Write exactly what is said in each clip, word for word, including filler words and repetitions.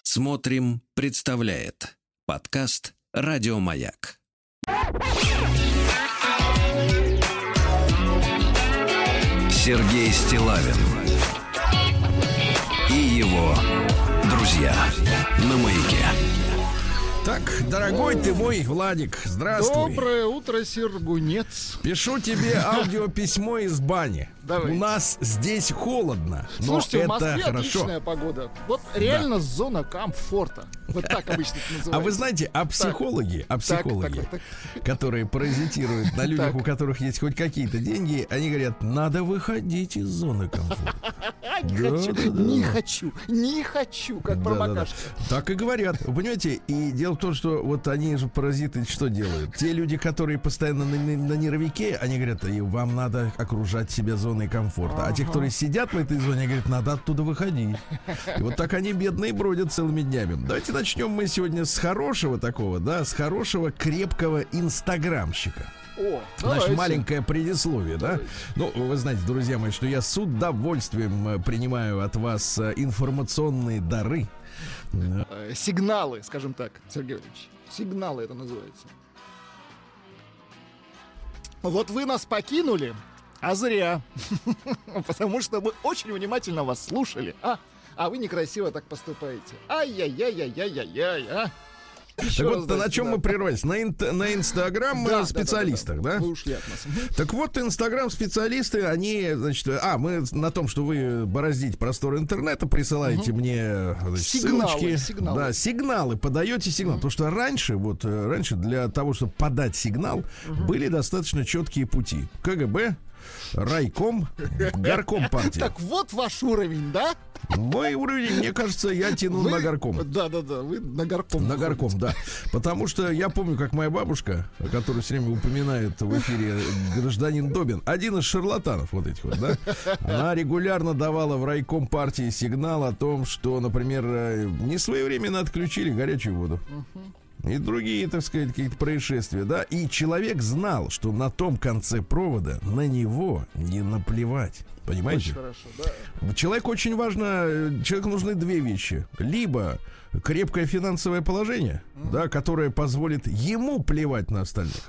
Смотрим, представляет подкаст «Радиомаяк». Сергей Стиллавин и его друзья на Маяке. Так, дорогой ты мой Владик, здравствуй. Доброе утро, Сергунец. Пишу тебе аудиописьмо из бани. Давайте. У нас здесь холодно, но Слушайте, это в Москве хорошо. отличная погода. Вот реально да. Зона комфорта. Вот так обычно это называется. А вы знаете, а психологи, а психологи, так, так, так. которые паразитируют на людях, Так. у которых есть хоть какие-то деньги, они говорят, надо выходить из зоны комфорта. Не Да, хочу, да, да. не хочу, не хочу, как Да, да, да. промокашка. Так и говорят, вы понимаете, и дело в том, что вот они же паразиты что делают? Те люди, которые постоянно на, на, на нервике, они говорят, и вам надо окружать себя зоной комфорта. А те, которые сидят в этой зоне, говорят, надо оттуда выходить. И вот так они бедные бродят целыми днями. Давайте начнем мы сегодня с хорошего такого, да, с хорошего крепкого инстаграмщика. О, Наше давайте. маленькое предисловие, да? Ну, вы знаете, друзья мои, что я с удовольствием э, принимаю от вас э, информационные дары. Э, Сигналы, скажем так, Сергей Ильич. Сигналы это называется. Вот вы нас покинули, а зря. Потому что мы очень внимательно вас слушали, а? А вы некрасиво так поступаете. Ай-яй-яй-яй-яй-яй, а? Еще Так раз вот, на дайте, чем да. мы прервались? На, инт- на Инстаграм мы Да, о специалистах, да, да, да? да? Вы ушли от нас. Мгм. Так вот, Инстаграм-специалисты, они, значит, а, мы на том, что вы бороздите простор интернета, присылаете мне, значит, Сигналы, ссылочки. сигналы. Да, сигналы, подаете сигнал. Потому что раньше, вот, э, раньше для того, чтобы подать сигнал, были достаточно четкие пути. КГБ, райком, горком партии. Так вот ваш уровень, да? Мой уровень, мне кажется, я тяну Вы- на горком. Да-да-да, вы на горком. На горком, да. Потому что я помню, как моя бабушка, которая все время упоминает в эфире гражданин Добин, один из шарлатанов вот этих вот, да, она регулярно давала в райком партии сигнал о том, что, например, несвоевременно отключили горячую воду. И другие, так сказать, какие-то происшествия, да. И человек знал, что на том конце провода на него не наплевать. Понимаете? Очень хорошо, да. Человеку очень важно, человеку нужны две вещи. Либо крепкое финансовое положение, mm-hmm. да, которое позволит ему плевать на остальных.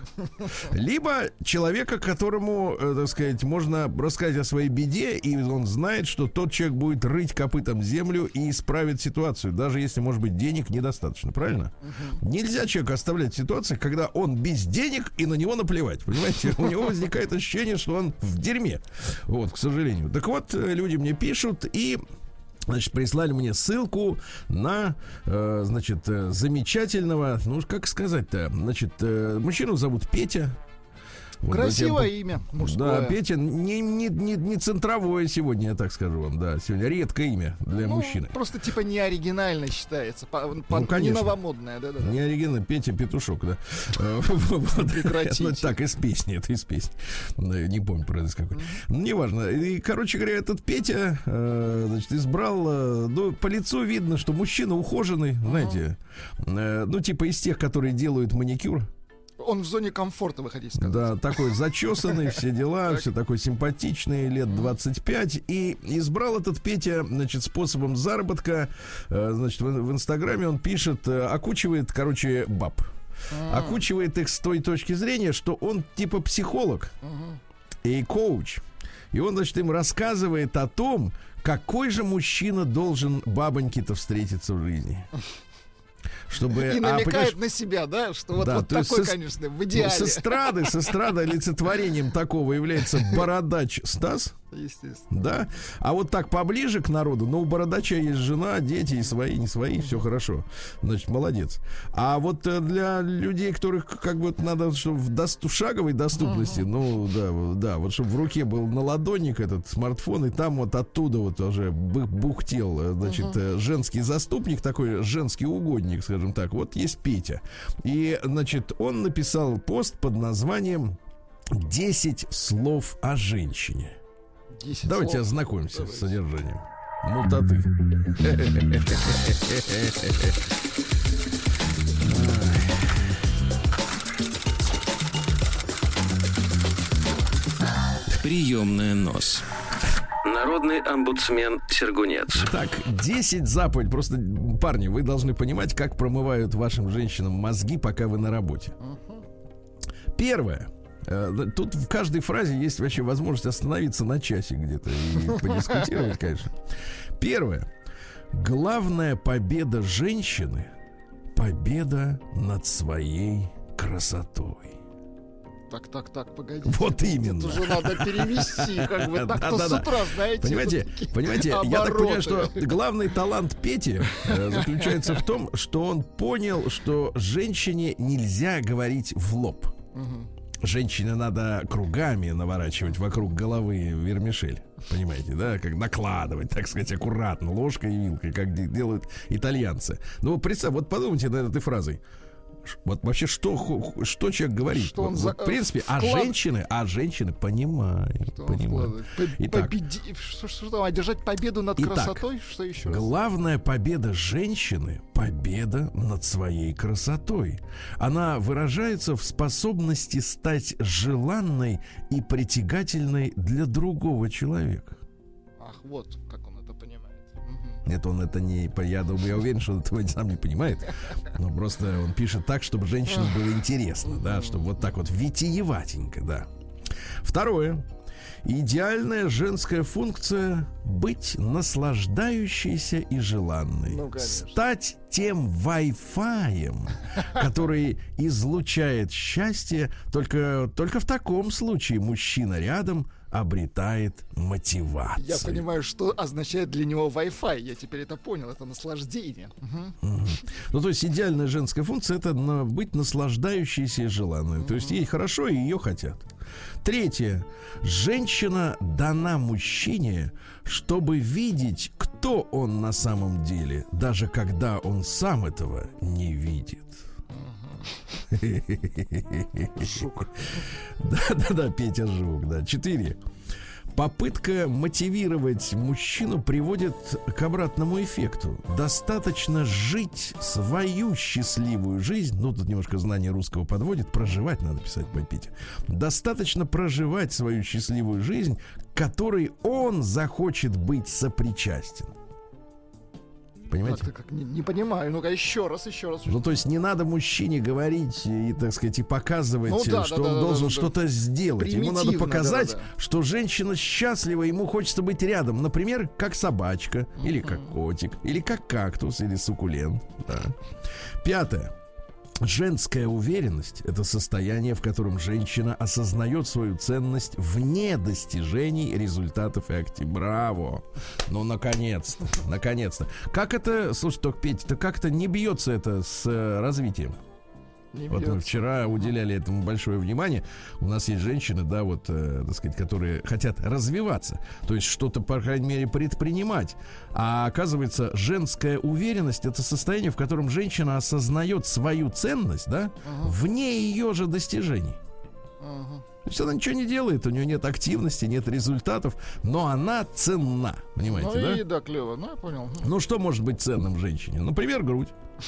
Либо человека, которому, э, так сказать, можно рассказать о своей беде, и он знает, что тот человек будет рыть копытом землю и исправит ситуацию, даже если, может быть, денег недостаточно. Правильно? Mm-hmm. Нельзя человека оставлять в ситуации, когда он без денег и на него наплевать. Понимаете? У него возникает ощущение, что он в дерьме. Вот, к сожалению. Так вот, люди мне пишут и... Значит, прислали мне ссылку на, э, значит, э, замечательного, ну, как сказать-то, значит, э, мужчину зовут Петя. Вот, Красивое я, имя мужское. Да, Петя не, не, не, не центровое сегодня, я так скажу вам, да, сегодня редкое имя для Ну, мужчины. просто типа не оригинально считается, по, по, Ну, не конечно. новомодное, да, да. Не оригинально, Петя Петушок, да. Вот. Прекратите. Ну, так, из песни, это из песни. Не помню, правда, из какой. Ну, неважно. И, короче говоря, этот Петя, э, значит, избрал, э, ну, по лицу видно, что мужчина ухоженный, знаете, э, ну, типа из тех, которые делают маникюр. Он в зоне комфорта, вы хотите сказать. Да, такой зачесанный, все дела, все такой симпатичный, лет двадцать пять. И избрал этот Петя, значит, способом заработка. э, Значит, в, в Инстаграме он пишет, э, окучивает, короче, баб. Окучивает их с той точки зрения, что он типа психолог и коуч. И он, значит, им рассказывает о том, какой же мужчина должен бабоньке-то встретиться в жизни. Чтобы, И а, намекает понимаешь, на себя, да, что вот, да, вот то есть такой, со- конечно, в ну, идеале. с эстрады, с эстрады олицетворением такого является бородач Стас. Естественно. Да, а вот так поближе к народу, ну, у бородача есть жена, дети, и свои, не свои, все хорошо. Значит, молодец. А вот э, для людей, которых как бы надо, чтобы в, дост- в шаговой доступности, ну, да, да, вот чтобы в руке был наладонник этот смартфон, и там вот оттуда вот уже бы- бухтел, э, значит, э, женский заступник, такой женский угодник, скажем так. Вот есть Петя. И, значит, он написал пост под названием «десять слов о женщине». Давайте слов. ознакомимся Давайте. с содержанием. Мутаты. Приемная нос. Народный омбудсмен Сергунец. Так, десять заповедей. Просто, парни, вы должны понимать, как промывают вашим женщинам мозги, пока вы на работе. Первое. Тут в каждой фразе есть вообще возможность остановиться на часик где-то и подискутировать, конечно. Первое. Главная победа женщины — победа над своей красотой. Так, так, так, погодите. Вот именно. Тут уже надо перевести, как бы так-то с утра, знаете. Понимаете, понимаете, я так понимаю, что главный талант Пети э, заключается в том, что он понял, что женщине нельзя говорить в лоб. Угу. Женщине надо кругами наворачивать вокруг головы вермишель. Понимаете, да? Как накладывать, так сказать, аккуратно, ложкой и вилкой, как делают итальянцы. Ну, представь, вот подумайте над этой фразой. Вот вообще, что, что человек говорит? Что он вот, за, в принципе, вклад... а женщины, а женщины понимают. Что понимают. Итак, Победи... что, что, что, одержать победу над итак, красотой? Что еще раз? Главная победа женщины — победа над своей красотой. Она выражается в способности стать желанной и притягательной для другого человека. Ах, вот как он это понимает. Нет, он это не... Я думаю, я уверен, что он этого сам не понимает. Но просто он пишет так, чтобы женщине было интересно, да, чтобы вот так вот витиеватенько, да. Второе. Идеальная женская функция — быть наслаждающейся и желанной. Ну, стать тем Wi-Fi, который излучает счастье. Только, только в таком случае мужчина рядом обретает мотивацию. Я понимаю, что означает для него Wi-Fi. Я теперь это понял. Это наслаждение. Угу. Угу. Ну, то есть идеальная женская функция — это на, быть наслаждающейся и желанной. Угу. То есть ей хорошо, и ее хотят. Третье. Женщина дана мужчине, чтобы видеть, кто он на самом деле, даже когда он сам этого не видит. Жук. Да-да-да, Петя Жук, да. Четыре. Попытка мотивировать мужчину приводит к обратному эффекту. Достаточно жить свою счастливую жизнь. Ну, тут немножко знание русского подводит. Проживать надо писать, по Пете. Достаточно проживать свою счастливую жизнь, к которой он захочет быть сопричастен. Понимаете? Как-то как не, не понимаю. Ну-ка, еще раз, еще раз. Ну, то есть не надо мужчине говорить и, так сказать, и показывать, ну, да, что да, он да, должен да, что-то да. сделать. Ему надо показать, да, да. что женщина счастлива, ему хочется быть рядом. Например, как собачка, uh-huh. или как котик, или как кактус, или суккулент. Да. Пятое. Женская уверенность — это состояние, в котором женщина осознает свою ценность вне достижений, результатов и активов. Браво! Ну, наконец-то, наконец-то. Как это, слушай, только, Петя, то как это не бьется это с э, развитием? Не вот бьется. Мы вчера уделяли этому большое внимание. У нас есть женщины, да, вот, э, так сказать, которые хотят развиваться, то есть что-то, по крайней мере, предпринимать. А оказывается, женская уверенность — это состояние, в котором женщина осознает свою ценность, да, uh-huh. вне ее же достижений. Uh-huh. То есть она ничего не делает, у нее нет активности, нет результатов, но она ценна, понимаете, ну, да? Ну и да, клево, ну я понял. Ну что может быть ценным в женщине? Например, грудь.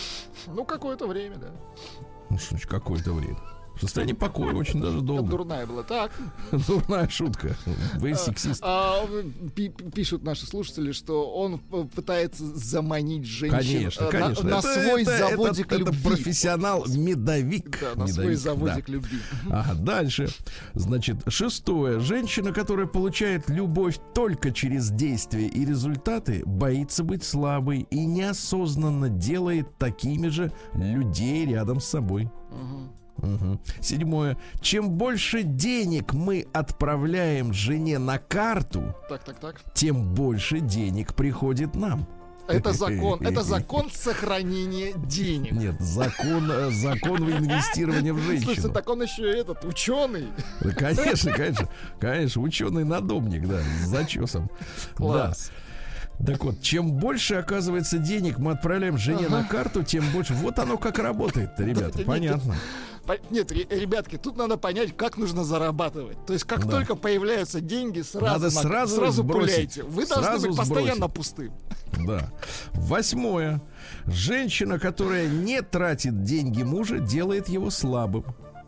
Ну какое-то время, да. Ну что ж, какое-то время. В состоянии покоя очень даже долго. Дурная была. Так. Дурная шутка. Вы сексист. А, а, пишут наши слушатели, что он пытается заманить женщин конечно, конечно. на, на это, свой это, заводик это, любви. Это профессионал-медовик. Да, на медовик, свой заводик да. любви. Ага, дальше. Значит, шестое. Женщина, которая получает любовь только через действия и результаты, боится быть слабой и неосознанно делает такими же людей рядом с собой. Угу. Угу. Седьмое. Чем больше денег мы отправляем жене на карту, так, так, так. тем больше денег приходит нам. Это закон, это закон сохранения денег. Нет, закон, закон инвестирования в женщину. Слушай, так он еще этот ученый. Да, конечно, конечно, конечно, ученый-надомник, да, с зачесом. Класс. Да. Так вот, чем больше, оказывается, денег мы отправляем жене ага. на карту, тем больше. Вот оно как работает-то, ребята, да, понятно. Нет, ребятки, тут надо понять, как нужно зарабатывать. То есть, как да. только появляются деньги, сразу, надо сразу, сразу бросить. пуляйте. Вы сразу должны быть постоянно сбросить. пустым. Да. Восьмое. Женщина, которая не тратит деньги мужа, делает его слабым.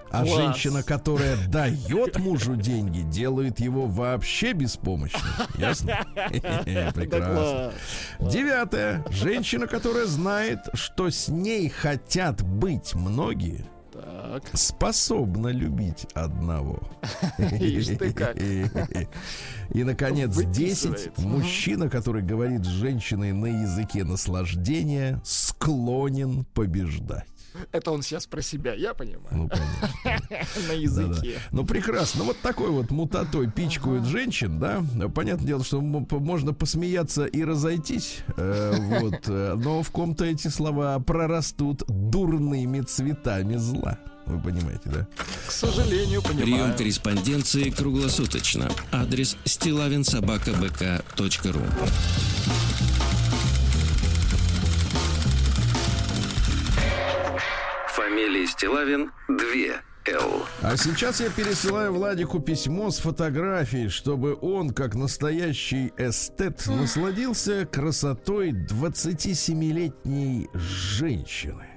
А Класс. женщина, которая дает мужу деньги, делает его вообще беспомощным. Ясно? Прекрасно. Девятое. Женщина, которая знает, что с ней хотят быть многие, Так. способна любить одного. Ишь ты как. И, наконец, десять. Выписывает. Мужчина, который говорит с женщиной на языке наслаждения, склонен побеждать. Это он сейчас про себя, я понимаю. Ну, конечно. На языке. Ну, прекрасно. Вот такой вот мутатой пичкают женщин, да. Понятное дело, что м- п- можно посмеяться и разойтись. э, вот, э, но в ком-то эти слова прорастут дурными цветами зла. Вы понимаете, да? К сожалению, Прием понимаю. корреспонденции круглосуточно. Адрес стилавин собака бэ ка точка ру. Фамилия Стилавин два эл. А сейчас я пересылаю Владику письмо с фотографией, чтобы он, как настоящий эстет, насладился красотой двадцатисемилетней женщины.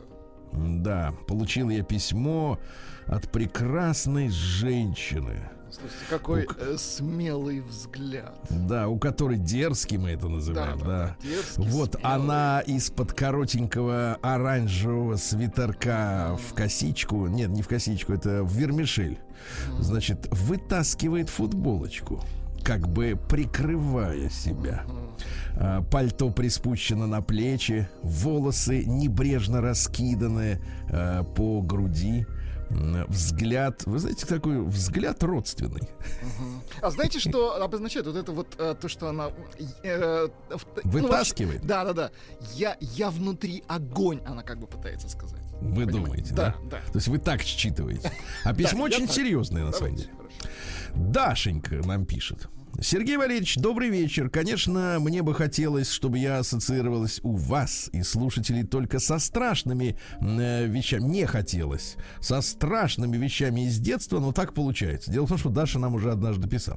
Да, получил я письмо от прекрасной женщины. Слушайте, какой э, смелый взгляд. Да, у которой дерзкий мы это называем, Да, да. да, дерзкий, Вот смелый. она из-под коротенького оранжевого свитерка в косичку, нет, не в косичку, это в вермишель, значит, вытаскивает футболочку, как бы прикрывая себя. А, Пальто приспущено на плечи, волосы небрежно раскиданы а, по груди. М, Взгляд, вы знаете, такой взгляд родственный. А знаете, что обозначает вот это вот э, то, что она э, в- ну, Вытаскивает? вообще- Да, да, да. Я, я внутри огонь, она как бы пытается сказать. Вы Понимаете? думаете, да? Да, да. То есть вы так считываете. А письмо Да, я очень так. серьезное, на самом Давайте, деле. хорошо. Дашенька нам пишет. Сергей Валерьевич, добрый вечер. Конечно, мне бы хотелось, чтобы я ассоциировалась у вас и слушателей только со страшными э, вещами. Не хотелось. Со страшными вещами из детства, но так получается. Дело в том, что Даша нам уже однажды писала.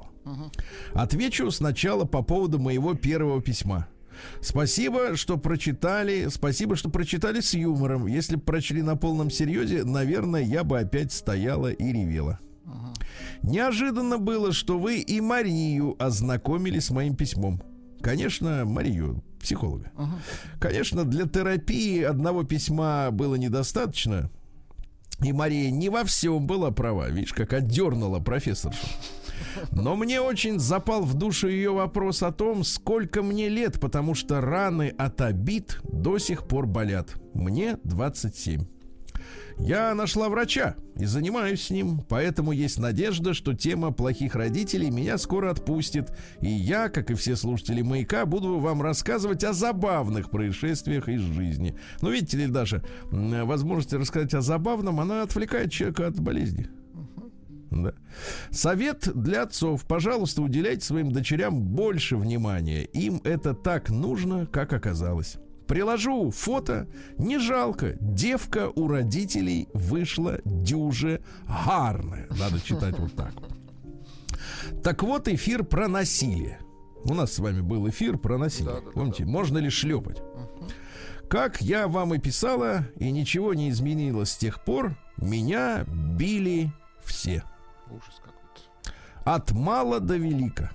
Отвечу сначала по поводу моего первого письма. Спасибо, что прочитали. Спасибо, что прочитали с юмором. Если бы прочли на полном серьезе, наверное, я бы опять стояла и ревела. Неожиданно было, что вы и Марию ознакомили с моим письмом. Конечно, Марию, психолога. Конечно, для терапии одного письма было недостаточно. И Мария не во всем была права. Видишь, как отдернула профессоршу. Но мне очень запал в душу ее вопрос о том, сколько мне лет, потому что раны от обид до сих пор болят. Мне двадцать семь. Я нашла врача и занимаюсь с ним, поэтому есть надежда, что тема плохих родителей меня скоро отпустит, и я, как и все слушатели «Маяка», буду вам рассказывать о забавных происшествиях из жизни. Ну, видите ли, Даша, м, возможность рассказать о забавном, она отвлекает человека от болезни. Да. Совет для отцов. Пожалуйста, уделяйте своим дочерям больше внимания. Им это так нужно, как оказалось. Приложу фото. Не жалко. Девка у родителей вышла дюже гарная. Надо читать вот так вот. Так вот, эфир про насилие. У нас с вами был эфир про насилие. Да, да, да, Помните, да. можно ли шлепать? Как я вам и писала, и ничего не изменилось с тех пор, меня били все. Ужас какой-то. От мала до велика.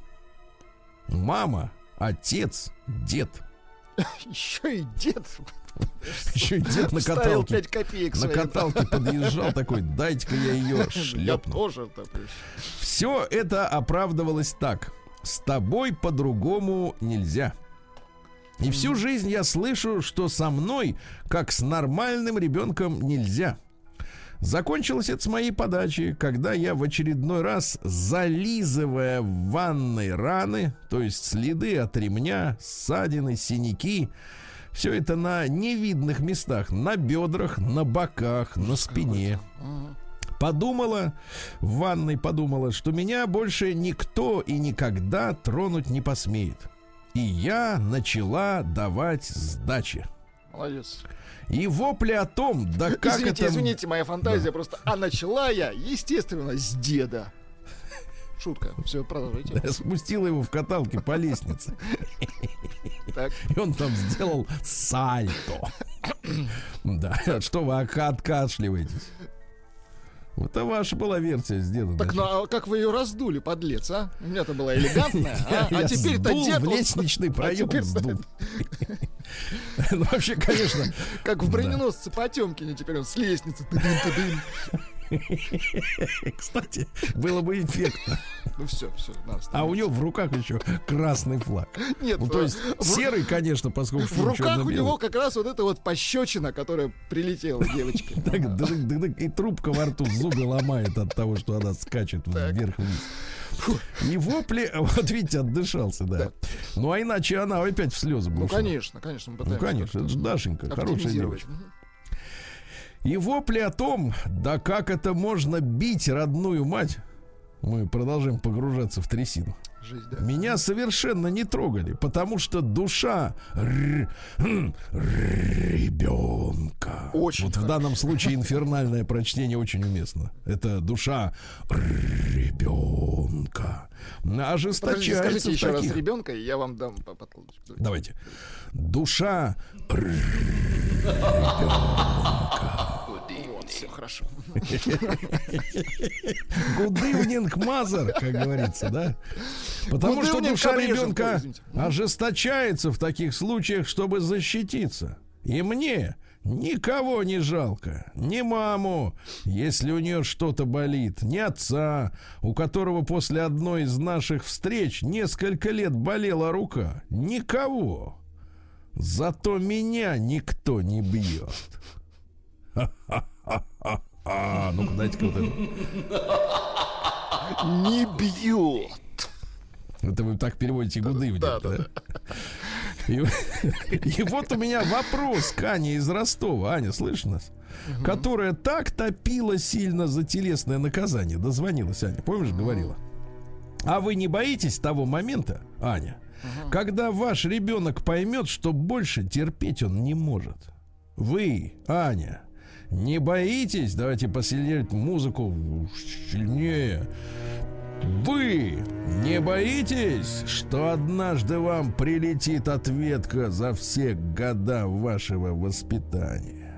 Мама, отец, дед. Еще и дед Еще и дед на вставил каталке. пять копеек На своим. каталке подъезжал такой, дайте-ка я ее Я шлепну. тоже, да, то есть. Все это оправдывалось так. С тобой по-другому нельзя. И всю жизнь я слышу, что со мной, как с нормальным ребенком, нельзя. Закончилось это с моей подачи, когда я в очередной раз, зализывая в ванной раны, то есть следы от ремня, ссадины, синяки, все это на невидных местах, на бедрах, на боках, на спине. Подумала, в ванной подумала, что меня больше никто и никогда тронуть не посмеет. И я начала давать сдачи. Молодец. И вопли о том, да как Извините, это... извините, моя фантазия просто. А начала я, естественно, с деда. Шутка. Все, продолжайте. Я спустила его в каталке по лестнице. Так. И он там сделал сальто. Да, что вы ока- откашливаетесь? Это ваша была версия с дедом. Так, ну а как вы ее раздули, подлец, а? У меня-то была элегантная, а, а теперь-то сдул дед... в лестничный проем теперь- сдул. Ну, вообще, конечно... Как в броненосце Потемкине, теперь он с лестницы. Тыдын-тыдын. Кстати, было бы эффектно. Ну все, все. А у него в руках еще красный флаг. Нет, Ну, то есть в- серый, конечно, поскольку В руках у черно-белый. него как раз вот эта вот пощечина, которая прилетела девочке. Так, дык, дык, дык, и трубка во рту, зубы ломает от того, что она скачет вверх-вниз. И вопли, вот видите, отдышался, да. Ну, а иначе она опять в слезы Ну, бросила. конечно, конечно, мы Ну, пытаемся. конечно, это же Дашенька, хорошая оптимизировать. девочка. И вопли о том, да как это можно бить родную мать, мы продолжаем погружаться в трясину, Жизнь, да. меня совершенно не трогали, потому что душа р- м, ребенка. Очень Вот в данном случае инфернальное прочтение очень уместно. Это душа ребенка. Подождите, Ожесточается скажите в еще раз таких... ребенка, и я вам дам по- по- Давайте. Душа Вот, все хорошо. Гудывнинг мазер, как говорится, да? Потому что Гудывнинг душа обрежем, ребенка ой, извините. ожесточается в таких случаях, чтобы защититься. И мне никого не жалко. Ни маму, если у нее что-то болит, ни отца, у которого после одной из наших встреч несколько лет болела рука. Никого. Зато меня никто не бьет. Ха-ха-ха-ха. Ну-ка, дайте-ка вот это. Не бьет. Это вы так переводите Гудывник, Да, да? да, да. И, и вот у меня вопрос к Ане из Ростова. Аня, слышишь нас? Угу. Которая так топила сильно за телесное наказание. Дозвонилась Аня, помнишь, говорила? А вы не боитесь того момента, Аня, угу. когда ваш ребенок поймет, что больше терпеть он не может? Вы, Аня, не боитесь? Давайте посильнее музыку, сильнее. Вы не боитесь, что однажды вам прилетит ответка за все года вашего воспитания?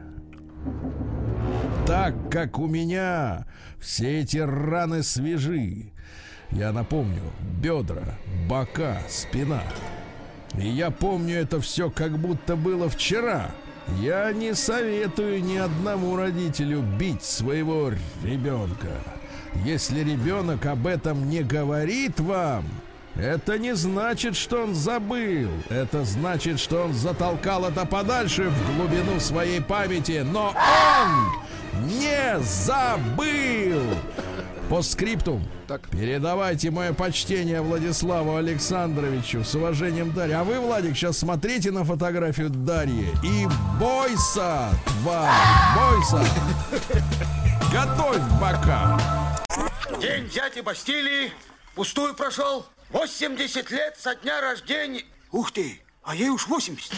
Так как у меня все эти раны свежи, я напомню, бедра, бока, спина. И я помню это все, как будто было вчера. Я не советую ни одному родителю бить своего ребенка. Если ребенок об этом не говорит вам, это не значит, что он забыл. Это значит, что он затолкал это подальше в глубину своей памяти. Но он не забыл. Постскриптум. Так. Передавайте мое почтение Владиславу Александровичу. С уважением, Дарья. А вы, Владик, сейчас смотрите на фотографию Дарьи и бойся, тварь, бойся. Готовь бока. День дяди Бастилии пустую прошел. восемьдесят лет со дня рождения. Ух ты, а ей уж восемьдесят.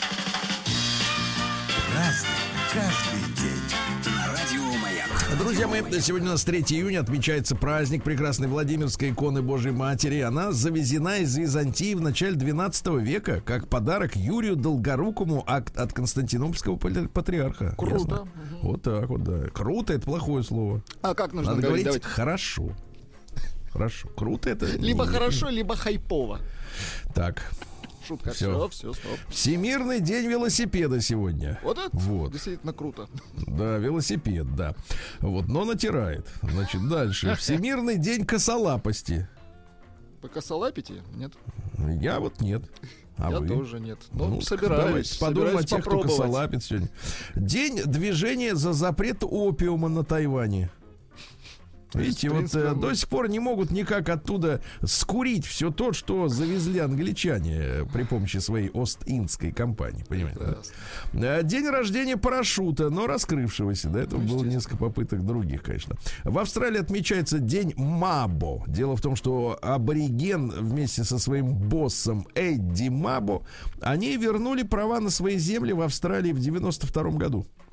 Разный, каждый день. На радио Маяк. Друзья мои, сегодня у нас третьего июня отмечается праздник прекрасной Владимирской иконы Божьей Матери. Она завезена из Византии в начале двенадцатого века как подарок Юрию Долгорукому от, от Константинопольского патриарха. Круто. Ясно? Угу. Вот так вот, да. Круто — это плохое слово. А как нужно Надо говорить? говорить Давайте. хорошо. Хорошо. Круто — это... Либо не- хорошо, либо хайпово. Так. Шутка. Всё. Все, все, стоп. Всемирный день велосипеда сегодня. Вот это Вот. действительно круто. Да, велосипед, да. Вот, но натирает. Значит, дальше. Всемирный день косолапости. Вы косолапите? Нет? Я вот нет. А Я вы? тоже нет. Ну, Ну, собираюсь. давайте подумаем о собираюсь тех, кто попробовать. косолапит сегодня. День движения за запрет опиума на Тайване. Видите, в вот принципе, э, он- до сих пор не могут никак оттуда скурить все то, что завезли англичане э, при помощи своей Ост-Индской компании. Понимаете? да? Прекрасно. Э, День рождения парашюта, но раскрывшегося. До этого Ну, было естественно. несколько попыток других, конечно. В Австралии отмечается день Мабо. Дело в том, что абориген вместе со своим боссом Эдди Мабо, они вернули права на свои земли в Австралии в девяносто втором году. Ага.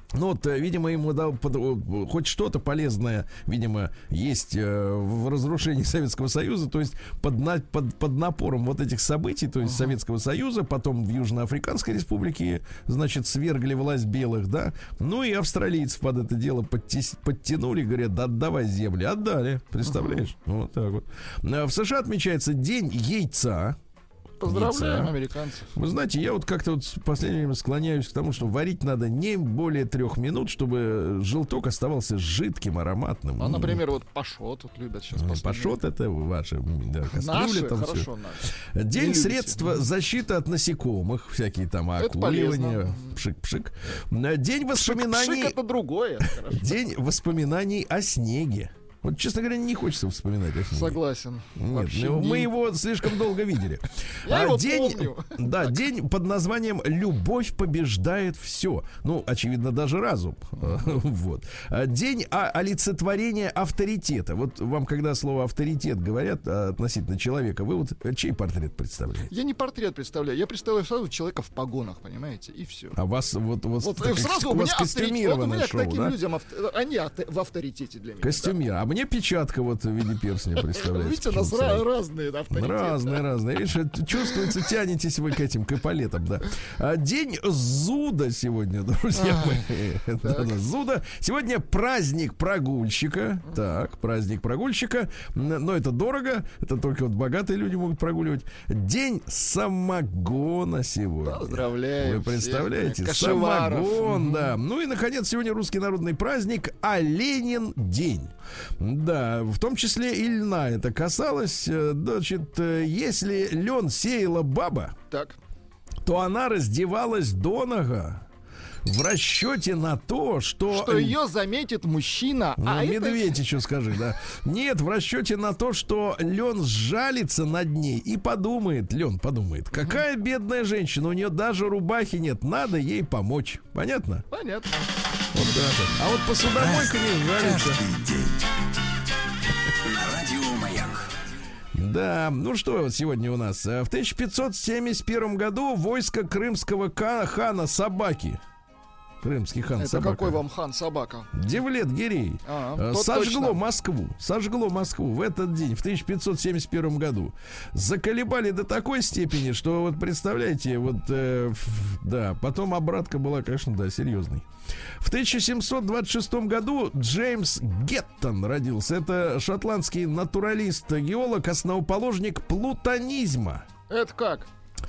Ну вот, видимо, ему дал под, хоть что-то полезное, видимо, есть э, в разрушении Советского Союза, то есть под, на, под, под напором вот этих событий, то есть uh-huh. Советского Союза, потом в Южноафриканской Республике, значит, свергли власть белых, да, ну и австралийцев под это дело подтис, подтянули, говорят, да отдавай земли, отдали, представляешь, uh-huh. вот так вот. В США отмечается День яйца. Поздравляем яйца. Американцев. Вы знаете, я вот как-то вот в последнее время склоняюсь к тому, что варить надо не более трех минут, чтобы желток оставался жидким, ароматным. А, например, вот пашот тут любят сейчас. Пашот — это ваши, да, наши, там хорошо, наши. День средства защиты от насекомых, всякие там окуривания, пшик-пшик. День воспоминаний. Пшик — это другое. День воспоминаний о снеге. Вот, честно говоря, не хочется вспоминать о снеге. Согласен. Нет, ну, мы его слишком долго видели. Я а, его день, помню. Да, день под названием «Любовь побеждает все». Ну, очевидно, даже разум. Вот. День олицетворения авторитета. Вот вам, когда слово «авторитет» говорят относительно человека, вы вот чей портрет представляете? Я не портрет представляю. Я представляю сразу человека в погонах, понимаете, и все. А вас вот, вот, вот так, сразу у вас костюмированное шоу, к таким да? людям, они в авторитете для меня. Костюмир. А мне печатка вот в виде перстня представляется. Видите, у нас ra- разные авторитеты. Разные, разные. Видишь, чувствуется, тянетесь вы к этим, к эполетам, да. А, день зуда сегодня, друзья мои. Зуда. Сегодня праздник прогульщика. Так, праздник прогульщика. Но это дорого. Это только вот богатые люди могут прогуливать. День самогона сегодня. Поздравляю. Вы представляете? Всех. Самогон, да. Ну и, наконец, сегодня русский народный праздник Оленин день. Да, в том числе и льна это касалось. Значит, если лен сеяла баба, так. то она раздевалась донага в расчете на то, что... Что ее заметит мужчина. Ну, а медведь это... еще скажи, да. Нет, в расчете на то, что лен сжалится над ней и подумает, лен подумает, какая угу. бедная женщина, у нее даже рубахи нет, надо ей помочь. Понятно? Понятно. Вот так. А вот посудомойка не сжалится. Да, ну что сегодня у нас? В тысяча пятьсот семьдесят первом году войско крымского хана Собаки. Крымский хан Это Собака. какой вам хан Собака? Девлет-Гирей. А, сожгло точно. Москву. Сожгло Москву в этот день, в тысяча пятьсот семьдесят первом году. Заколебали до такой степени, что вот представляете, вот, э, да, потом обратка была, конечно, да, серьезной. В тысяча семьсот двадцать шестом году Джеймс Геттон родился. Это шотландский натуралист, геолог, основоположник плутонизма. Это как?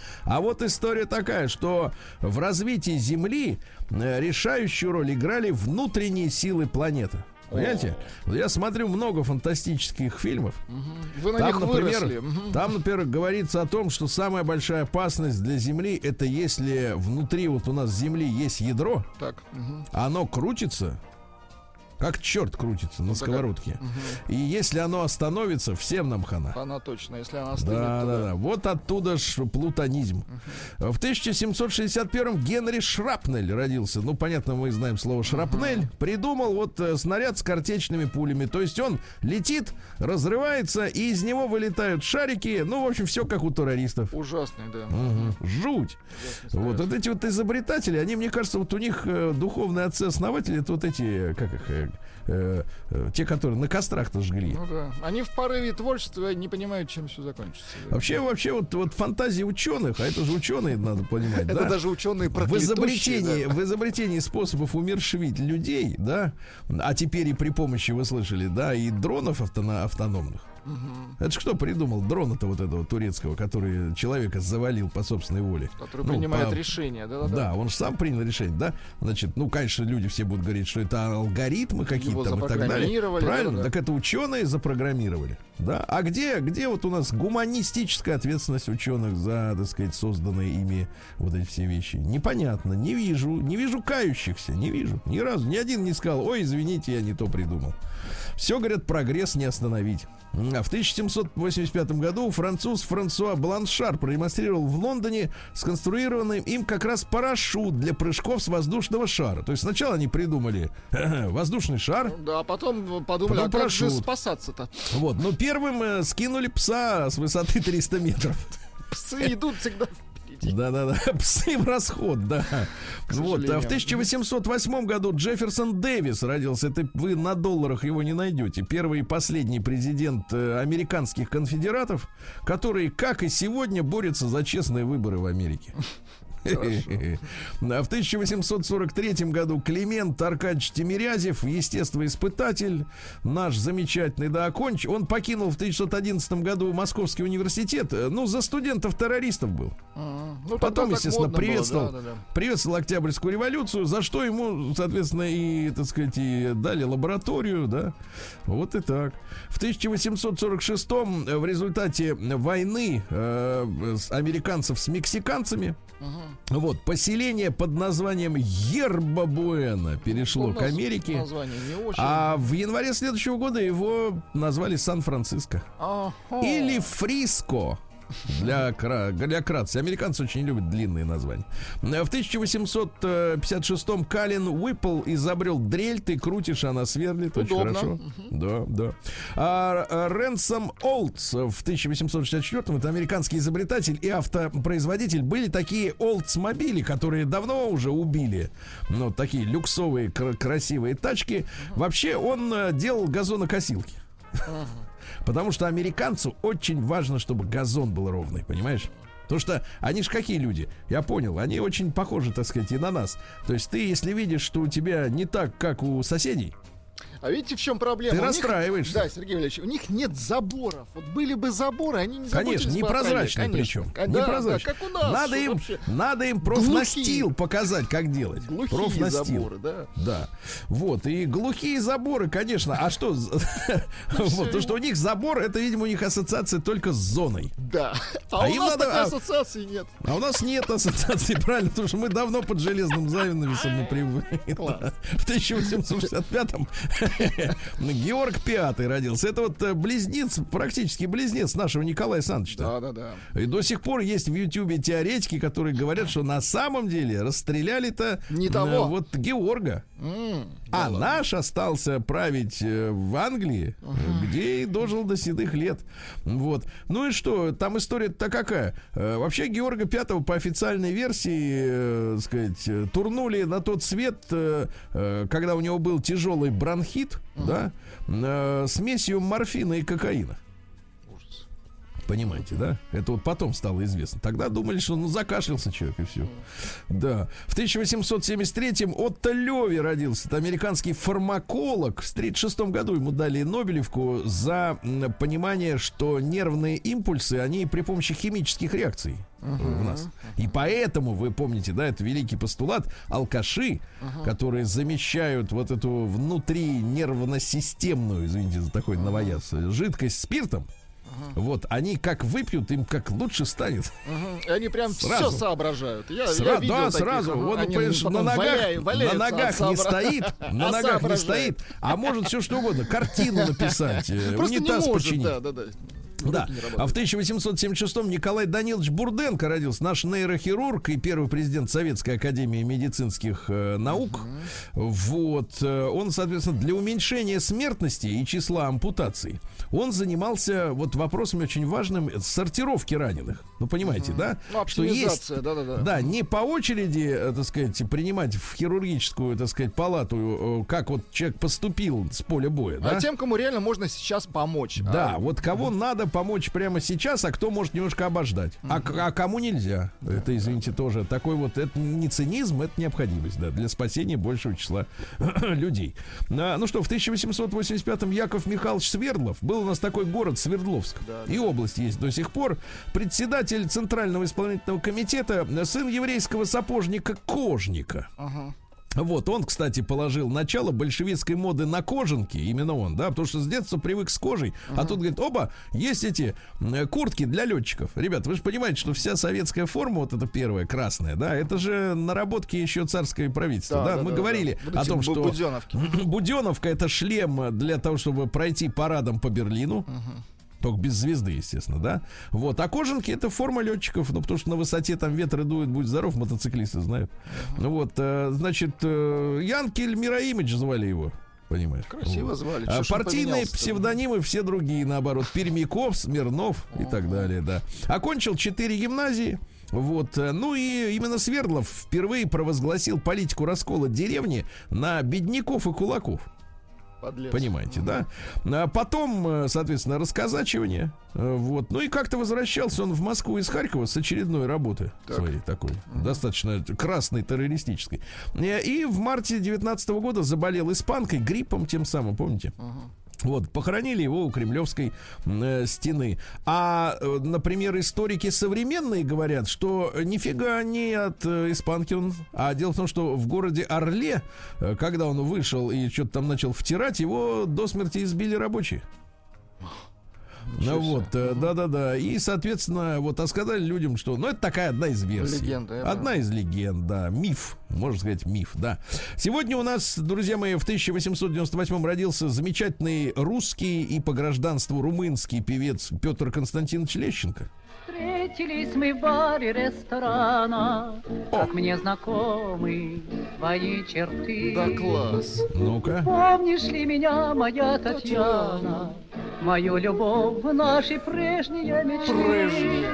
А вот история такая, что в развитии Земли решающую роль играли внутренние силы планеты. Понимаете? Я смотрю много фантастических фильмов. Угу. Вы на там, них например, выросли. Угу. Там, например, говорится о том, что самая большая опасность для Земли — это если внутри вот у нас Земли есть ядро, так. Угу. оно крутится, как черт крутится на сковородке. Угу. И если оно остановится, всем нам хана. Хана точно, если она остынет. Да, да, да. да. Вот оттуда ж плутонизм. Угу. В тысяча семьсот шестьдесят первом Генри Шрапнель родился. Ну, понятно, мы знаем слово шрапнель. Угу. Придумал вот э, снаряд с картечными пулями. То есть он летит, разрывается, и из него вылетают шарики. Ну, в общем, все как у террористов. Ужасный, да. Угу. Жуть. Ужасный, вот, вот эти вот изобретатели, они, мне кажется, вот у них э, духовные отцы-основатели, это вот эти, как их... Э, Э, э, те, которые на кострах-то жгли. Ну да. Они в порыве творчества не понимают, чем все закончится. Да. Вообще, вообще, вот, вот фантазии ученых, а это же ученые, надо понимать, да? Это даже ученые в изобретении, в изобретении способов умерщвить людей, да, а теперь и при помощи, вы слышали, да, и дронов автоно- автономных. Угу. Это ж кто придумал дрона-то вот этого турецкого, который человека завалил по собственной воле? Который ну, принимает по... решение, да, да? Да, он же сам принял решение, да? Значит, ну, конечно, люди все будут говорить, что это алгоритмы какие-то там и так далее. Правильно? Да, да. Так это ученые запрограммировали, да? А где, где вот у нас гуманистическая ответственность ученых за, так сказать, созданные ими вот эти все вещи? Непонятно, не вижу, не вижу кающихся, не вижу, ни разу, ни один не сказал: ой, извините, я не то придумал. Все, говорят, прогресс не остановить. А в тысяча семьсот восемьдесят пятом году француз Франсуа Бланшар продемонстрировал в Лондоне сконструированный им как раз парашют для прыжков с воздушного шара. То есть сначала они придумали воздушный шар. Да, а потом подумали, потом а как же спасаться-то? Вот, но первым э, скинули пса с высоты триста метров. Псы идут всегда. Извините. Да-да-да, псы в расход, да. Вот, а в тысяча восемьсот восьмом году Джефферсон Дэвис родился. Это вы на долларах его не найдете. Первый и последний президент американских конфедератов, который, как и сегодня, борется за честные выборы в Америке. В тысяча восемьсот сорок третьем году Климент Аркадьевич Тимирязев, естествоиспытатель, наш замечательный, да, окончил. Он покинул в тысяча девятьсот одиннадцатом году Московский университет. Ну, за студентов-террористов был. А, ну, потом, естественно, приветствовал, да, да, да. приветствовал Октябрьскую революцию, за что ему, соответственно, и, так сказать, и дали лабораторию, да. Вот и так. В тысяча восемьсот сорок шестом в результате войны э, американцев с мексиканцами, угу. вот, поселение под названием Йерба-Буэна перешло ну, к Америке. А в январе следующего года его назвали Сан-Франциско. А-ха. Или Фриско. Для, для кратости. Американцы очень любят длинные названия. В тысяча восемьсот пятьдесят шестом Калин Уиппл изобрел дрель. Ты крутишь, она сверлит. Очень Удобно. Хорошо. Uh-huh. Да, да. А Ренсом Олдс в тысяча восемьсот шестьдесят четвёртом, это американский изобретатель и автопроизводитель. Были такие Олдсмобили, которые давно уже убили. Ну, такие люксовые, кр- красивые тачки. Uh-huh. Вообще он делал газонокосилки. Uh-huh. Потому что американцу очень важно, чтобы газон был ровный, понимаешь? Потому что они же какие люди? Я понял, они очень похожи, так сказать, и на нас. То есть ты, если видишь, что у тебя не так, как у соседей, а видите, в чем проблема? Ты у расстраиваешься. Них, да, Сергей Валерьевич, у них нет заборов. Вот были бы заборы, они не заботились. Конечно, непрозрачные причем. Да, непрозрачные. Да, как у нас. Надо им, надо им профнастил показать, как делать. Глухие профнастил. заборы, да. Да. Вот, и глухие заборы, конечно. А что? Вот, то, что у них забор, это, видимо, у них ассоциация только с зоной. Да. А у нас такой ассоциации нет. А у нас нет ассоциации, правильно, потому что мы давно под железным занавесом привыкли. В тысяча восемьсот шестьдесят пятом Георг Пятый родился. Это вот близнец, практически близнец нашего Николая Александровича. Да, да, да. И до сих пор есть в Ютьюбе теоретики, которые говорят, что на самом деле расстреляли-то не того. Вот Георга. Mm, а да наш ладно. Остался править в Англии, uh-huh. где и дожил до седых лет. Вот. Ну и что? Там история-то какая? Вообще Георга Пятого по официальной версии, э, сказать, турнули на тот свет, э, когда у него был тяжелый бронхит. Uh-huh. Да, э, смесью морфина и кокаина. Ужас. Понимаете, да? Это вот потом стало известно. Тогда думали, что ну закашлялся человек и все. Uh-huh. Да. В тысяча восемьсот семьдесят третьем Отто Леви родился. Это американский фармаколог. В тридцать шестом году ему дали Нобелевку за понимание, что нервные импульсы, они при помощи химических реакций uh-huh. у нас. И поэтому, вы помните, да, это великий постулат, алкаши, uh-huh. которые замещают вот эту внутринервно-системную, извините за такой uh-huh. новояз, жидкость спиртом, uh-huh. вот, они как выпьют, им как лучше станет. Uh-huh. И они прям сразу. Все соображают. Я, Сра- я да, сразу. Uh-huh. Вот, понимаешь, на ногах, валяй, на ногах не стоит, на ногах не стоит, а может все что угодно, картину написать, унитаз починить. Да, да, да. Да. А в тысяча восемьсот семьдесят шестом Николай Данилович Бурденко родился, наш нейрохирург и первый президент Советской академии медицинских э, наук. Uh-huh. Вот. Он, соответственно, для уменьшения смертности и числа ампутаций он занимался вот вопросами очень важным сортировки раненых. Ну, понимаете, uh-huh. да? Ну, что есть, да-да-да. Да, не по очереди, так сказать, принимать в хирургическую, так сказать, палату, как вот человек поступил с поля боя. А да? тем, кому реально можно сейчас помочь. Да, а... вот кого uh-huh. надо помочь прямо сейчас, а кто может немножко обождать. Uh-huh. А, а кому нельзя. Это, извините, тоже такой вот, это не цинизм, это необходимость, да, для спасения большего числа людей. А, ну что, в тысяча восемьсот восемьдесят пятом Яков Михайлович Свердлов. Был у нас такой город Свердловск. Да, и да. область есть до сих пор. Председатель Центрального исполнительного комитета, сын еврейского сапожника Кожника. Uh-huh. Вот, он, кстати, положил начало большевистской моды на кожанки, именно он, да, потому что с детства привык с кожей, uh-huh. а тут, говорит, оба, есть эти э, куртки для летчиков. Ребят, вы же понимаете, что вся советская форма, вот эта первая, красная, да, это же наработки еще царское правительство, да, да, да мы да, говорили да. о том, что Буденовки. Буденовка — это шлем для того, чтобы пройти парадом по Берлину. Uh-huh. Только без звезды, естественно, да? Вот. А кожанки — это форма летчиков, ну, потому что на высоте там ветры дуют, будь здоров, мотоциклисты знают. Uh-huh. Вот, э, значит, э, Янкель Мираимыч звали его, понимаешь? Красиво вот. звали. А партийные псевдонимы все другие, наоборот. Пермяков, Смирнов uh-huh. и так далее, да. Окончил четыре гимназии. Вот, ну и именно Свердлов впервые провозгласил политику раскола деревни на бедняков и кулаков. Подлец. Понимаете, да? А потом, соответственно, расказачивание. Вот. Ну и как-то возвращался он в Москву из Харькова с очередной работы так. своей такой, uh-huh. достаточно красной, террористической. И в марте девятнадцатого года заболел испанкой, гриппом тем самым, помните? Uh-huh. Вот, похоронили его у Кремлевской э, стены. А, э, например, историки современные говорят, что нифига не от э, испанки он. А дело в том, что в городе Орле, э, когда он вышел и что-то там начал втирать, его до смерти избили рабочие. Ну вот, э, да-да-да. И, соответственно, вот, а сказали людям, что... Ну, это такая одна из версий. Легенда. Одна из легенд, да. Миф. Можно сказать, миф, да. Сегодня у нас, друзья мои, в тысяча восемьсот девяносто восьмом родился замечательный русский и по гражданству румынский певец Петр Константинович Лещенко. Встретились мы в баре ресторана, как мне знакомы твои черты. Да класс. Ну-ка. Помнишь ли меня, моя Татьяна, мою любовь в наши прежние мечты? Прежние.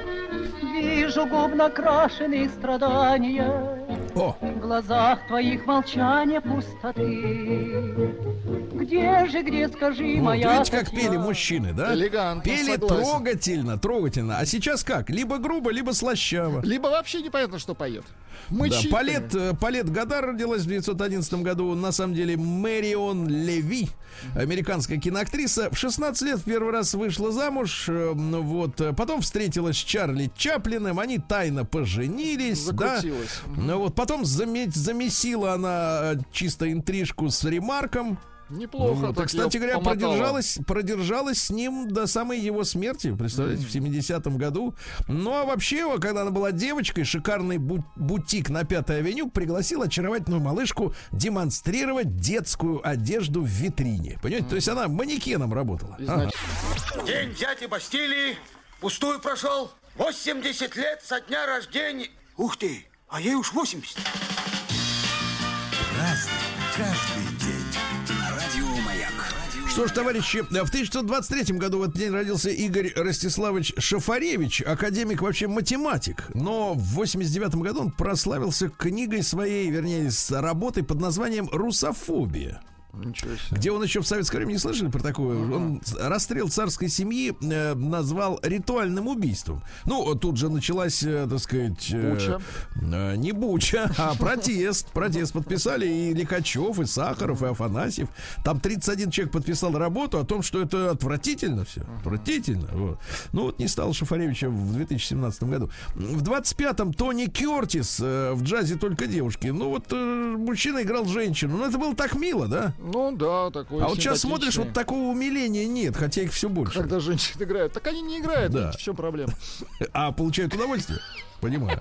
Вижу губ накрашенные страдания. О. В глазах твоих молчания пустоты. Где же, где, скажи, вот, моя видите, как Татьяна? пели мужчины, да? Элегантно, пели согласен. трогательно, трогательно. А сейчас как? Либо грубо, либо слащаво. Либо вообще непонятно, что поет. Мы да, читаем. Палет, Палет Годар родилась в девятьсот одиннадцатом году. На самом деле Мэрион Леви, американская киноактриса. В шестнадцать лет в первый раз вышла замуж. Вот. Потом встретилась с Чарли Чаплиным. Они тайно поженились. Закрутилась. Да. Ну, вот. Потом заме- замесила она чисто интрижку с Ремарком. Неплохо. Вот, так кстати говоря, помотала. продержалась, продержалась с ним до самой его смерти, представляете, mm-hmm. в семидесятом году. Ну, а вообще, когда она была девочкой, шикарный бу- бутик на Пятой авеню пригласил очаровательную малышку демонстрировать детскую одежду в витрине. Понимаете, mm-hmm. то есть она манекеном работала. Ага. День дяди Бастилии пустую прошел. восемьдесят лет со дня рождения. Ух ты, а ей уж восемьдесят. Разный, каждый день. Что ж, товарищи, в тысяча девятьсот двадцать третьем году в этот день родился Игорь Ростиславович Шафаревич, академик, вообще математик. Но в восемьдесят девятом году он прославился книгой своей, вернее, с работой под названием «Русофобия». Ничего себе. Где он еще в советское время, не слышали про такое? Uh-huh. Он расстрел царской семьи э, назвал ритуальным убийством. Ну, тут же началась, э, так сказать... Э, Буча. Э, не буча, а протест. Протест подписали и Лихачев, и Сахаров, и Афанасьев. Там тридцать один человек подписал работу о том, что это отвратительно все. Uh-huh. Отвратительно. Вот. Ну, вот не стало Шафаревича в две тысячи семнадцатом году. В двадцать пятом Тони Кёртис э, в «Джазе только девушки». Ну, вот э, мужчина играл женщину. Ну, это было так мило, да? Ну да, такой. А вот сейчас смотришь, вот такого умиления нет, хотя их все больше. Когда женщины играют, так они не играют. Да. В чем проблема? А получают удовольствие? Понимаю.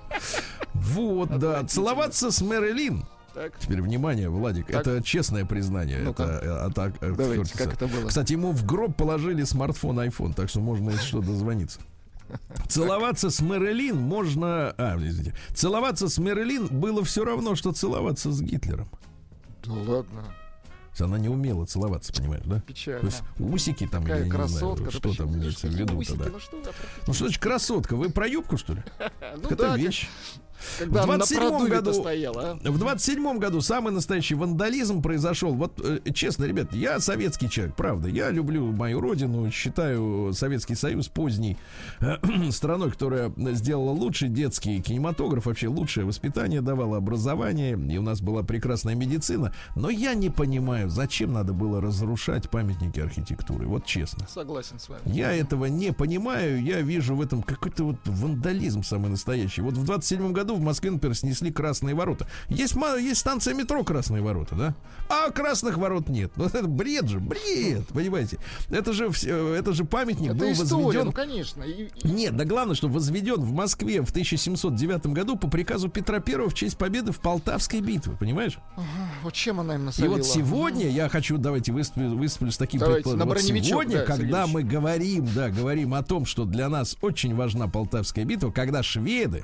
Вот, да. Целоваться с Мэрилин. Так. Теперь внимание, Владик, так. Это честное признание. Ну-ка. Это атак. Давайте, как это было? Кстати, ему в гроб положили смартфон, айфон, так что можно, если что, дозвониться. Целоваться с Мэрилин можно... А, извините. Целоваться с Мэрилин было все равно, что целоваться с Гитлером. Да ладно. Она не умела целоваться, понимаешь, да? Печально. То есть усики там, какая я не красотка, знаю, что там имеется в виду тогда. Ну что, ну что значит красотка? Вы про юбку, что ли? Ну, это да, вещь. Когда в двадцать седьмом году, стояла, а? в двадцать седьмом году самый настоящий вандализм произошел. Вот э, честно, ребят, я советский человек, правда. Я люблю мою родину, считаю Советский Союз поздней э, страной, которая сделала лучший детский кинематограф, вообще лучшее воспитание давала, образование, и у нас была прекрасная медицина. Но я не понимаю, зачем надо было разрушать памятники архитектуры. Вот честно. Согласен с вами. Я этого не понимаю. Я вижу в этом какой-то вот вандализм самый настоящий. Вот в двадцать седьмом году в Москве, например, снесли Красные ворота. Есть, есть станция метро Красные ворота, да? А Красных ворот нет. Ну, это бред же, бред, понимаете? Это же, это же памятник это был история, возведен... ну, конечно. И... Нет, да главное, что возведен в Москве в тысяча семьсот девятом году по приказу Петра Первого в честь победы в Полтавской битве, понимаешь? Ага, вот чем она им И насолила? вот сегодня я хочу, давайте выступлю, выступлю с таким предположением. Вот сегодня, да, когда Сергеевич. мы говорим, да, говорим о том, что для нас очень важна Полтавская битва, когда шведы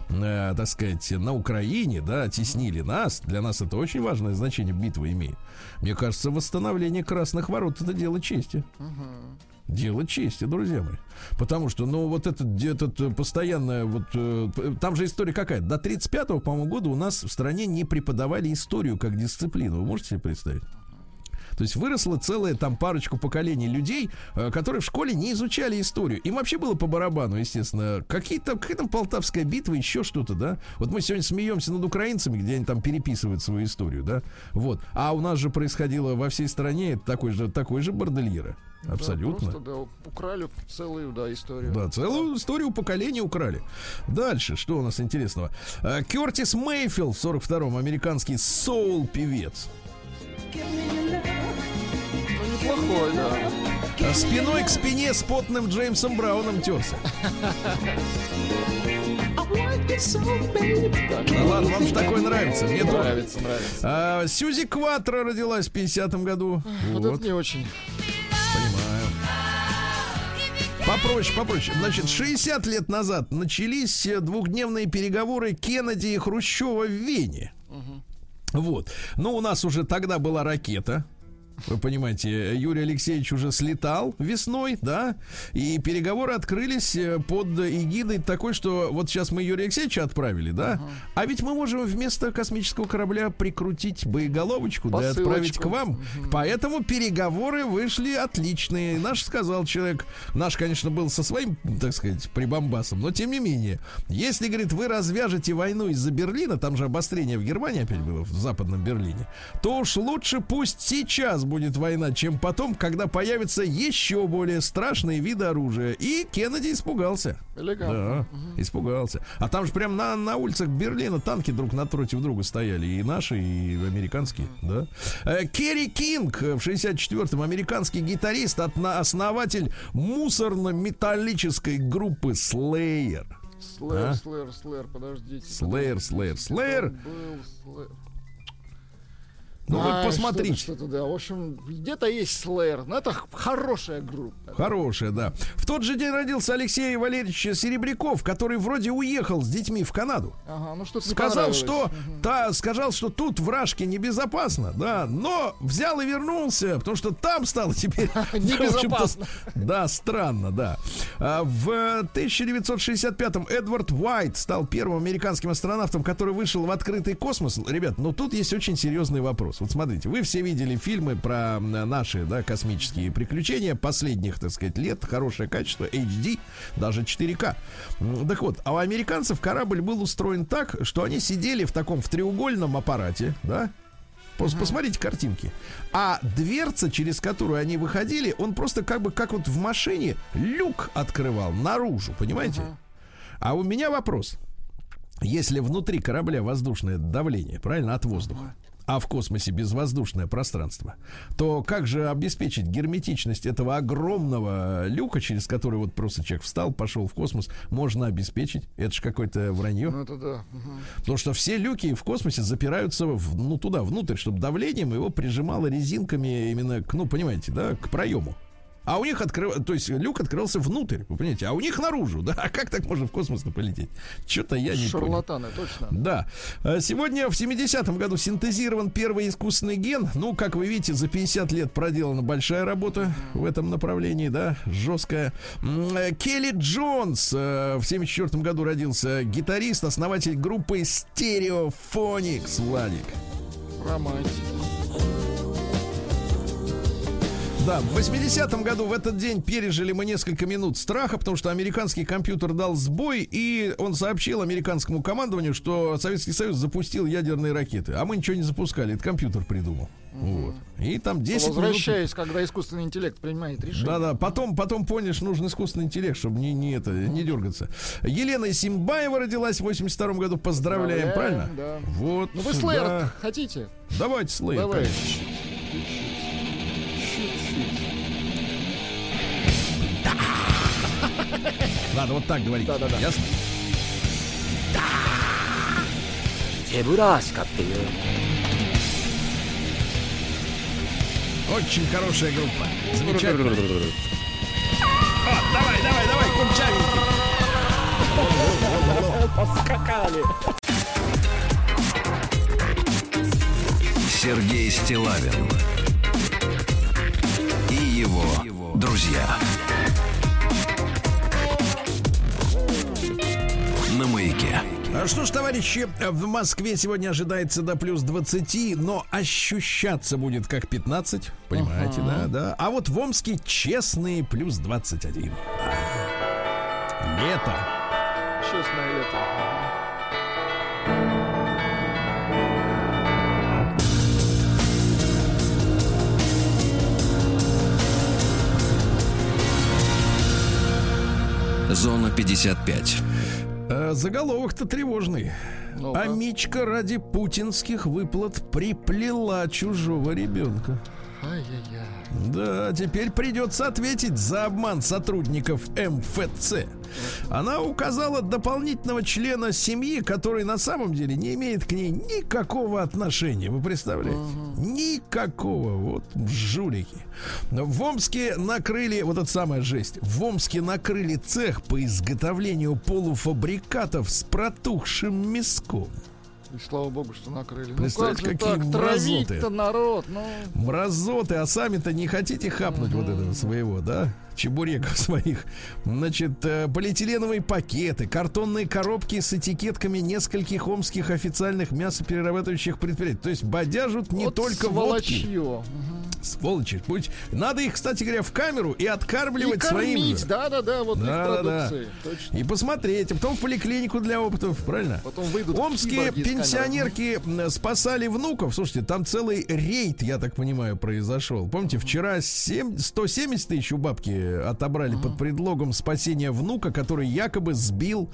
э, так сказать, на Украине, да, теснили нас, для нас это очень важное значение битва имеет. Мне кажется, восстановление Красных Ворот — это дело чести. Дело чести, друзья мои. Потому что, ну, вот этот, этот постоянно, вот, э, там же история какая-то. До тридцать пятого, по-моему, года у нас в стране не преподавали историю как дисциплину. Вы можете себе представить? То есть выросла целая там парочку поколений людей, э, которые в школе не изучали историю. Им вообще было по барабану, естественно. Какие-то, какая-то Полтавская битва, еще что-то, да. Вот мы сегодня смеемся над украинцами, где они там переписывают свою историю, да. Вот. А у нас же происходило во всей стране такой же, такой же бордельера. Абсолютно. Да, просто, да, украли целую, да, историю. Да, целую историю поколения украли. Дальше, что у нас интересного? Э, Кертис Мейфилд в сорок втором, американский соул-певец. Неплохой, да. Спиной к спине с потным Джеймсом Брауном терся. Ну, ладно, вам же такое нравится. Мне нравится, нравится. А, Сьюзи Кватро родилась в пятидесятом году. Вот, вот это не очень. Понимаю. Попроще, попроще. Значит, шестьдесят лет назад начались двухдневные переговоры Кеннеди и Хрущева в Вене. Угу. Вот. Но у нас уже тогда была ракета. Вы понимаете, Юрий Алексеевич уже слетал весной, да, и переговоры открылись под эгидой такой, что вот сейчас мы Юрия Алексеевича отправили, да, uh-huh. а ведь мы можем вместо космического корабля прикрутить боеголовочку, да, и отправить к вам. Uh-huh. Поэтому переговоры вышли отличные. Наш сказал человек, наш, конечно, был со своим, так сказать, прибамбасом, но тем не менее, если, говорит, вы развяжете войну из-за Берлина, там же обострение в Германии опять было, в Западном Берлине, то уж лучше пусть сейчас будет война, чем потом, когда появятся еще более страшные виды оружия. И Кеннеди испугался. Элегантно. Да, угу. испугался. А там же прям на, на улицах Берлина танки друг напротив друга стояли. И наши, и американские. Да. Керри Кинг в шестьдесят четвёртом, американский гитарист, основатель мусорно-металлической группы Slayer. Slayer, а? Slayer, Slayer, подождите. Slayer, Slayer, Slayer. Slayer. Ну, а, вы посмотрите. Что-то, что-то, да. В общем, где-то есть Slayer. Но это хорошая группа. Хорошая, да. В тот же день родился Алексей Валерьевич Серебряков, который вроде уехал с детьми в Канаду. Ага, ну что-то сказал, что, угу. та, сказал, что тут в Рашке небезопасно, да, но взял и вернулся, потому что там стало теперь небезопасно. Да, странно, да. В тысяча девятьсот шестьдесят пятом Эдвард Уайт стал первым американским астронавтом, который вышел в открытый космос. Ребят, ну тут есть очень серьезный вопрос. Вот смотрите, вы все видели фильмы про наши, да, космические приключения последних, так сказать, лет, хорошее качество, эйч ди, даже четыре ка. Так вот, а у американцев корабль был устроен так, что они сидели в таком в треугольном аппарате, да? Просто uh-huh. посмотрите картинки. А дверца, через которую они выходили, он просто как бы, как вот в машине, люк открывал наружу, понимаете? Uh-huh. А у меня вопрос. Если внутри корабля воздушное давление, правильно, от воздуха, а в космосе безвоздушное пространство, то как же обеспечить герметичность этого огромного люка, через который вот просто человек встал, пошел в космос, можно обеспечить? Это же какое-то вранье. Ну, это да. Угу. Потому что все люки в космосе запираются в, ну, туда, внутрь, чтобы давлением его прижимало резинками именно к, ну, понимаете, да, к проему. А у них открыл, то есть люк открылся внутрь, вы понимаете, а у них наружу, да? А как так можно в космос полететь? Что-то я не понял. Шарлатаны, точно. Да. Сегодня в семидесятом году синтезирован первый искусственный ген. Ну, как вы видите, за пятьдесят лет проделана большая работа в этом направлении, да, жесткая. Келли Джонс в семьдесят четвёртом году родился, гитарист, основатель группы Stereophonics, Владик. Романтик. Да, в восьмидесятом году в этот день пережили мы несколько минут страха, потому что американский компьютер дал сбой, и он сообщил американскому командованию, что Советский Союз запустил ядерные ракеты. А мы ничего не запускали, это компьютер придумал. Mm-hmm. Вот. И там десять Возвращаясь, минут... когда искусственный интеллект принимает решение. Да-да, потом, потом поняли, что нужен искусственный интеллект, чтобы не, не, это, не дергаться. Елена Симбаева родилась в восемьдесят втором году. Поздравляем, Поздравляем, правильно? Да. Вот. Ну вы Slayer да. хотите? Давайте Slayer. Давай. Надо вот так говорить. Да-да-да. Ясно? Очень хорошая группа. Замечательно. О, давай, давай, давай, курчавенький. Поскакали. Сергей Стиллавин и его друзья. На маяке. А что ж, товарищи, в Москве сегодня ожидается до плюс двадцати, но ощущаться будет как пятнадцать, понимаете, uh-huh. да, да. А вот в Омске честные плюс двадцать один. Лето. Честное лето. Зона пятьдесят пять. А, заголовок-то тревожный. Ну-ка. Амичка ради путинских выплат приплела чужого ребенка. Ай-яй-яй. Да, теперь придется ответить за обман сотрудников эм эф цэ. Она указала дополнительного члена семьи, который на самом деле не имеет к ней никакого отношения. Вы представляете? Uh-huh. Никакого. Вот жулики. В Омске накрыли, вот это самая жесть, в Омске накрыли цех по изготовлению полуфабрикатов с протухшим мяском. И слава богу, что накрыли. Представляете, ну как какие же так мразоты. травить-то народ, ну... Мразоты, а сами-то не хотите хапнуть uh-huh. вот этого своего, да? Чебуреков своих. Значит, полиэтиленовые пакеты, картонные коробки с этикетками нескольких омских официальных мясоперерабатывающих предприятий. То есть бодяжут не вот только водки. Угу. Сволочи. Будь... Надо их, кстати говоря, в камеру и откармливать и своим же. Да-да-да, вот да, их продукции. Да, да. И посмотреть, а потом в поликлинику для опытов, правильно? Потом выйдут омские пенсионерки спасали внуков. Слушайте, там целый рейд, я так понимаю, произошел. Помните, вчера семь... сто семьдесят тысяч у бабки отобрали uh-huh. под предлогом спасения внука, который якобы сбил,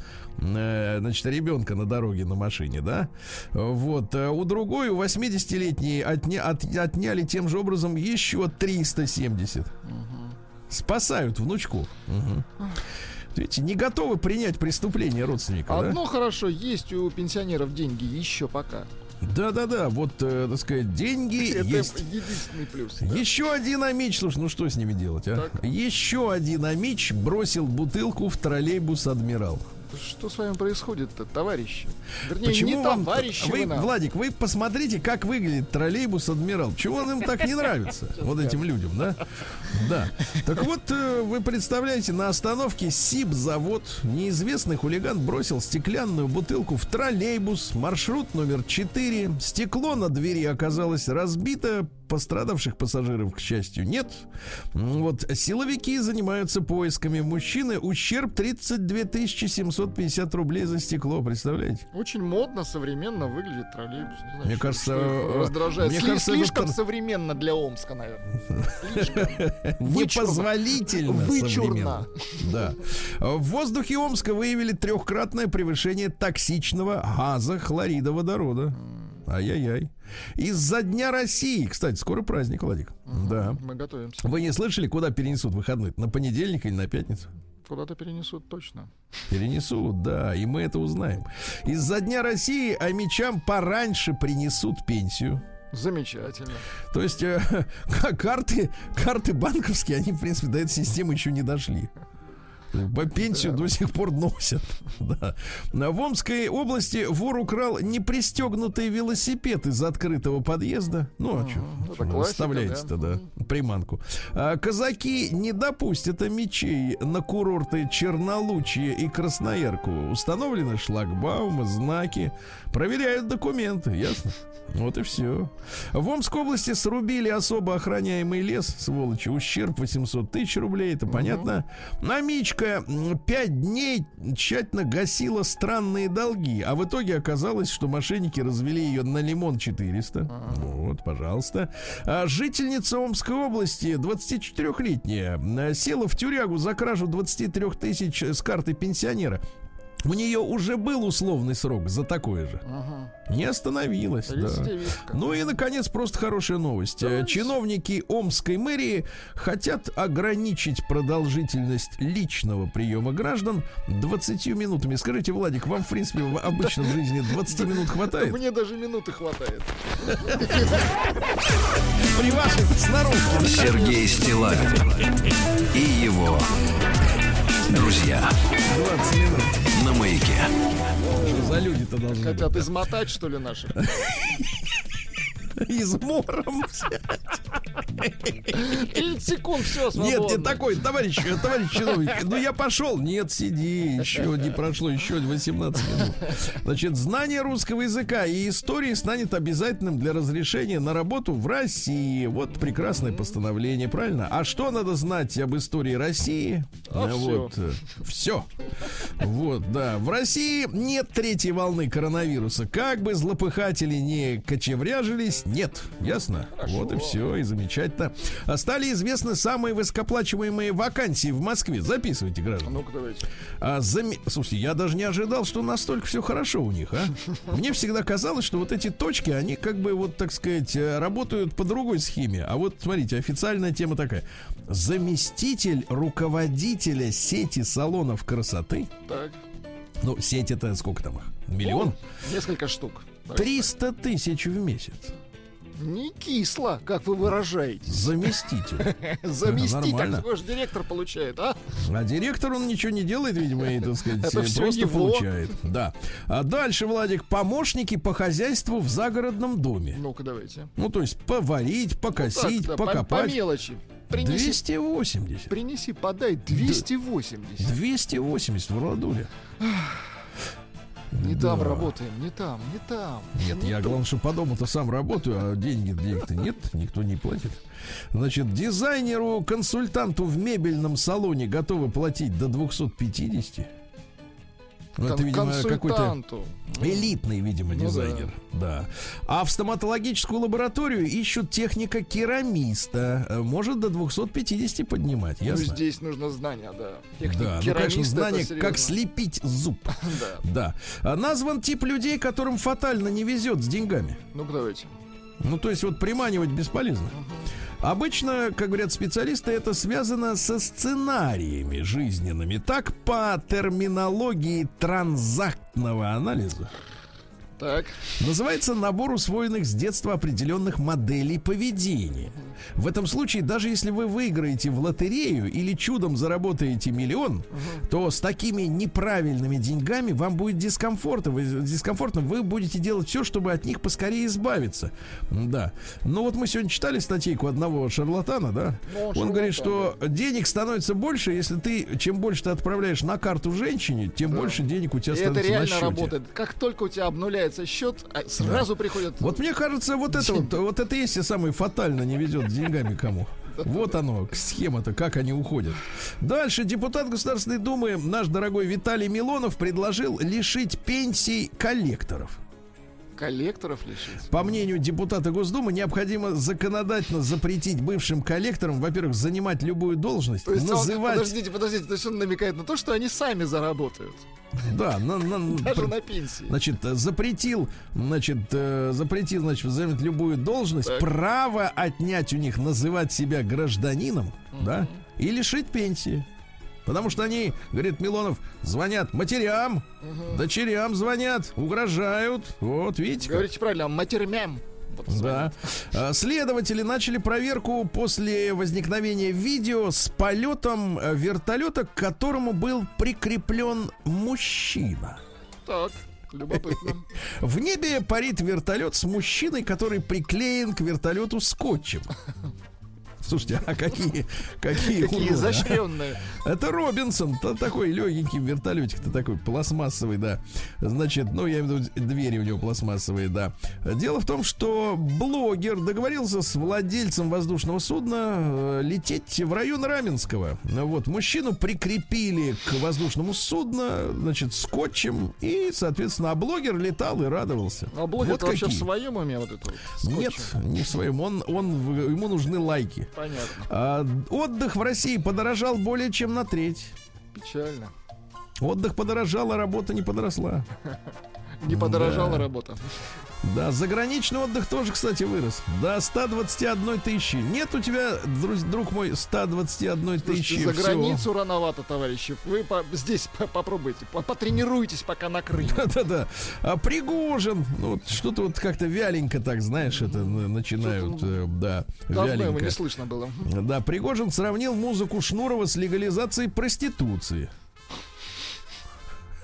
э, значит, ребенка на дороге на машине, да? Вот. У другой, у восьмидесятилетней отня, от, отняли тем же образом еще триста семьдесят. Uh-huh. Спасают внучку. Uh-huh. Видите, не готовы принять преступление родственника. Одно да? хорошо, есть у пенсионеров деньги еще пока. Да-да-да, вот, э, так сказать, деньги это есть. единственный плюс. Да. Еще один амич, слушай, ну что с ними делать, а? Так. Еще один амич бросил бутылку в троллейбус «Адмирал». Что с вами происходит-то, товарищи? Вернее, Почему не вам, товарищи вы, вы Владик, вы посмотрите, как выглядит троллейбус «Адмирал». Чего он им так не нравится? Вот этим людям, да? Да. Так вот, вы представляете, на остановке Сибзавод неизвестный хулиган бросил стеклянную бутылку в троллейбус, маршрут номер четыре. Стекло на двери оказалось разбито. Пострадавших пассажиров, к счастью, нет. Вот силовики занимаются поисками мужчины. Ущерб тридцать две тысячи семьсот пятьдесят рублей за стекло, представляете? Очень модно, современно выглядит троллейбус. Не знаю, мне что, кажется, что раздражает. Мне Сли- кажется, слишком это... современно для Омска, наверное. Непозволительно вычурно. Да. В воздухе Омска выявили трехкратное превышение токсичного газа хлорида водорода. Ай-яй-яй. Из-за Дня России. Кстати, скоро праздник, Владик. Угу, да. Мы готовимся. Вы не слышали, куда перенесут выходной? На понедельник или на пятницу? Куда-то перенесут точно. Перенесут, да, и мы это узнаем. Из-за Дня России амичам пораньше принесут пенсию. Замечательно. То есть э, карты, карты банковские, они, в принципе, до этой системы еще не дошли. По пенсию да. до сих пор носят. Да. В Омской области вор украл непристегнутый велосипед из открытого подъезда. Ну, а что? Оставляете-то, да, да, приманку. А казаки не допустят мечей на курорты Чернолучье и Красноярку. Установлены шлагбаумы, знаки. Проверяют документы, ясно? Вот и все. В Омской области срубили особо охраняемый лес, сволочи. Ущерб восемьсот тысяч рублей, это понятно. Намичка пять дней тщательно гасила странные долги, а в итоге оказалось, что мошенники развели ее на лимон четыреста. Вот, пожалуйста. А жительница Омской области, двадцатичетырёхлетняя, села в тюрягу за кражу двадцать три тысяч с карты пенсионера. У нее уже был условный срок за такое же. Ага. Не остановилась. Да. Ну и, наконец, просто хорошая новость. Да, чиновники Омской мэрии хотят ограничить продолжительность личного приема граждан двадцатью минутами. Скажите, Владик, вам, в принципе, в обычной жизни двадцать минут хватает? Мне даже минуты хватает. При вашей сноровке. Сергей Стиллавин и его друзья. двадцать минут. На маяке. за люди-то должны быть? Хотят измотать, что ли, наших? Измором взять. тридцать секунд, все, свободно. Нет, не такой, товарищ, товарищ чиновник. Ну я пошел. Нет, сиди. Еще не прошло, еще восемнадцать минут. Значит, знание русского языка и истории станет обязательным для разрешения на работу в России. Вот прекрасное постановление, правильно? А что надо знать об истории России? А вот, все. Вот, да. В России нет третьей волны коронавируса. Как бы злопыхатели не кочевряжились, нет. Ясно? Хорошо. Вот и все, и замечательно. Стали известны самые высокооплачиваемые вакансии в Москве. Записывайте, граждане. Ну-ка, давайте. А, зам... Слушайте, я даже не ожидал, что настолько все хорошо у них, а? Мне всегда казалось, что вот эти точки, они как бы, вот, так сказать, работают по другой схеме. А вот, смотрите, официальная тема такая. Заместитель руководителя сети салонов красоты. Так. Ну, сеть это сколько там их? Миллион? О, несколько штук. триста тысяч в месяц. Не кисло, как вы выражаетесь. Заместитель. Заместитель, Нормально. какой же директор получает, а? А директор, он ничего не делает, видимо, и, так сказать, Это всё просто его. получает. Да. А дальше, Владик, помощники по хозяйству в загородном доме. Ну-ка, давайте. Ну, то есть поварить, покосить, Так, да, по, по покопать. мелочи. Принеси, двести восемьдесят. принеси, подай. двести восемьдесят. двести восемьдесят в Владуле. Не Да. там работаем, не там, не там. Нет, не я, то. главное, что по дому-то сам работаю, а деньги, денег-то нет, никто не платит. Значит, дизайнеру, консультанту в мебельном салоне готовы платить до двести пятьдесят. Ну, это, Кон- видимо, какой-то консультанту. элитный, видимо, Ну дизайнер. Да. А в стоматологическую лабораторию ищут техника-керамиста. Э, Может до двести пятьдесят поднимать, Ну, ясно? здесь нужно знание, да. Техник Да, ну, конечно, керамиста, это знание, серьезно. как слепить зуб. Да. Да. А назван тип людей, которым фатально не везет с деньгами. Ну-ка, давайте. Ну, то есть вот приманивать бесполезно. Обычно, как говорят специалисты, это связано со сценариями жизненными. Так, по терминологии транзактного анализа Так. называется набор усвоенных с детства определенных моделей поведения. В этом случае, даже если вы выиграете в лотерею или чудом заработаете миллион, uh-huh. то с такими неправильными деньгами вам будет дискомфортно. Вы, дискомфортно. Вы будете делать все, чтобы от них поскорее избавиться. Да. Ну вот мы сегодня читали статейку одного шарлатана, да? Ну, он он шарлатан, говорит, что да. денег становится больше, если ты, чем больше ты отправляешь на карту женщине, тем Да. больше денег у тебя И это становится на реально счете. работает. Как только у тебя обнуляется счет, а сразу приходят... Вот мне кажется, вот это вот, вот это есть и самое фатально не везет с деньгами кому. Вот оно, схема-то, как они уходят. Дальше депутат Государственной Думы, наш дорогой Виталий Милонов, предложил лишить пенсий коллекторов. Коллекторов лишить? По мнению депутата Госдумы, необходимо законодательно запретить бывшим коллекторам, во-первых, занимать любую должность, То есть называть... он, подождите, подождите, то есть он намекает на то, что они сами заработают. Да, на, на, Даже пр- на пенсии. Значит, запретил, значит, э, запретил, значит, занять любую должность, Так. право отнять у них называть себя гражданином, да, и лишить пенсии. Потому что они, говорит Милонов, звонят матерям, дочерям звонят, угрожают. Вот, видите как? Говорите правильно, матермям. Вот Да. А, Следователи начали проверку после возникновения видео с полетом э, вертолета, к которому был прикреплен мужчина. Так, любопытно. В небе парит вертолет с мужчиной, который приклеен к вертолету скотчем. Слушайте, а какие, какие, Какие уроды, а? изощренные. Это Робинсон, то такой легенький вертолетик-то такой пластмассовый, да. Значит, ну, я имею в виду, двери у него пластмассовые, да. Дело в том, что блогер договорился с владельцем воздушного судна э, лететь в район Раменского. Вот, мужчину прикрепили к воздушному судну, значит, скотчем, и, соответственно, а блогер летал и радовался. А блогер Вот вообще в какие. своем уме вот это вот? скотчем? Нет, не в своем. Он, он, ему нужны лайки. Понятно. А, отдых в России подорожал более чем на треть. Печально. Отдых подорожал, а работа не подросла. Не подорожала Да. работа. Да, заграничный отдых тоже, кстати, вырос. До ста двадцати одной тысячи. Нет у тебя, друг, друг мой, ста двадцати одной тысячи. Слушайте, за всего. границу рановато, товарищи. Вы по- здесь по- попробуйте, по- потренируйтесь, пока накрыть. Да-да-да. А Пригожин, ну, вот что-то вот как-то вяленько так, знаешь, это н- начинают, э, да, Давно его вяленько. не слышно было. Да, Пригожин сравнил музыку Шнурова с легализацией проституции.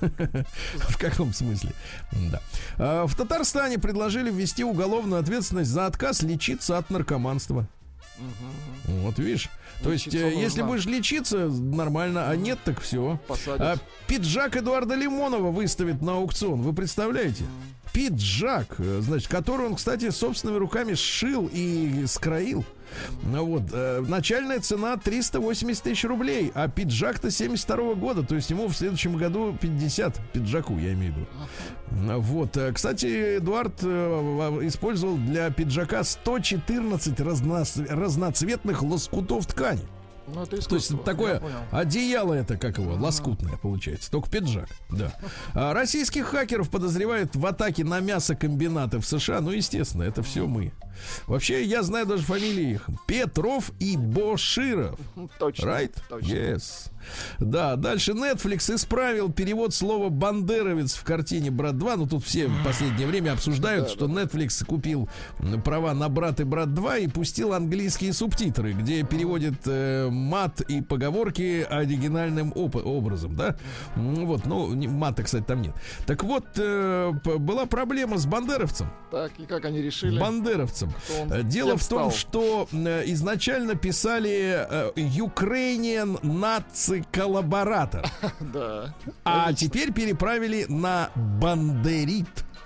В каком смысле? Да. В Татарстане предложили ввести уголовную ответственность за отказ лечиться от наркоманства. Угу. Вот видишь. То есть, нужно. Если будешь лечиться, нормально, а нет, так все. А, пиджак Эдуарда Лимонова выставит на аукцион. Вы представляете? Mm. Пиджак, значит, который он, кстати, собственными руками сшил и скроил. Mm. Вот, э, начальная цена триста восемьдесят тысяч рублей, а пиджак-то семьдесят второго года, то есть ему в следующем году пятьдесят, пиджаку, я имею в виду. Mm. Вот, кстати, Эдуард э, использовал для пиджака сто четырнадцать разно- разноцветных лоскутов ткани. Ну, то есть такое одеяло это, как его, лоскутное получается. Только пиджак, да. А российских хакеров подозревают в атаке на мясокомбинаты в США. Ну, естественно, это все мы. Вообще, я знаю даже фамилии их. Петров и Боширов. Точно. Right? Точно. Yes. Да, дальше Netflix исправил перевод слова «бандеровец» в картине «Брат два». Ну, тут все в последнее время обсуждают, да, что да. Netflix купил права на «Брат» и «Брат два» и пустил английские субтитры, где переводит э, мат и поговорки оригинальным оп- образом, да? Вот, ну, мата, кстати, там нет. Так вот, э, была проблема с бандеровцем. Так, и как они решили? Бандеровцем. Дело в том, что э, изначально писали э, Ukrainian Nazi коллаборатор. Да. А теперь переправили на бандерит.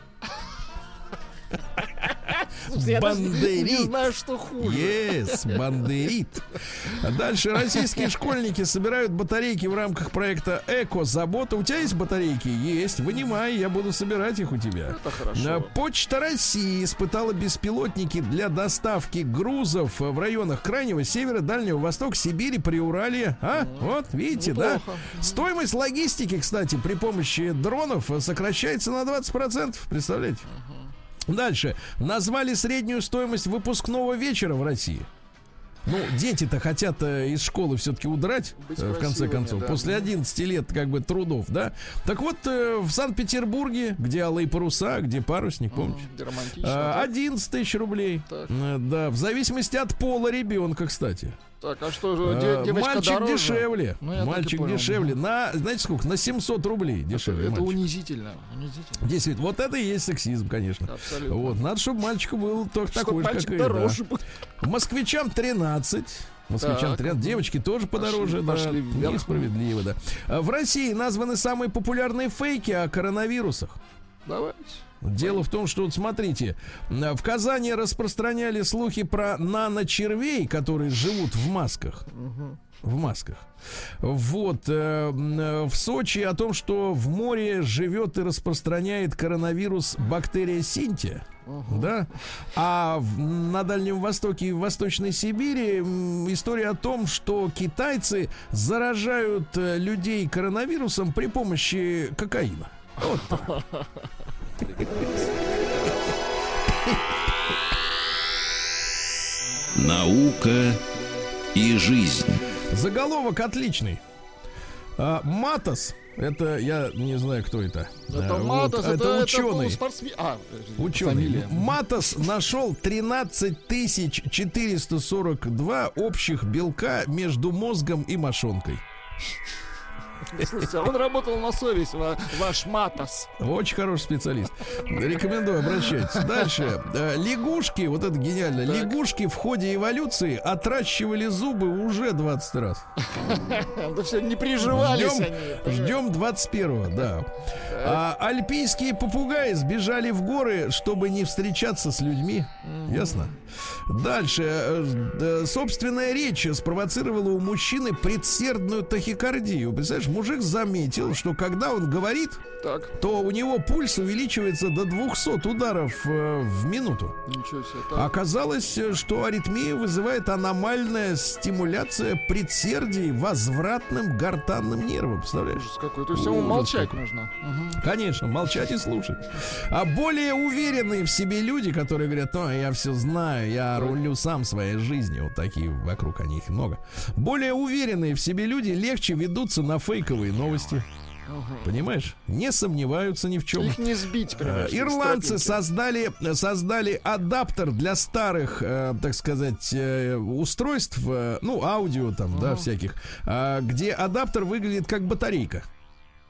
Я бандерит. Не знаю, что хуже. Yes, бандерит. Дальше российские школьники собирают батарейки в рамках проекта «Эко-забота». У тебя есть батарейки? Есть. Вынимай, я буду собирать их у тебя. Это хорошо. Почта России испытала беспилотники для доставки грузов в районах Крайнего Севера, Дальнего Востока, Сибири, Приуралья. А? Mm. Вот, видите, неплохо. Да? Стоимость логистики, кстати, при помощи дронов сокращается на двадцать процентов. Представляете? Uh-huh. Дальше. Назвали среднюю стоимость выпускного вечера в России. Ну, дети-то хотят э, из школы все-таки удрать, э, в конце концов, да. После одиннадцати лет, как бы, трудов, да. Так вот, э, в Санкт-Петербурге, где алые паруса, где парусник, помните? Mm, э, одиннадцать тысяч рублей. Э, да, в зависимости от пола ребенка, кстати. Так, а что же, де- девочка мальчик дороже? Дешевле. Ну, мальчик дешевле. На, знаете сколько? На семьсот рублей дешевле. Это, это унизительно. унизительно. Действительно, вот это и есть сексизм, конечно. Абсолютно. Вот, надо, чтобы мальчику был только такой же, как и дороже да. Москвичам тринадцать. Москвичам так, тринадцать. Девочки тоже подороже. Пошли, да, пошли несправедливо, да. В России названы самые популярные фейки о коронавирусах. Давайте. Дело в том, что, вот смотрите, в Казани распространяли слухи про наночервей, которые живут в масках. Угу. В масках. Вот. Э, в Сочи о том, что в море живет и распространяет коронавирус бактерия Синтия. Uh-huh. Да? А в, на Дальнем Востоке и в Восточной Сибири м, история о том, что китайцы заражают э, людей коронавирусом при помощи кокаина. Вот так. Наука и жизнь. Заголовок отличный. А, Матос, это я не знаю, кто это. Это а, Матос, вот, это, это ученый. Это спортсмен... а, ученый. Фамилия. Матос нашел тринадцать тысяч четыреста сорок два общих белка между мозгом и мошонкой. Слушайте, а он работал на совесть, ваш Матос. Очень хороший специалист. Рекомендую, обращайтесь. Дальше. Лягушки, вот это гениально. Так. Лягушки в ходе эволюции отращивали зубы уже двадцать раз. Да все, не приживались ждем, они. Ждем двадцать первого, да. А, альпийские попугаи сбежали в горы, чтобы не встречаться с людьми. Mm-hmm. Ясно? Дальше. Собственная речь спровоцировала у мужчины предсердную тахикардию. Представляешь, мужик заметил, что когда он говорит, так. то у него пульс увеличивается до двухсот ударов э, в минуту. Ничего себе, так. Оказалось, что аритмию вызывает аномальная стимуляция предсердий возвратным гортанным нервом. Представляешь? Ужас какой. То есть ему молчать нужно. Угу. Конечно, молчать и слушать. А более уверенные в себе люди, которые говорят: ну, я все знаю, я рулю сам своей жизнью. Вот такие вокруг, они их много. Более уверенные в себе люди легче ведутся на фейковые новости. Угу. Понимаешь? Не сомневаются ни в чем. Их не сбить, понимаешь, ирландцы создали, создали адаптер для старых, э, так сказать, э, устройств, э, ну, аудио там, угу. да, всяких, э, где адаптер выглядит как батарейка.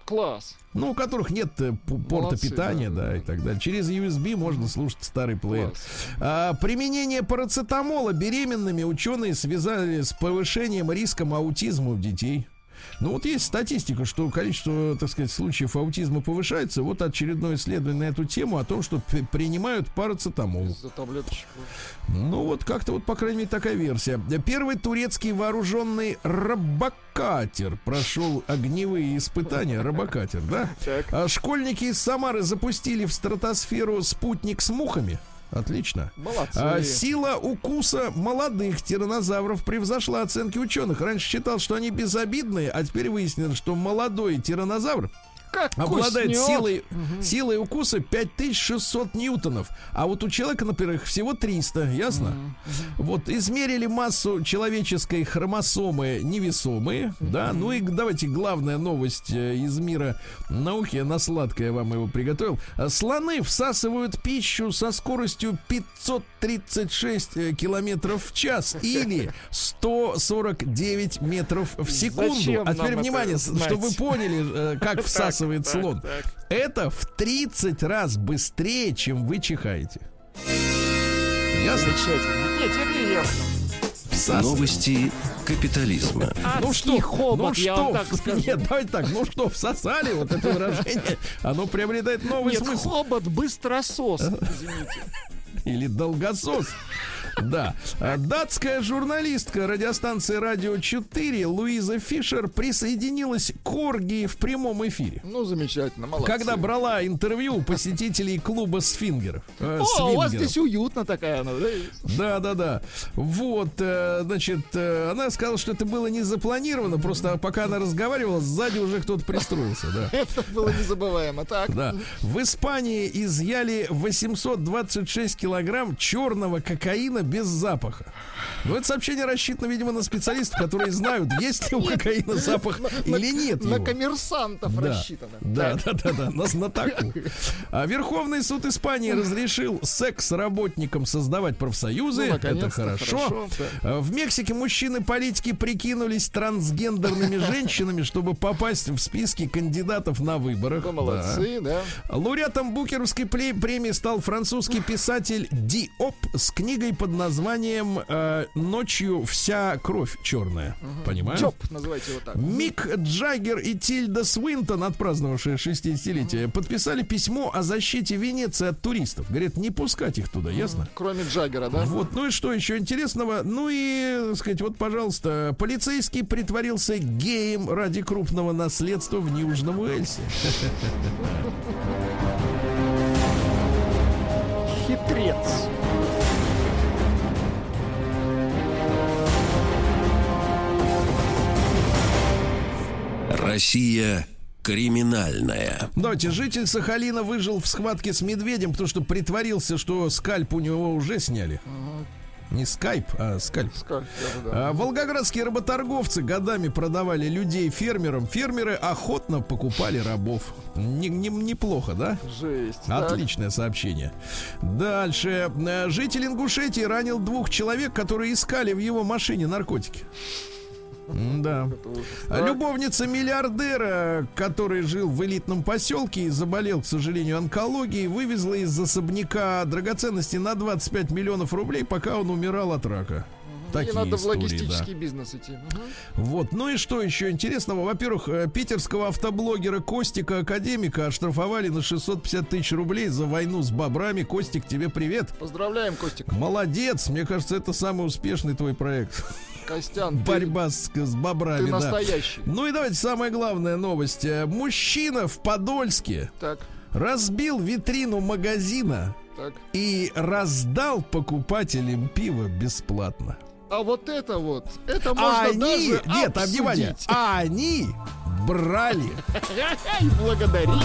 Класс. Ну, у которых нет э, п- порта Молодцы, питания, да, да, да. и так далее. Через ю эс би можно слушать старый плеер. Класс. А, применение парацетамола беременными ученые связали с повышением риска аутизма у детей. Ну вот есть статистика, что количество, так сказать, случаев аутизма повышается. Вот очередное исследование на эту тему о том, что п- принимают парацетамол. За таблеточку. Ну вот как-то вот, по крайней мере, такая версия. Первый турецкий вооруженный робокатер прошел огневые испытания. Робокатер, да? Так. А школьники из Самары запустили в стратосферу спутник с мухами. Отлично. Молодцы. А, сила укуса молодых тираннозавров превзошла оценки ученых. Раньше считал, что они безобидные, а теперь выяснилось, что молодой тираннозавр Как обладает куснет. силой, силой укуса пять тысяч шестьсот ньютонов. А вот у человека, например, их всего триста, ясно? Вот, измерили массу человеческой хромосомы невесомые, да, ну и давайте главная новость э, из мира науки, на сладкое вам его приготовил. А слоны всасывают пищу со скоростью пятьсот тридцать шесть э, километров в час или сто сорок девять метров в секунду. Зачем А теперь нам внимание, это знать? чтобы вы поняли, э, как всасывает так, слон. так. Это в тридцать раз быстрее, чем вы чихаете. Ясно? Замечательно. Нет, теперь ясно. Всасывает. Новости капитализма. Ну Адский что, хобот, ну я что, вам так скажу. нет, давайте так, ну что, всосали вот это выражение, оно приобретает новый Нет, смысл. хобот быстросос. Извините. Или долгосос. Да. А, датская журналистка радиостанции «Радио четыре» Луиза Фишер присоединилась к оргии в прямом эфире. Ну, замечательно, молодцы. Когда брала интервью у посетителей клуба сфингеров. э, О, у вас свингеров. здесь уютно такая она, да? Да, да, да. Вот, э, значит, э, она сказала, что это было не запланировано, просто пока она разговаривала, сзади уже кто-то пристроился, да. Это было незабываемо, так? Да. В Испании изъяли восемьсот двадцать шесть килограмм черного кокаина без запаха. Но это сообщение рассчитано, видимо, на специалистов, которые знают, есть ли у кокаина запах или нет На его. коммерсантов Да. рассчитано. Да, Так. да, да, да, на знатоку. А Верховный суд Испании разрешил секс-работникам создавать профсоюзы. Ну, Это наконец-то, хорошо. хорошо, да. А в Мексике мужчины-политики прикинулись трансгендерными женщинами, чтобы попасть в списки кандидатов на выборах. Вы молодцы, да. Да. Лауреатом Букеровской пле- премии стал французский писатель Диоп с книгой под названием э, «Ночью вся кровь черная». Понимаешь? Чоп, называйте его так. Мик Джаггер и Тильда Свинтон, отпраздновавшие шестидесятилетие, подписали письмо о защите Венеции от туристов. Говорят, не пускать их туда, ясно? Кроме Джаггера, да? Вот, ну и что еще интересного? Ну и, так сказать, вот, пожалуйста, полицейский притворился геем ради крупного наследства в Южном Уэльсе. Хитрец. Россия криминальная. Давайте, житель Сахалина выжил в схватке с медведем, потому что притворился, что скальп у него уже сняли. Не скайп, а скальп. Скальп, да, да. А, волгоградские работорговцы годами продавали людей фермерам. Фермеры охотно покупали рабов. Не- не- неплохо, да? Жесть. так. Отличное сообщение. Дальше. Э, Житель Ингушетии ранил двух человек, которые искали в его машине наркотики. Да. Так. Любовница миллиардера, который жил в элитном поселке и заболел, к сожалению, онкологией, вывезла из особняка драгоценности на двадцать пять миллионов рублей, пока он умирал от рака. Такие И надо в истории, логистический да. бизнес идти. Мгм. Вот, ну и что еще интересного? Во-первых, э, питерского автоблогера Костика Академика оштрафовали на шестьсот пятьдесят тысяч рублей за войну с бобрами. Костик, тебе привет. Поздравляем, Костик. Молодец, мне кажется, это самый успешный твой проект. Костян, ты- Борьба с, с бобрами, ты да. настоящий. Ну и давайте самая главная новость. Э, Мужчина в Подольске Так, разбил витрину магазина так. и раздал покупателям пиво бесплатно. А вот это вот, это А можно они, даже нет, а внимание, обсудить. а они брали. И благодарили.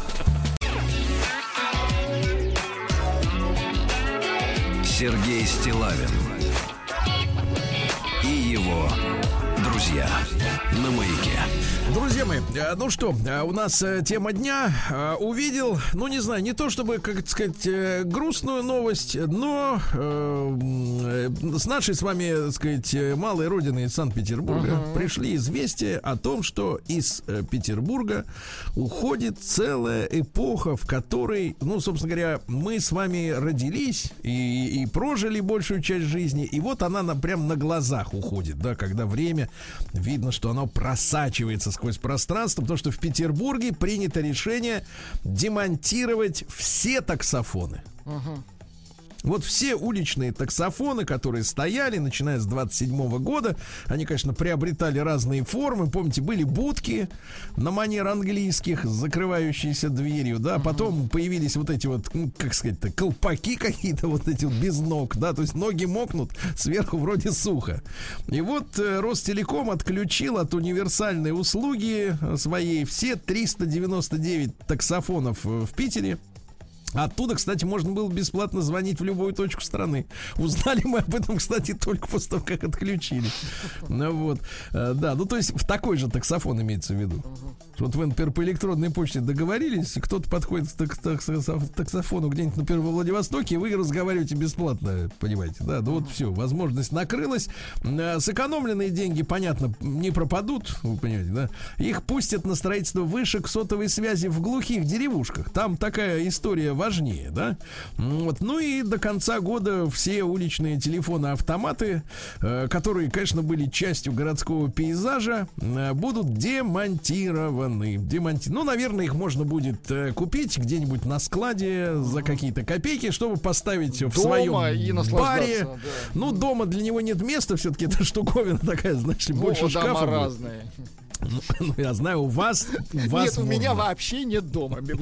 Сергей Стиллавин и его друзья на Маяке. Друзья мои, э, ну что, э, у нас э, тема дня. Э, Увидел, ну не знаю, не то чтобы, как сказать, э, грустную новость, но э, м, э, с нашей с вами, так сказать, малой родины из Санкт-Петербурга uh-huh. пришли известия о том, что из э, Петербурга уходит целая эпоха, в которой, ну, собственно говоря, мы с вами родились и, и прожили большую часть жизни, и вот она на, прям на глазах уходит, да, когда время, видно, что оно просачивается сквозь пространство, потому что в Петербурге принято решение демонтировать все таксофоны. Uh-huh. Вот все уличные таксофоны, которые стояли, начиная с двадцать седьмого года, они, конечно, приобретали разные формы. Помните, были будки на манер английских с закрывающейся дверью, да, потом появились вот эти вот, как сказать-то, колпаки какие-то, вот эти вот без ног, да, то есть ноги мокнут, сверху вроде сухо. И вот э, Ростелеком отключил от универсальной услуги своей все триста девяносто девять таксофонов в Питере. Оттуда, кстати, можно было бесплатно звонить в любую точку страны. Узнали мы об этом, кстати, только после того, как отключили. Ну вот, да, ну то есть в такой же таксофон имеется в виду. Вот вы, например, по электронной почте договорились, кто-то подходит к таксофону где-нибудь, например, во Владивостоке, и вы разговариваете бесплатно, понимаете, да, ну вот все, возможность накрылась. Сэкономленные деньги, понятно, не пропадут, вы понимаете, да. Их пустят на строительство вышек сотовой связи в глухих деревушках. Там такая история важнее, да. Вот. Ну и до конца года все уличные телефоны-автоматы, э, которые, конечно, были частью городского пейзажа, э, будут демонтированы. Демонти... Ну, наверное, их можно будет э, купить где-нибудь на складе за какие-то копейки, чтобы поставить в дома своем и баре. Да. Ну, дома для него нет места, все-таки эта штуковина такая, значит, ну, больше шкафа. Разные. Ну, я знаю, у вас, у вас нет, у можно. меня вообще нет дома. Вы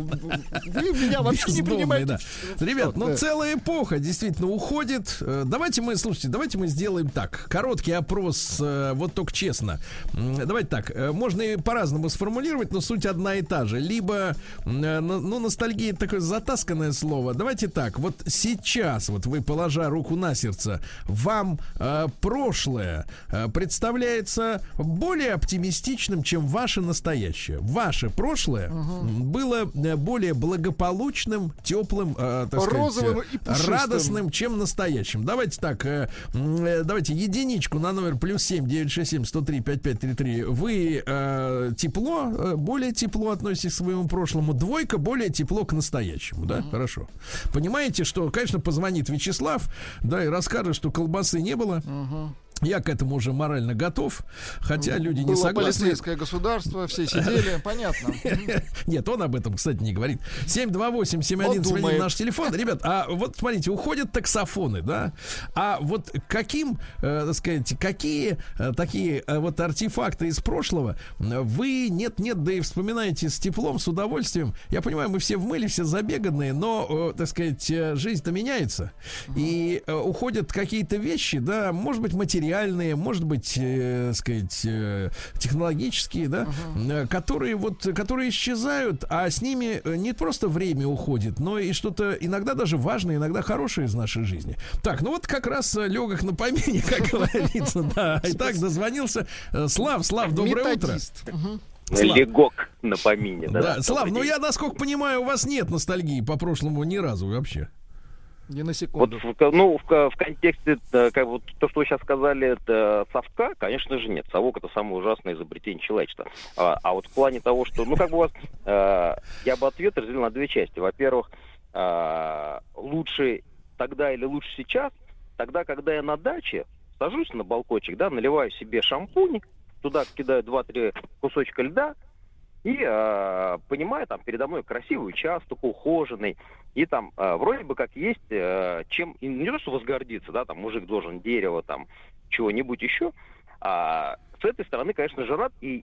меня вообще не принимаете. Да. Ребят, ну целая эпоха действительно уходит. Давайте мы, слушайте, давайте мы сделаем так. Короткий опрос, вот только честно. Давайте так, можно и по-разному сформулировать, но суть одна и та же. Либо, ну, ностальгия — такое затасканное слово. Давайте так, вот сейчас, вот вы, положа руку на сердце, вам э, прошлое э, представляется более оптимистичным, чем ваше настоящее. Ваше прошлое угу. было более благополучным, теплым, э, так розовым сказать, и пушистым, радостным, чем настоящим. Давайте так, э, э, давайте единичку на номер плюс семь девять шесть семь сто три пять пять три три. Вы э, тепло, э, более тепло относитесь к своему прошлому. Двойка более тепло к настоящему, да? Угу. Хорошо. Понимаете, что, конечно, позвонит Вячеслав, да, и расскажет, что колбасы не было. Угу. Я к этому уже морально готов, хотя люди было не согласны. Было полицейское государство, все сидели, понятно. Нет, он об этом, кстати, не говорит. семь два восемь семь один один наш телефон. Ребят, а вот смотрите, уходят таксофоны, да? А вот каким, э, так сказать, какие э, такие э, вот артефакты из прошлого вы нет-нет, да и вспоминаете с теплом, с удовольствием? Я понимаю, мы все в мыле, все забеганные, но, э, так сказать, жизнь-то меняется. И э, уходят какие-то вещи, да, может быть, материалы, реальные, может быть, э, сказать, э, технологические, да, uh-huh. которые вот, которые исчезают, а с ними не просто время уходит, но и что-то иногда даже важное, иногда хорошее из нашей жизни. Так, ну вот как раз легок на помине, как говорится, да. Итак, дозвонился Слав. Слав, доброе утро. Легок на помине, да? Да, Слав, ну я, насколько понимаю, у вас нет ностальгии по прошлому ни разу вообще. Не на секунду. Вот, в, ну, в, в контексте, как вот то, что вы сейчас сказали, это совка, конечно же, нет. Совок — это самое ужасное изобретение человечества. А, а вот в плане того, что, ну, как бы у вас, э, я бы ответ разделил на две части. Во-первых, э, лучше тогда или лучше сейчас, тогда, когда я на даче сажусь на балкончик, да, наливаю себе шампунь, туда кидаю два-три кусочка льда, и э, понимаю, там передо мной красивый участок, ухоженный, и там э, вроде бы как есть э, чем, не то что возгордиться, да, там мужик должен дерево, там чего-нибудь еще, а с этой стороны, конечно же, рад, и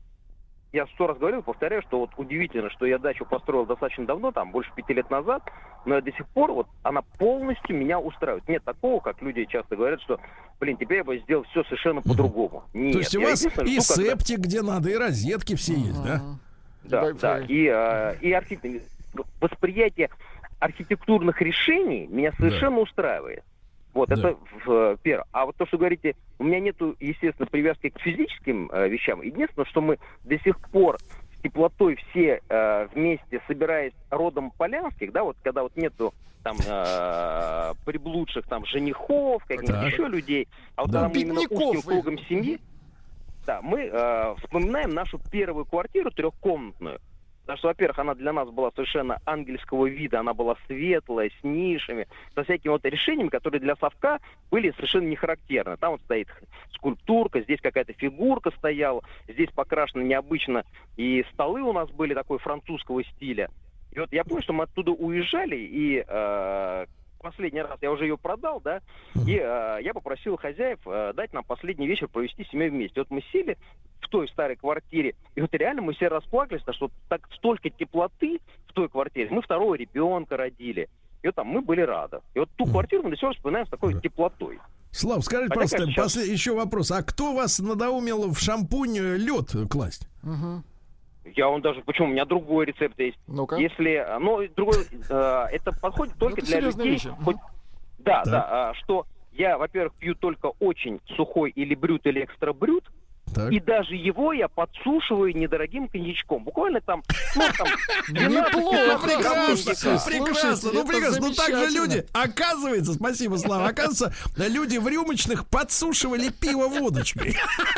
я сто раз говорил, повторяю, что вот удивительно, что я дачу построил достаточно давно, там, больше пяти лет назад, но до сих пор вот она полностью меня устраивает. Нет такого, как люди часто говорят, что, блин, теперь я бы сделал все совершенно по-другому. Нет. То есть у вас и септик, когда... где надо, и розетки все uh-huh. есть, да? Да, да. И, э, и архитектура, восприятие архитектурных решений меня совершенно да. устраивает. Вот, да. это в, первое. А вот то, что говорите, у меня нету, естественно, привязки к физическим э, вещам. Единственное, что мы до сих пор теплотой все э, вместе, собираясь родом Полянских, да, вот когда вот нету там э, приблудших там женихов, каких-то Так. еще людей, а вот Да. когда мы именно Бедняков узким их. кругом семьи, да, мы э, вспоминаем нашу первую квартиру трехкомнатную. Потому что, во-первых, она для нас была совершенно ангельского вида, она была светлая, с нишами, со всякими вот решениями, которые для совка были совершенно не характерны. Там вот стоит скульптурка, здесь какая-то фигурка стояла, здесь покрашено необычно, и столы у нас были такой французского стиля. И вот я помню, что мы оттуда уезжали, и э, последний раз я уже ее продал, да, и э, я попросил хозяев э, дать нам последний вечер провести с семьей вместе. Вот мы сели в той старой квартире, и вот реально мы все расплакались, потому что вот так столько теплоты в той квартире. Мы второго ребенка родили, и вот там мы были рады. И вот ту квартиру мы до сих пор вспоминаем с такой теплотой. Слав, скажите, Хотя, просто как сейчас- послед- еще вопрос. А кто вас надоумил в шампунь лед класть? Мгм. Я вам даже, почему, у меня другой рецепт есть. Ну-ка. Если, ну, другой, э, это подходит только это для серьезные людей, вещи. хоть- да, Так. да, а, что я, во-первых, пью только очень сухой или брют, или экстра брют, Так. и даже его я подсушиваю недорогим коньячком. Буквально там, ну, там, Неплохо, Прекрасно, слушайте, прекрасно, ну это прекрасно. Ну так же замечательно. люди, оказывается, спасибо, Слава, оказывается, люди в рюмочных подсушивали пиво водочкой.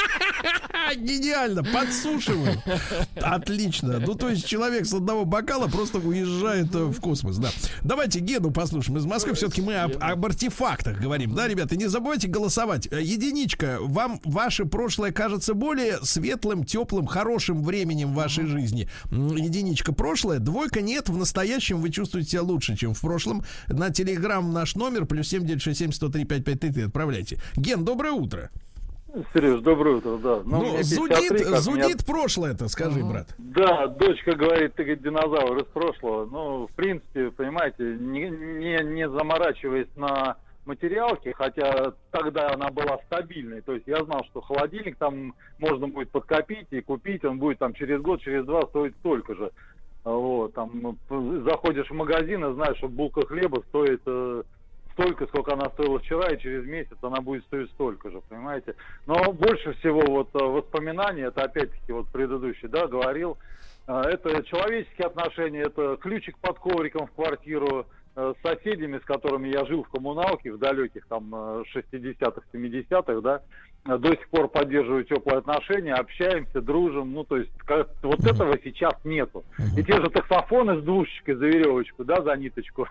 Гениально, подсушивают. Отлично. Ну, то есть человек с одного бокала просто уезжает э, в космос, да. Давайте Гену послушаем из Москвы. Все-таки мы об, об артефактах говорим, да, ребята? Не забывайте голосовать. Э, Единичка, вам ваше прошлое кажется более светлым, теплым, хорошим временем в вашей жизни? М, Единичка прошлое, двойка нет, в настоящем вы чувствуете себя лучше, чем в прошлом. На телеграм наш номер, плюс семь девять шесть семь сто три пять пять три, отправляйте. Ген, доброе утро. Сереж, доброе утро, да. Ну, мне пятьдесят зудит, три, как зудит меня- прошлое-то, скажи, брат. Да, дочка говорит, ты говорит, динозавр из прошлого. Ну, в принципе, понимаете, не, не, не заморачиваясь на материалке, хотя тогда она была стабильной. То есть я знал, что холодильник там можно будет подкопить и купить, он будет там через год, через два стоить столько же. Вот, там ну, заходишь в магазин и знаешь, что булка хлеба стоит э, столько, сколько она стоила вчера, и через месяц она будет стоить столько же, понимаете. Но больше всего вот э, воспоминаний, это опять-таки вот предыдущий, да, говорил, э, это человеческие отношения, это ключик под ковриком в квартиру, э, с соседями, с которыми я жил в коммуналке в далеких там э, шестидесятых, семидесятых, да, э, до сих пор поддерживаю теплые отношения, общаемся, дружим, ну то есть как, вот uh-huh. этого сейчас нету. Uh-huh. И те же таксофоны с двушечкой за веревочку, да, за ниточку,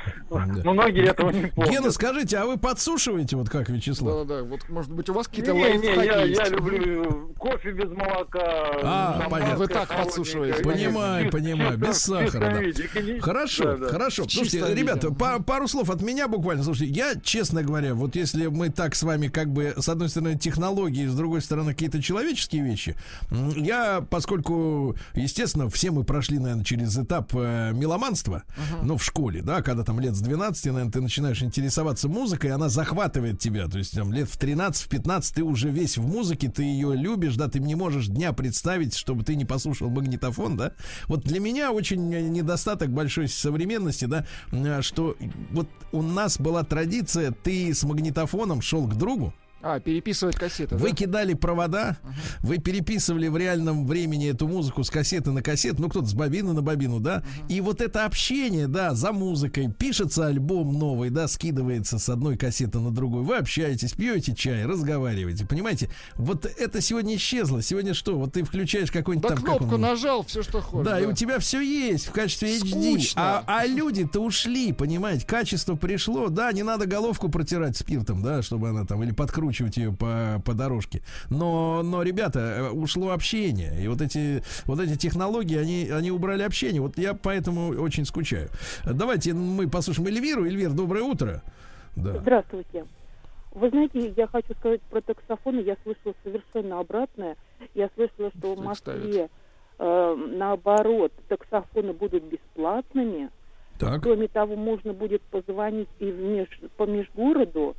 но многие этого не помнят. Гена, скажите, а вы подсушиваете, вот как Вячеслав? Да, да, вот может быть у вас какие-то Не, не, лайфхаки я, есть? я люблю кофе без молока. А, там понятно. Вы так холодненькое, подсушиваете. Понимаю, чисто- понимаю, без чисто- сахара, чистом да. виде. И- Хорошо, да, да. хорошо. Слушайте, Чисто ребята, видно. па- пару слов от меня буквально. Слушайте, я, честно говоря, вот если мы так с вами как бы, с одной стороны, технологии, с другой стороны, какие-то человеческие вещи, м, я, поскольку, естественно, все мы прошли, наверное, через этап э, меломанства, uh-huh. ну, в школе, да, когда там лет с двенадцати, наверное, ты начинаешь интересоваться музыкой, она захватывает тебя, то есть там лет в тринадцать, в пятнадцать ты уже весь в музыке, ты ее любишь, да, ты не можешь дня представить, чтобы ты не послушал магнитофон, да. Вот для меня очень недостаток большой современности, да, что вот у нас была традиция, ты с магнитофоном шел к другу, А, переписывать кассеты, вы да? кидали провода, uh-huh. вы переписывали в реальном времени эту музыку с кассеты на кассету, ну, кто-то с бобины на бобину, да, uh-huh. и вот это общение, да, за музыкой, пишется альбом новый, да, скидывается с одной кассеты на другую, вы общаетесь, пьете чай, разговариваете, понимаете, вот это сегодня исчезло, сегодня что, вот ты включаешь какой-нибудь Да там... кнопку как он, нажал, все, что хочешь. да, и у тебя все есть в качестве эйч ди. А, а люди-то ушли, понимаете, качество пришло. Да, не надо головку протирать спиртом, да, чтобы она там, или подкручивать ее по, по дорожке. Но, но, ребята, ушло общение. И вот эти, вот эти технологии, они, они убрали общение. Вот я поэтому очень скучаю. Давайте мы послушаем Эльвиру. Эльвир, доброе утро. Да. Здравствуйте. Вы знаете, я хочу сказать про таксофоны. Я слышала совершенно обратное. Я слышала, что в Москве э, наоборот таксофоны будут бесплатными. Так. Кроме того, можно будет позвонить и в меж, по межгороду.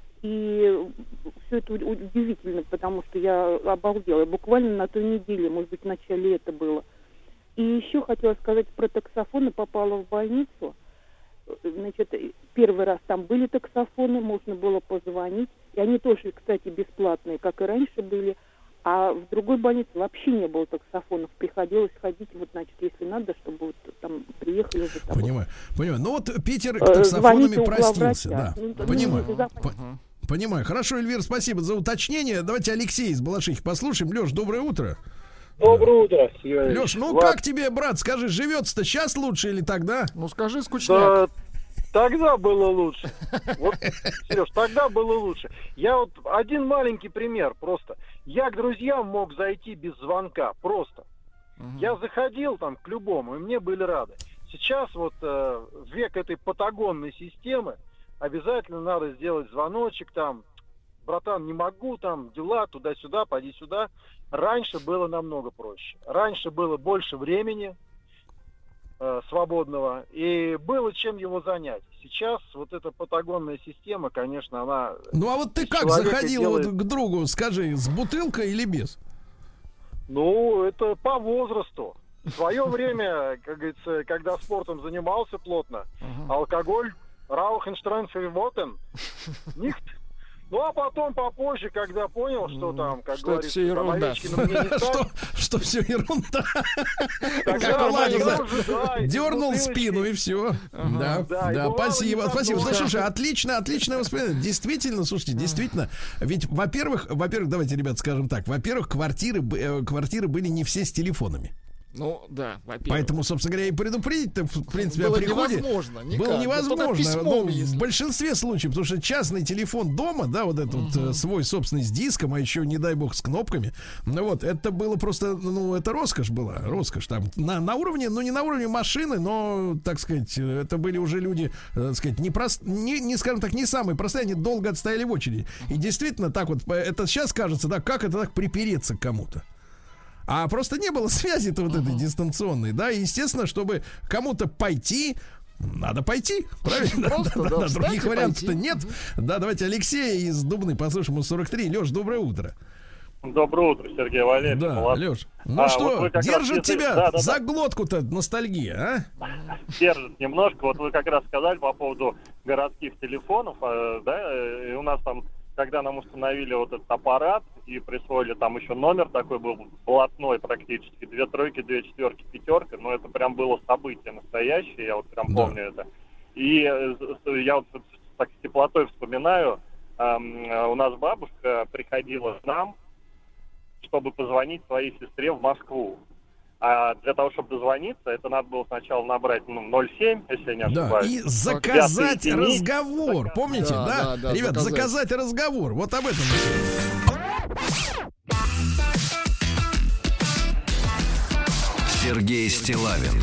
И все это удивительно, потому что я обалдела. Буквально на той неделе, может быть, в начале это было. И еще хотела сказать про таксофоны. Попала в больницу. Значит, первый раз там были таксофоны, можно было позвонить. И они тоже, кстати, бесплатные, как и раньше были. А в другой больнице вообще не было таксофонов. Приходилось ходить, вот, значит, если надо, чтобы вот там приехали за тобой. Понимаю, понимаю. Ну вот Питер таксофонами простился, да. Ну, понимаю. Ну, По- понимаю. Хорошо, Эльвира, спасибо за уточнение. Давайте Алексей из Балашихи послушаем. Леш, доброе утро. Доброе утро, Леш, ну Влад. Как тебе, брат, скажи, живется-то сейчас лучше или тогда? Ну скажи, скучняк. Да, тогда было лучше. Вот, Сереж, тогда было лучше. Я вот один маленький пример просто. Я к друзьям мог зайти без звонка, просто. Угу. Я заходил там к любому, и мне были рады. Сейчас вот э, в век этой патагонной системы обязательно надо сделать звоночек там. Братан, не могу, там дела, туда-сюда, поди сюда. Раньше было намного проще. Раньше было больше времени э, свободного, и было чем его занять. Сейчас вот эта патагонная система, конечно, она... Ну, а вот ты как заходил делает... вот к другу, скажи, с бутылкой или без? Ну, это по возрасту. В свое время, как говорится, когда спортом занимался плотно, алкоголь, Раухенштрен фервотен, нихт. Ну, а потом попозже, когда понял, что там, как что говорится, там овечки на мне не что, что все ерунда. Дернул спину и все. Да, да, спасибо, спасибо. Слушай, отлично, отличное воспоминание. Действительно, слушайте, действительно. Ведь, во-первых, во-первых, давайте, ребят, скажем так. Во-первых, квартиры, квартиры были не все с телефонами. Ну, да, во-первых. Поэтому, собственно говоря, и предупредить-то, в принципе, было о приходе невозможно, никак. было невозможно. Письмом, ну, в большинстве случаев, потому что частный телефон дома, да, вот этот uh-huh. вот свой собственный с диском, а еще, не дай бог, с кнопками, ну вот, это было просто, ну, это роскошь была, роскошь там, на, на уровне, ну, не на уровне машины, но, так сказать, это были уже люди, так сказать, не, прост, не, не скажем так, не самые простые, они долго отстояли в очереди. И действительно, так вот, это сейчас кажется, да, как это так припереться к кому-то? А просто не было связи-то вот этой uh-huh. дистанционной, да, и, естественно, чтобы кому-то пойти, надо пойти, правильно? Просто, да, да, да, других вариантов-то пойти. нет. Uh-huh. Да, давайте Алексея из Дубны послушаем, сорок три. Леш, доброе утро. Доброе утро, Сергей Валерьевич. Да, Молод... Леш, ну а, что, вот держит раз... тебя да, да, за да. глотку-то ностальгия, а? Держит немножко. Вот вы как раз сказали по поводу городских телефонов, да, и у нас там, когда нам установили вот этот аппарат и присвоили, там еще номер такой был, блатной практически, две тройки, две четверки, пятерка, ну это прям было событие настоящее, я вот прям да. помню это. И я вот так с теплотой вспоминаю, эм, у нас бабушка приходила к нам, чтобы позвонить своей сестре в Москву. А для того, чтобы дозвониться, это надо было сначала набрать ну, ноль семь, если я не ошибаюсь. Да, и заказать разговор. Заказ... Помните, да? да? да, да Ребят, заказать. заказать разговор. Вот об этом. Сергей Стиллавин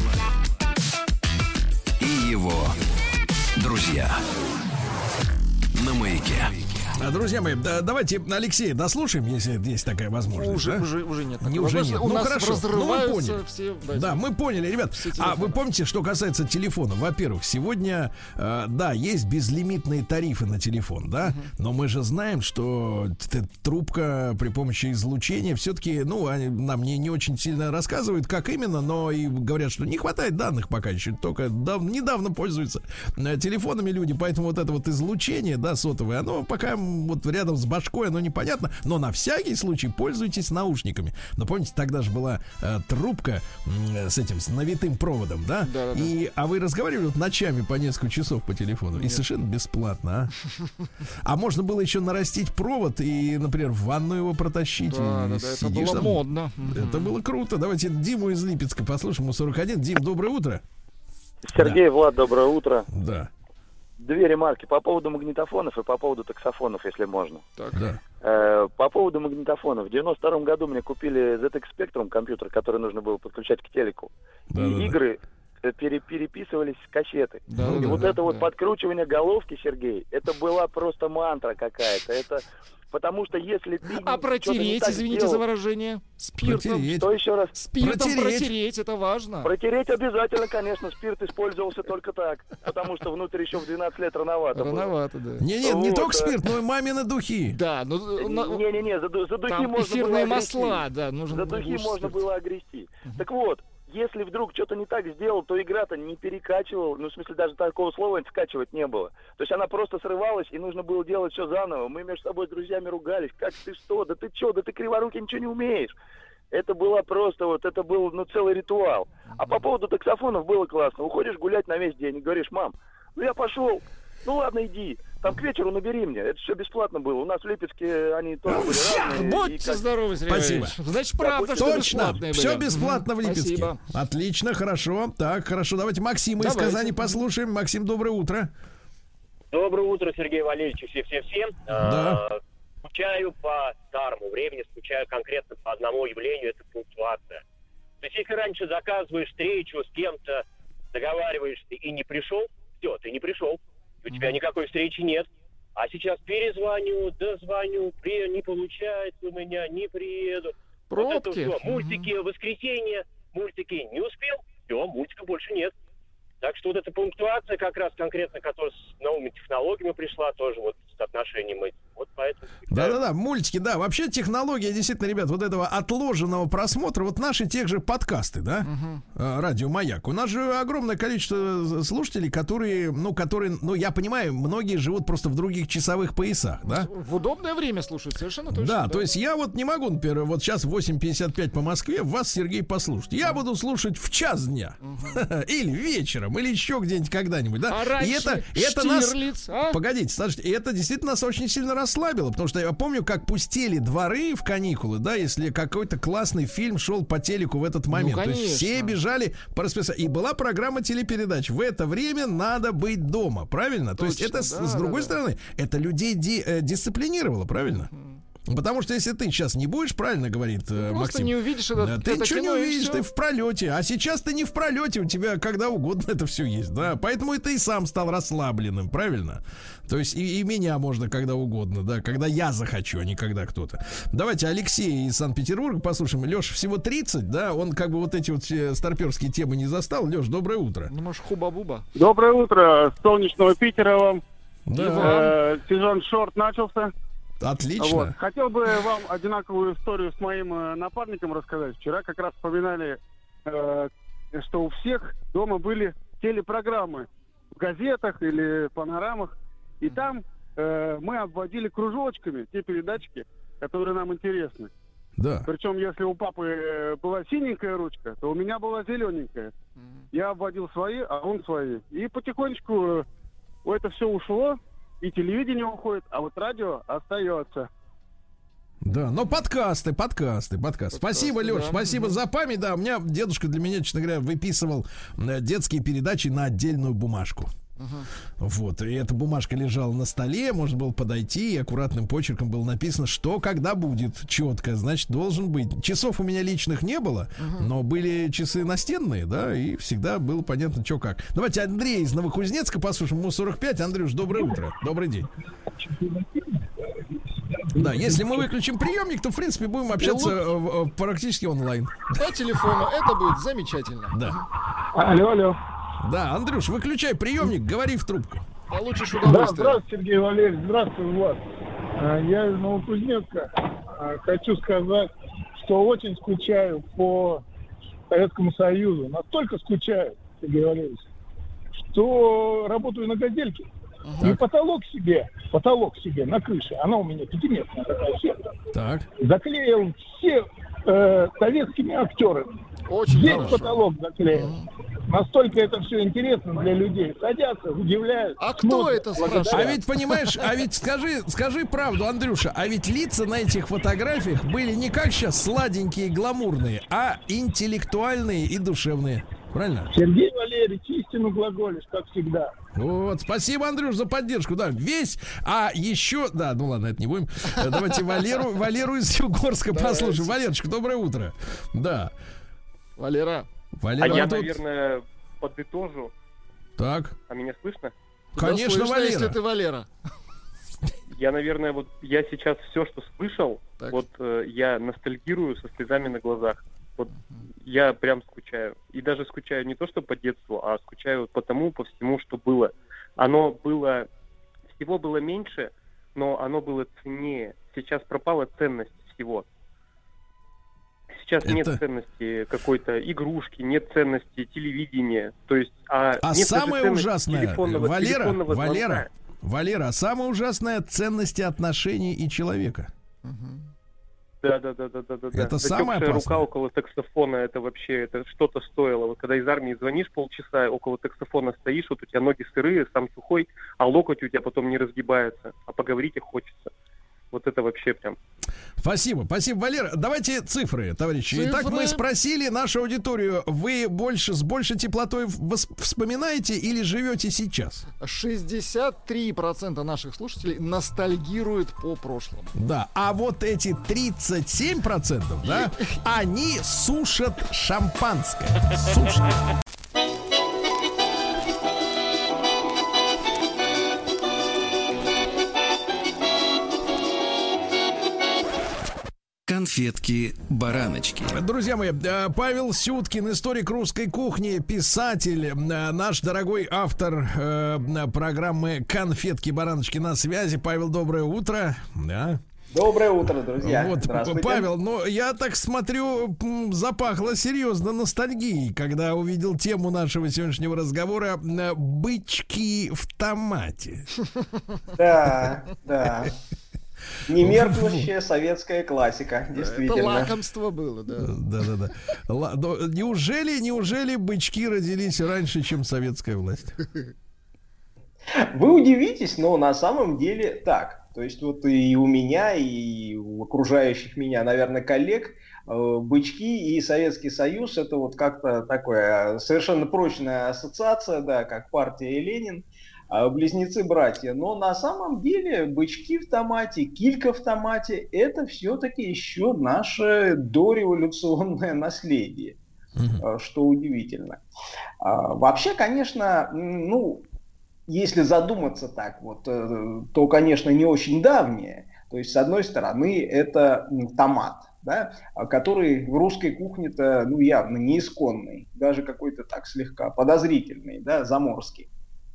и его друзья на Маяке. Друзья мои, да, давайте Алексея дослушаем, если есть такая возможность. Уже, да? уже, уже нет. Не, уже нет. У ну нас хорошо, ну мы поняли. Все, да, да, мы поняли, ребят. А вы помните, что касается телефона? Во-первых, сегодня, э, да, есть безлимитные тарифы на телефон, да, uh-huh. но мы же знаем, что трубка при помощи излучения все-таки, ну, они нам не, не очень сильно рассказывают, как именно, но и говорят, что не хватает данных пока еще, только дав- недавно пользуются э, телефонами люди, поэтому вот это вот излучение, да, сотовое, оно пока вот рядом с башкой, оно непонятно, но на всякий случай пользуйтесь наушниками. Но помните, тогда же была э, трубка э, с этим, с навитым проводом, да? Да, да, и, да. А вы разговаривали вот ночами по несколько часов по телефону? Нет. И совершенно бесплатно, а? А можно было еще нарастить провод и, например, в ванну его протащить. Да, да, да, это было там. Модно. Это было круто. Давайте Диму из Липецка послушаем, ему сорок один. Дим, доброе утро. Сергей, да. Влад, доброе утро. Да. Две ремарки по поводу магнитофонов и по поводу таксофонов, если можно. Так, да. Э, по поводу магнитофонов. В девяносто втором году мне купили зет икс Spectrum, компьютер, который нужно было подключать к телеку. Да, и да, игры да. Пере, переписывались с кассеты. Да, и да, вот да, это да. вот подкручивание головки, Сергей, это была просто мантра какая-то. Это... Потому что если ты... А протереть, извините сделал, за выражение, спиртом. Протереть. Что еще раз? Спиртом протереть. протереть, это важно. Протереть обязательно, конечно. Спирт использовался только так. Потому что внутрь еще в двенадцать лет рановато Рановато, было. да. Не-не, вот, не только а... спирт, но и мамины духи. Да, ну... Не-не-не, за, за духи там можно эфирные было масла, огрести. да. Нужен за духи можно спирт. было огрести. Uh-huh. Так вот, если вдруг что-то не так сделал, то игра-то не перекачивал. Ну, в смысле, даже такого слова скачивать не было. То есть она просто срывалась, и нужно было делать все заново. Мы между собой с друзьями ругались. Как ты что? Да ты что? Да ты криворукий ничего не умеешь. Это было просто вот, это был, ну, целый ритуал. А по поводу таксофонов было классно. Уходишь гулять на весь день и говоришь: мам, ну я пошел. Ну ладно, иди. Там к вечеру набери мне. Это все бесплатно было. У нас в Липецке они тоже были разные. Будьте как... здоровы, Сергей Спасибо. Значит, правда, что точно. Все бесплатно в Липецке. Спасибо. Отлично, хорошо. Так, хорошо. Давайте Максима из Казани послушаем. Максим, доброе утро. Доброе утро, Сергей Валерьевич, все-все-все. Да. А, скучаю по старому времени, скучаю конкретно по одному явлению, это пунктуация. То есть, если раньше заказываешь встречу с кем-то, договариваешься и не пришел, все, ты не пришел. У тебя никакой встречи нет. А сейчас перезвоню, дозвоню, при... не получается у меня, не приеду. Пробки. Вот это все. Мультики, воскресенье, мультики не успел, все, мультика больше нет. Так что вот эта пунктуация как раз конкретно, которая с новыми технологиями пришла, тоже вот с отношением этим. Вот поэтому... Да-да-да, мультики, да. Вообще технология, действительно, ребят, вот этого отложенного просмотра, вот наши тех же подкасты, да, uh-huh. Радио Маяк. У нас же огромное количество слушателей, которые, ну, которые, ну, я понимаю, многие живут просто в других часовых поясах, да. В удобное время слушают, совершенно точно. Да, да, то есть я вот не могу, например, вот сейчас восемь пятьдесят пять по Москве, вас, Сергей, послушать. Я uh-huh. буду слушать в час дня. Uh-huh. Или вечером, или еще где-нибудь когда-нибудь, да. А раньше и это, это нас... а? Погодите, слушайте, это действительно нас очень сильно расслабило, потому что я помню, как пустили дворы в каникулы, да, если какой-то классный фильм шел по телеку в этот момент. Ну, то есть все бежали по расписанию. И была программа телепередач. В это время надо быть дома, правильно? Точно, то есть это, да, с, с другой да, стороны, да. это людей ди, э, дисциплинировало, правильно? Потому что если ты сейчас не будешь, правильно говорит э, Максим, просто не увидишь это, ты это ничего не увидишь, ты все. в пролете. А сейчас ты не в пролете, у тебя когда угодно это все есть, да. Поэтому и ты сам стал расслабленным, правильно? То есть и, и меня можно когда угодно, да, когда я захочу, а не когда кто-то. Давайте Алексей из Санкт-Петербурга послушаем. Леша всего тридцать, да, он как бы вот эти вот все старперские темы не застал. Леш, доброе утро. Ну, может, хуба-буба. Доброе утро, солнечного Питера вам. Да. Э, сезон шорт начался. Отлично. Вот. Хотел бы вам одинаковую историю с моим э, напарником рассказать. Вчера как раз вспоминали, э, что у всех дома были телепрограммы в газетах или панорамах. И там э, мы обводили кружочками те передачки, которые нам интересны. Да. Причем, если у папы была синенькая ручка, то у меня была зелененькая. Mm-hmm. Я обводил свои, а он свои. И потихонечку э, это все ушло. И телевидение уходит, а вот радио остается. Да, но подкасты, подкасты, подкасты. подкасты спасибо, Леш, да. спасибо за память. Да, у меня дедушка для меня, честно говоря, выписывал детские передачи на отдельную бумажку. Uh-huh. Вот, и эта бумажка лежала на столе, можно было подойти, и аккуратным почерком было написано, что когда будет четко, значит, должен быть. Часов у меня личных не было, uh-huh. но были часы настенные, да, и всегда было понятно, что как. Давайте Андрей из Новокузнецка послушаем, ему сорок пять. Андрюш, доброе утро, добрый день. Да, если мы выключим приемник, то, в принципе, будем общаться э, практически онлайн. По телефону, это будет замечательно. Да. Алло, алло. Да, Андрюш, выключай приемник, говори в трубку. Получишь удовольствие. Да, здравствуйте, Сергей Валерьевич, здравствуй, Влад. Я из Новокузнецка. Хочу сказать, что очень скучаю по Советскому Союзу. Настолько скучаю, Сергей Валерьевич, что работаю на газельке. Так. И потолок себе, потолок себе на крыше, она у меня пятиметрная такая сетка. Так. Заклеил все э, советскими актерами. Очень Весь хорошо. потолок заклеил. Настолько это все интересно для людей. Садятся, удивляются. А кто это спрашивает? А ведь, понимаешь, а ведь скажи, скажи правду, Андрюша, а ведь лица на этих фотографиях были не как сейчас сладенькие и гламурные, а интеллектуальные и душевные. Правильно? Сергей Валерьевич, истину глаголишь, как всегда. Вот, спасибо, Андрюш, за поддержку. Да, весь, а еще, да, ну ладно, это не будем. Давайте Валеру, Валеру из Югорска послушаем. Валерочка, доброе утро. Да. Валера. Валера, а я, тут... наверное, подытожу. Так. А меня слышно? Конечно, да, слышно, Валера. если ты Валера. Я, наверное, вот я сейчас все, что слышал, так. вот э, я ностальгирую со слезами на глазах. Вот я прям скучаю. И даже скучаю не то, что по детству, а скучаю по тому, по всему, что было. Оно было... Всего было меньше, но оно было ценнее. Сейчас пропала ценность всего. сейчас Это... нет ценности какой-то игрушки, нет ценности телевидения. То есть, а а нет самое ужасное, телефонного, Валера, телефонного Валера, Валера, а самое ужасное ценности отношений и человека. Да, да, да, да, да, да. Это самое опасное. Рука около таксофона, это вообще, это что-то стоило. Вот когда из армии звонишь полчаса, около таксофона стоишь, вот у тебя ноги сырые, сам сухой, а локоть у тебя потом не разгибается, а поговорить и хочется. Вот это вообще прям. Спасибо, спасибо, Валера. Давайте цифры, товарищи. Цифры. Итак, мы спросили нашу аудиторию: вы больше с большей теплотой вспоминаете или живете сейчас? шестьдесят три процента наших слушателей ностальгируют по прошлому. Да, а вот эти тридцать семь процентов, да, они сушат шампанское. Сушат. Конфетки-бараночки. Друзья мои, Павел Сюткин, историк русской кухни, писатель, наш дорогой автор э, программы «Конфетки-бараночки» на связи. Павел, доброе утро. Да. Доброе утро, друзья. Вот, Павел, ну я так смотрю, запахло серьезно ностальгией, когда увидел тему нашего сегодняшнего разговора «Бычки в томате». Да, да. Немеркнущая советская классика, действительно. Это лакомство было, да. Да, да, да. Л- неужели, неужели бычки родились раньше, чем советская власть? Вы удивитесь, но на самом деле так. То есть вот и у меня, и у окружающих меня, наверное, коллег, бычки и Советский Союз — это вот как-то такая совершенно прочная ассоциация, да, как партия и Ленин. Близнецы-братья. Но на самом деле бычки в томате, килька в томате — это все-таки еще наше дореволюционное наследие, mm-hmm. что удивительно. Вообще, конечно, ну, если задуматься так, вот, то, конечно, не очень давнее. То есть, с одной стороны, это томат, да, который в русской кухне-то, ну, явно не исконный, даже какой-то так слегка подозрительный, да, заморский.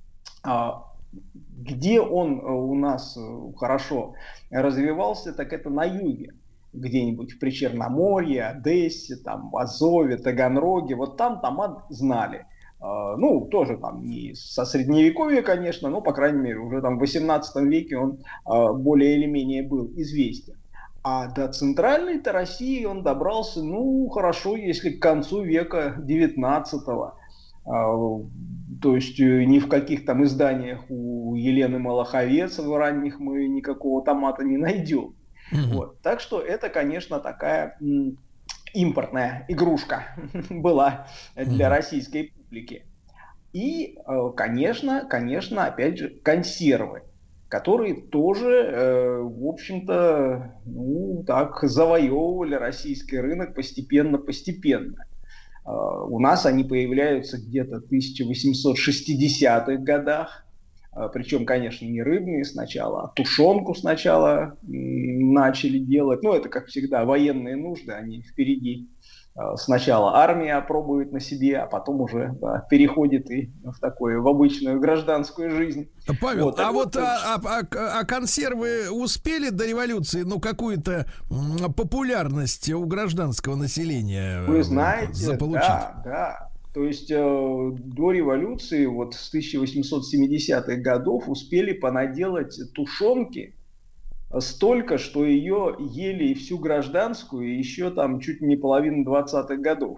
Где он у нас хорошо развивался, так это на юге, где-нибудь в Причерноморье, Одессе, там, в Азове, Таганроге. Вот там томат знали. Ну, тоже там не со средневековья, конечно, но, по крайней мере, уже там в восемнадцатом веке он более или менее был известен. А до центральной-то России он добрался, ну, хорошо, если к концу века девятнадцатого. То есть ни в каких там изданиях у Елены Малаховец в ранних мы никакого томата не найдем. Mm-hmm. Вот. Так что это, конечно, такая м, импортная игрушка была для mm-hmm. российской публики. И, конечно, конечно, опять же, консервы, которые тоже, э, в общем-то, ну, так завоевывали российский рынок постепенно-постепенно. У нас они появляются где-то в тысяча восемьсот шестидесятых годах, причем, конечно, не рыбные сначала, а тушенку сначала начали делать. Ну, это, как всегда, военные нужды, они впереди. Сначала армия опробует на себе, а потом уже, да, переходит и в такую, в обычную гражданскую жизнь. Павел, вот, а, а вот вот, а, а, а консервы успели до революции, ну, какую-то популярность у гражданского населения Вы знаете, заполучить? Да, да. То есть э, до революции, вот с тысяча восемьсот семидесятых годов, успели понаделать тушенки столько, что ее ели и всю гражданскую, и еще там чуть не половину двадцатых годов.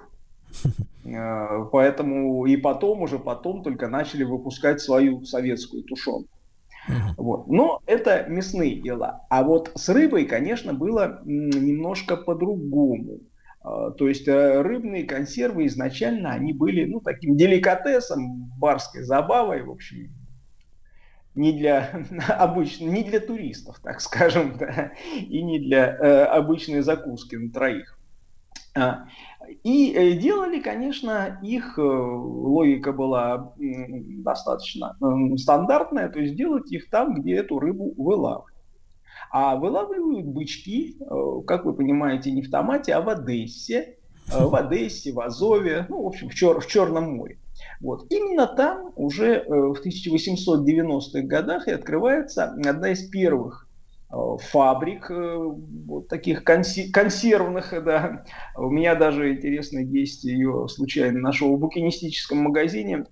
Поэтому и потом, уже потом только начали выпускать свою советскую тушенку. Вот. Но это мясные дела. А вот с рыбой, конечно, было немножко по-другому. То есть рыбные консервы изначально они были, ну, таким деликатесом, барской забавой, в общем, не для обычно, не для туристов, так скажем, да, и не для э, обычной закуски на троих. А, и э, делали, конечно, их э, логика была э, достаточно э, стандартная, то есть делать их там, где эту рыбу вылавливают. А вылавливают бычки, э, как вы понимаете, не в томате, а в Одессе, э, в Одессе, в Азове, ну, в общем, в, Чер- в Черном море. Вот. Именно там уже э, в тысяча восемьсот девяностых годах и открывается одна из первых фабрик, вот таких консервных, да. У меня даже, интересно, есть, ее случайно нашел в букинистическом магазине,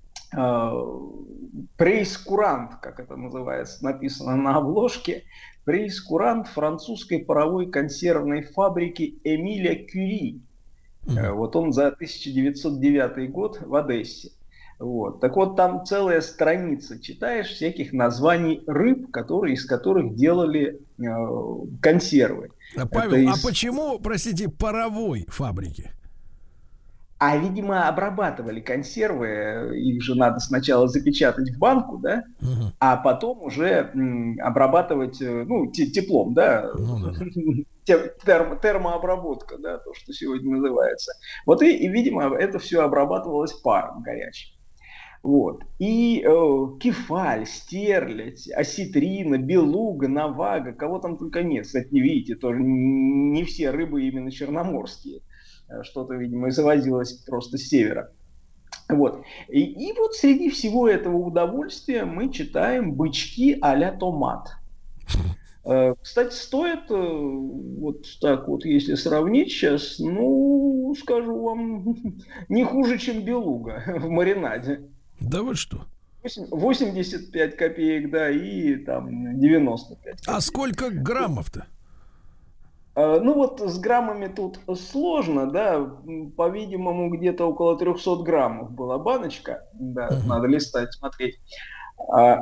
прейскурант, как это называется, написано на обложке, прейскурант французской паровой консервной фабрики Эмиля Кюри. Mm-hmm. Вот он за тысяча девятьсот девятый год в Одессе. Вот. Так вот, там целая страница, читаешь всяких названий рыб, которые, из которых делали э, консервы. А, Павел, из... а почему, простите, паровой фабрики? А, видимо, обрабатывали консервы, их же надо сначала запечатать в банку, да, угу. а потом уже м, обрабатывать, ну, теплом, да, ну, да. Термо, термообработка, да, то, что сегодня называется. Вот и, и, видимо, это все обрабатывалось паром горячим. Вот. И э, кефаль, стерлядь, осетрина, белуга, навага, кого там только нет. Кстати, не видите, тоже не все рыбы именно черноморские. Что-то, видимо, завозилось просто с севера. Вот. И, и вот среди всего этого удовольствия мы читаем бычки а-ля томат. Э, кстати, стоит, э, вот так вот, если сравнить сейчас, ну, скажу вам, не хуже, чем белуга в маринаде. Да вы что? восемьдесят пять копеек, да, и там девяносто пять копеек. А сколько граммов-то? Uh, ну вот с граммами тут сложно, да, по-видимому, где-то около триста граммов была баночка, да, uh-huh. надо листать, смотреть. Uh,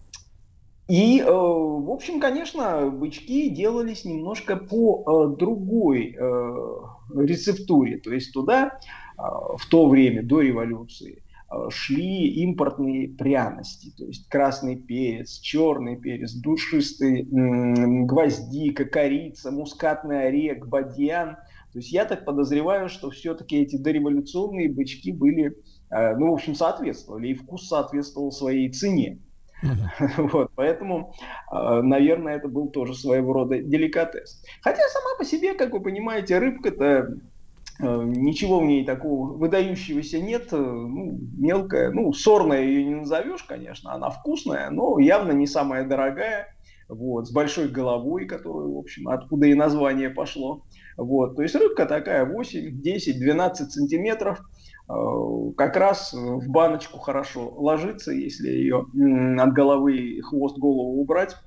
и, uh, в общем, конечно, бычки делались немножко по uh, другой uh, рецептуре, то есть туда uh, в то время, до революции, шли импортные пряности, то есть красный перец, черный перец, душистый м- гвоздика, корица, мускатный орех, бадьян. То есть я так подозреваю, что все-таки эти дореволюционные бычки были, э, ну, в общем, соответствовали, и вкус соответствовал своей цене. Uh-huh. Вот, поэтому, э, наверное, это был тоже своего рода деликатес. Хотя сама по себе, как вы понимаете, рыбка-то ничего в ней такого выдающегося нет, ну, мелкая, ну, сорная ее не назовешь, конечно, она вкусная, но явно не самая дорогая, вот, с большой головой, которую, в общем, откуда и название пошло, вот, то есть рыбка такая восемь, десять, двенадцать сантиметров, как раз в баночку хорошо ложится, если ее от головы, хвост, голову убрать.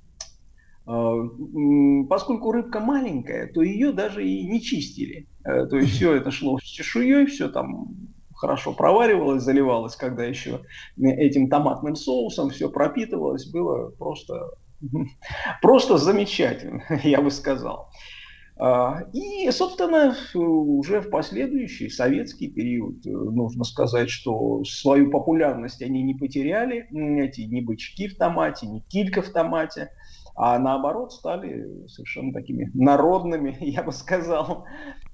Поскольку рыбка маленькая, то ее даже и не чистили. То есть все это шло с чешуей, все там хорошо проваривалось, заливалось, когда еще этим томатным соусом все пропитывалось, было просто, просто замечательно, я бы сказал. И, собственно, уже в последующий советский период, нужно сказать, что свою популярность они не потеряли, эти ни бычки в томате, ни килька в томате. А наоборот стали совершенно такими народными, я бы сказал.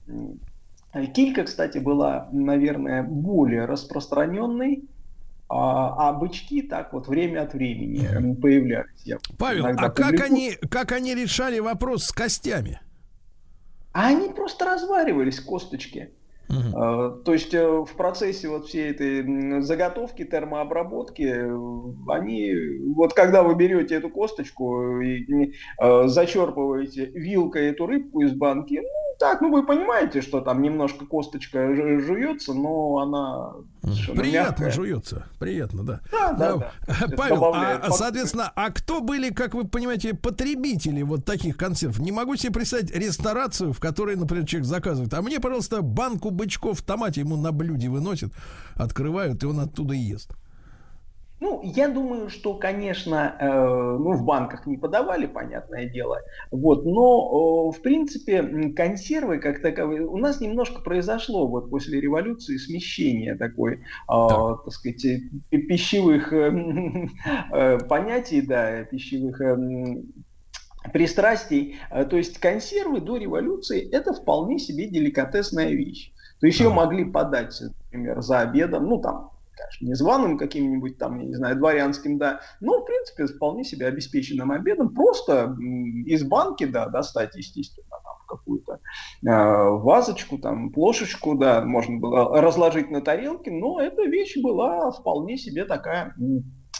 Килька, кстати, была, наверное, более распространенной, а, а бычки так вот время от времени появлялись. Я Павел, а как они, как они решали вопрос с костями? А они просто разваривались, косточки. Uh-huh. Uh, то есть uh, в процессе вот всей этой заготовки, термообработки, uh, они, вот когда вы берете эту косточку и uh, зачерпываете вилкой эту рыбку из банки, ну так, ну вы понимаете, что там немножко косточка ж- жуется, но она совершенно приятно мягкая. жуется, приятно, да. Да, да, да. Павел, а, соответственно, а кто были, как вы понимаете, потребители вот таких консервов? Не могу себе представить ресторацию, в которой, например, человек заказывает, а мне, пожалуйста, банку бычков в томате ему на блюде выносят, открывают, и он оттуда и ест. Ну, я думаю, что, конечно, э, ну, в банках не подавали, понятное дело, вот, но, э, в принципе, консервы как таковые, у нас немножко произошло вот после революции смещение такой, э, так. так сказать, пищевых э, э, понятий, да, пищевых э, пристрастий, то есть консервы до революции это вполне себе деликатесная вещь. То есть ее могли подать, например, за обедом, ну там, конечно, не званым каким-нибудь там, я не знаю, дворянским, да, но, в принципе, вполне себе обеспеченным обедом, просто из банки, да, достать, естественно, там, какую-то э, вазочку, там, плошечку, да, можно было разложить на тарелке, но эта вещь была вполне себе такая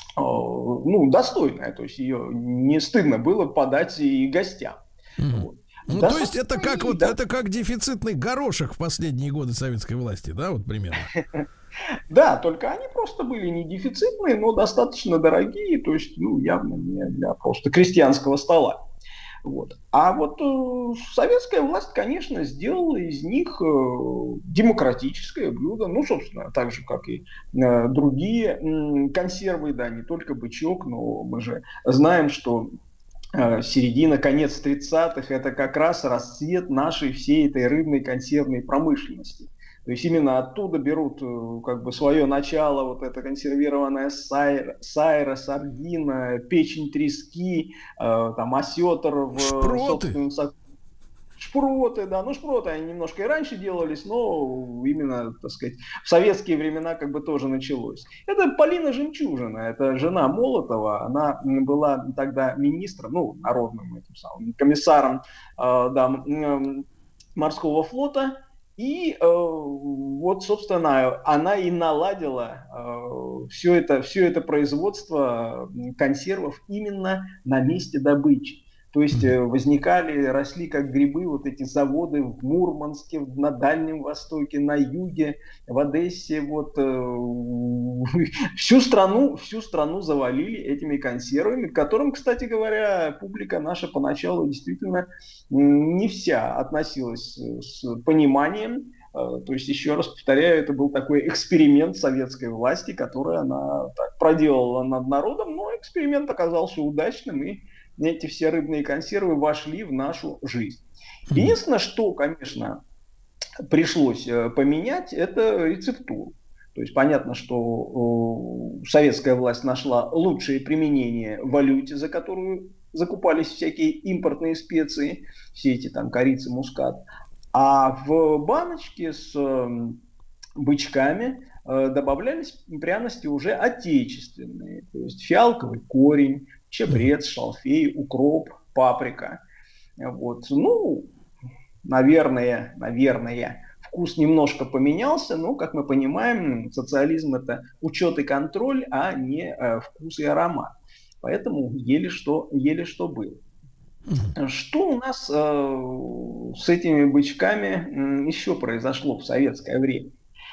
ну, достойная, то есть ее не стыдно было подать и гостям. Mm-hmm. Вот. Ну, да, то есть это как, вот, да. это как дефицитный горошек в последние годы советской власти, да, вот примерно? Да, только они просто были не дефицитные, но достаточно дорогие, то есть, ну, явно не для просто крестьянского стола. Вот. А вот э, советская власть, конечно, сделала из них э, демократическое блюдо, ну, собственно, так же, как и э, другие э, консервы, да, не только бычок, но мы же знаем, что э, середина, конец тридцатых – это как раз расцвет нашей всей этой рыбной консервной промышленности. То есть именно оттуда берут как бы свое начало вот эта консервированная сайра, сайра сардина, печень трески, э, там осетр в собственном соку. Шпроты, да, ну шпроты они немножко и раньше делались, но именно, так сказать, в советские времена как бы тоже началось. Это Полина Жемчужина, это жена Молотова, она была тогда министром, ну, народным этим самым комиссаром э, да, э, морского флота. И э, вот, собственно, она и наладила э, все, это, все это производство консервов именно на месте добычи. То есть э, возникали, росли как грибы вот эти заводы в Мурманске, на Дальнем Востоке, на юге, в Одессе. Вот, э, всю страну, всю страну завалили этими консервами, к которым, кстати говоря, публика наша поначалу действительно не вся относилась с пониманием. То есть, еще раз повторяю, это был такой эксперимент советской власти, который она так проделала над народом, но эксперимент оказался удачным, и эти все рыбные консервы вошли в нашу жизнь. Единственное, что, конечно, пришлось поменять, это рецептуру. То есть понятно, что советская власть нашла лучшее применение в валюте, за которую закупались всякие импортные специи, все эти там корица, мускат. А в баночке с бычками добавлялись пряности уже отечественные. То есть фиалковый корень, чабрец, шалфей, укроп, паприка. Вот. Ну, наверное, наверное, вкус немножко поменялся, но, как мы понимаем, социализм – это учет и контроль, а не э, вкус и аромат. Поэтому еле что, еле что было. Что у нас э, с этими бычками э, еще произошло в советское время?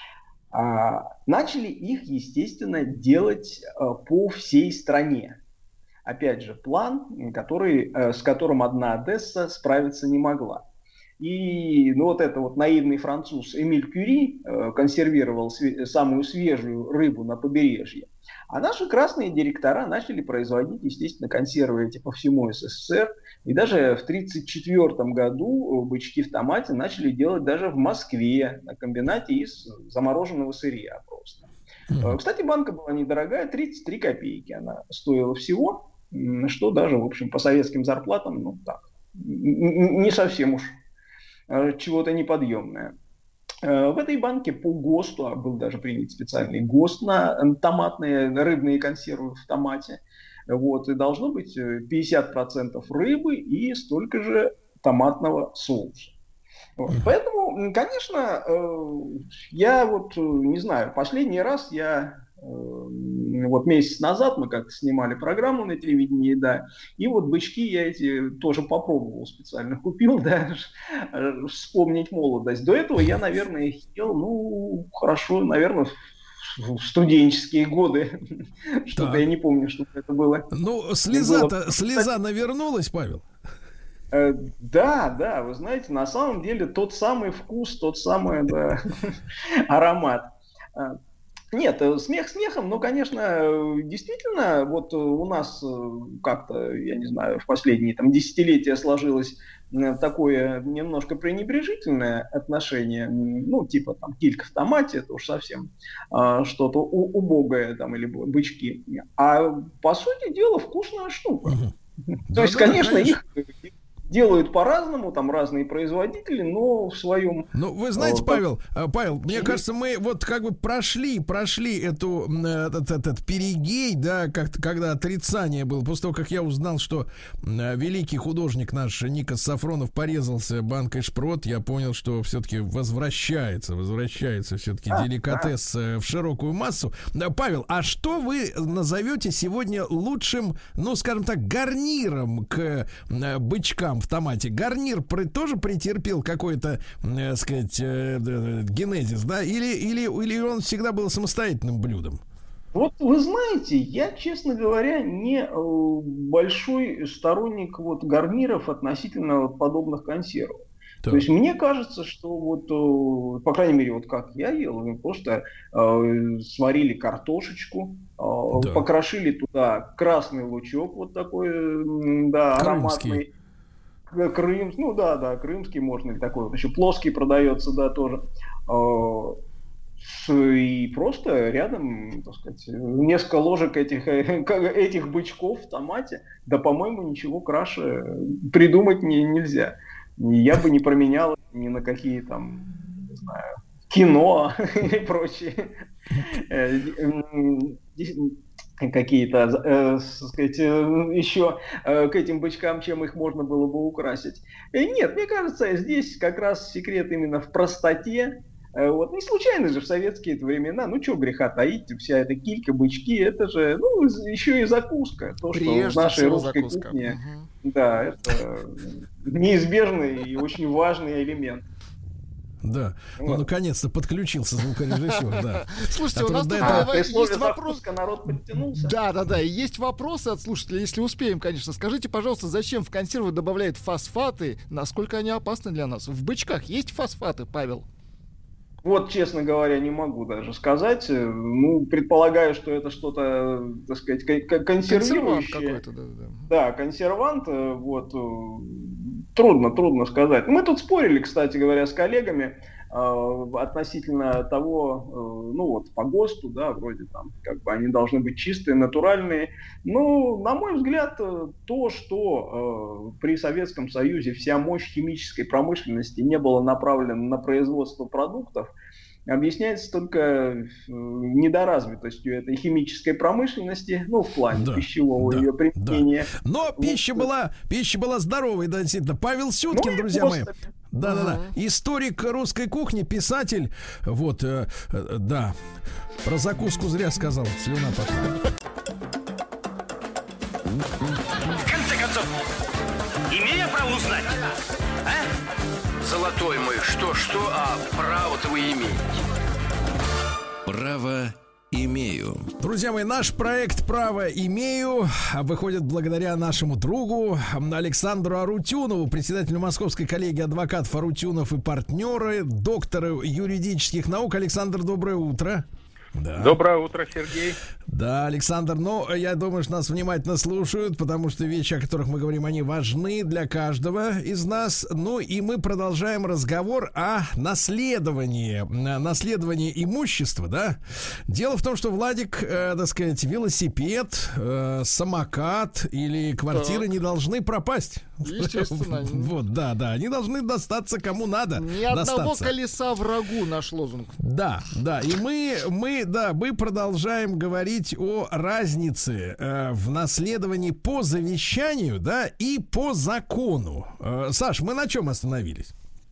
А, начали их, естественно, делать э, по всей стране. Опять же, план, который, э, с которым одна Одесса справиться не могла. И ну, вот это вот наивный француз Эмиль Кюри э, консервировал све- самую свежую рыбу на побережье. А наши красные директора начали производить, естественно, консервы эти по всему СССР. И даже в тридцать четвёртом году бычки в томате начали делать даже в Москве на комбинате из замороженного сырья просто. Mm-hmm. Кстати, банка была недорогая, тридцать три копейки она стоила всего, что даже, в общем, по советским зарплатам, ну так, не совсем уж чего-то неподъемное. В этой банке по ГОСТу, а был даже принят специальный ГОСТ на томатные, на рыбные консервы в томате, вот, и должно быть пятьдесят процентов рыбы и столько же томатного соуса. Вот. Поэтому, конечно, я вот не знаю, последний раз я вот месяц назад мы как-то снимали программу на телевидении, да, и вот бычки я эти тоже попробовал, специально купил, да, вспомнить молодость. До этого я, наверное, их ел, ну, хорошо, наверное, в студенческие годы. Что-то так. Я не помню, что это было. Ну, слеза-то, было... слеза навернулась, Павел? Да, да, вы знаете, на самом деле тот самый вкус, тот самый, да, аромат. Нет, смех смехом, но, конечно, действительно, вот у нас как-то, я не знаю, в последние там десятилетия сложилось такое немножко пренебрежительное отношение, ну, типа там килька в томате, это уж совсем а, что-то у- убогое там, или бычки. А по сути дела вкусная штука. То есть, конечно, их делают по-разному, там разные производители, но в своем... Ну, вы знаете, Павел, Павел, мне кажется, мы вот как бы прошли, прошли эту, этот, этот перегей, да, как когда отрицание было, после того, как я узнал, что великий художник наш Никос Сафронов порезался банкой шпрот, я понял, что все-таки возвращается, возвращается все-таки а, деликатес а. в широкую массу. Павел, а что вы назовете сегодня лучшим, ну, скажем так, гарниром к бычкам в томате? Гарнир при, тоже претерпел какой-то, э, сказать, э, э, генезис, да? Или, или, или он всегда был самостоятельным блюдом? Вот вы знаете, я, честно говоря, не э, большой сторонник вот гарниров относительно вот подобных консервов. Так. То есть мне кажется, что вот, э, по крайней мере, вот как я ел, мы просто э, сварили картошечку, э, да. покрошили туда красный лучок, вот такой, э, да, ароматный. Крым, ну да, да, крымский можно, или такой вот еще плоский продается, да, тоже. И просто рядом, так сказать, несколько ложек этих, этих бычков в томате, да, по-моему, ничего краше придумать не, нельзя. Я бы не променял ни на какие там, не знаю, кино и прочее. Какие-то, э, сказать, э, еще э, к этим бычкам, чем их можно было бы украсить. Э, нет, мне кажется, здесь как раз секрет именно в простоте. Э, вот не случайно же в советские времена, ну что греха таить, вся эта килька, бычки, это же, ну, еще и закуска. То, Прежде что в нашей русской закуска. Кухне, угу. да, это неизбежный и очень важный элемент. Да, вот. Ну наконец-то подключился звукорежиссер, да. Слушайте, у нас тут есть вопрос. Народ подтянулся. Да, да, да, и есть вопросы от слушателей, если успеем, конечно. Скажите, пожалуйста, зачем в консервы добавляют фосфаты, насколько они опасны для нас? В бычках есть фосфаты, Павел? Вот, честно говоря, не могу даже сказать. Ну, предполагаю, что это что-то, так сказать, консервирующее. Консервант какой-то, да, да. Да, консервант, вот. Трудно, трудно сказать. Мы тут спорили, кстати говоря, с коллегами э, относительно того, э, ну вот по ГОСТу, да, вроде там, как бы они должны быть чистые, натуральные. Но, на мой взгляд, то, что э, при Советском Союзе вся мощь химической промышленности не была направлена на производство продуктов, объясняется только недоразвитостью этой химической промышленности, ну, в плане да, пищевого да, ее применения. Да. Но вот. пища была, пища была здоровой, да, действительно. Павел Сюткин, ну, друзья мои. Да-да-да. Историк русской кухни, писатель. Вот, э, э, да. Про закуску зря сказал. Слюна пошла. В конце концов, имею право узнать, а? Золотой мой, что-что, а право-то вы имеете? Право имею. Друзья мои, наш проект «Право имею» выходит благодаря нашему другу Александру Арутюнову, председателю Московской коллегии адвокатов Арутюнов и партнеры, доктору юридических наук. Александр, доброе утро. Да. Доброе утро, Сергей. Да, Александр, ну, я думаю, что нас внимательно слушают, потому что вещи, о которых мы говорим, они важны для каждого из нас. Ну, и мы продолжаем разговор о наследовании, наследовании имущества, да. Дело в том, что, Владик, э, так сказать, велосипед, э, самокат или квартиры так. не должны пропасть. Естественно. Вот, да, да, они должны достаться кому надо. Ни одного колеса врагу, наш лозунг. Да, да, и мы, мы, да, мы продолжаем говорить о разнице э, в наследовании по завещанию, да, и по закону. Э, Саш, мы на чем остановились?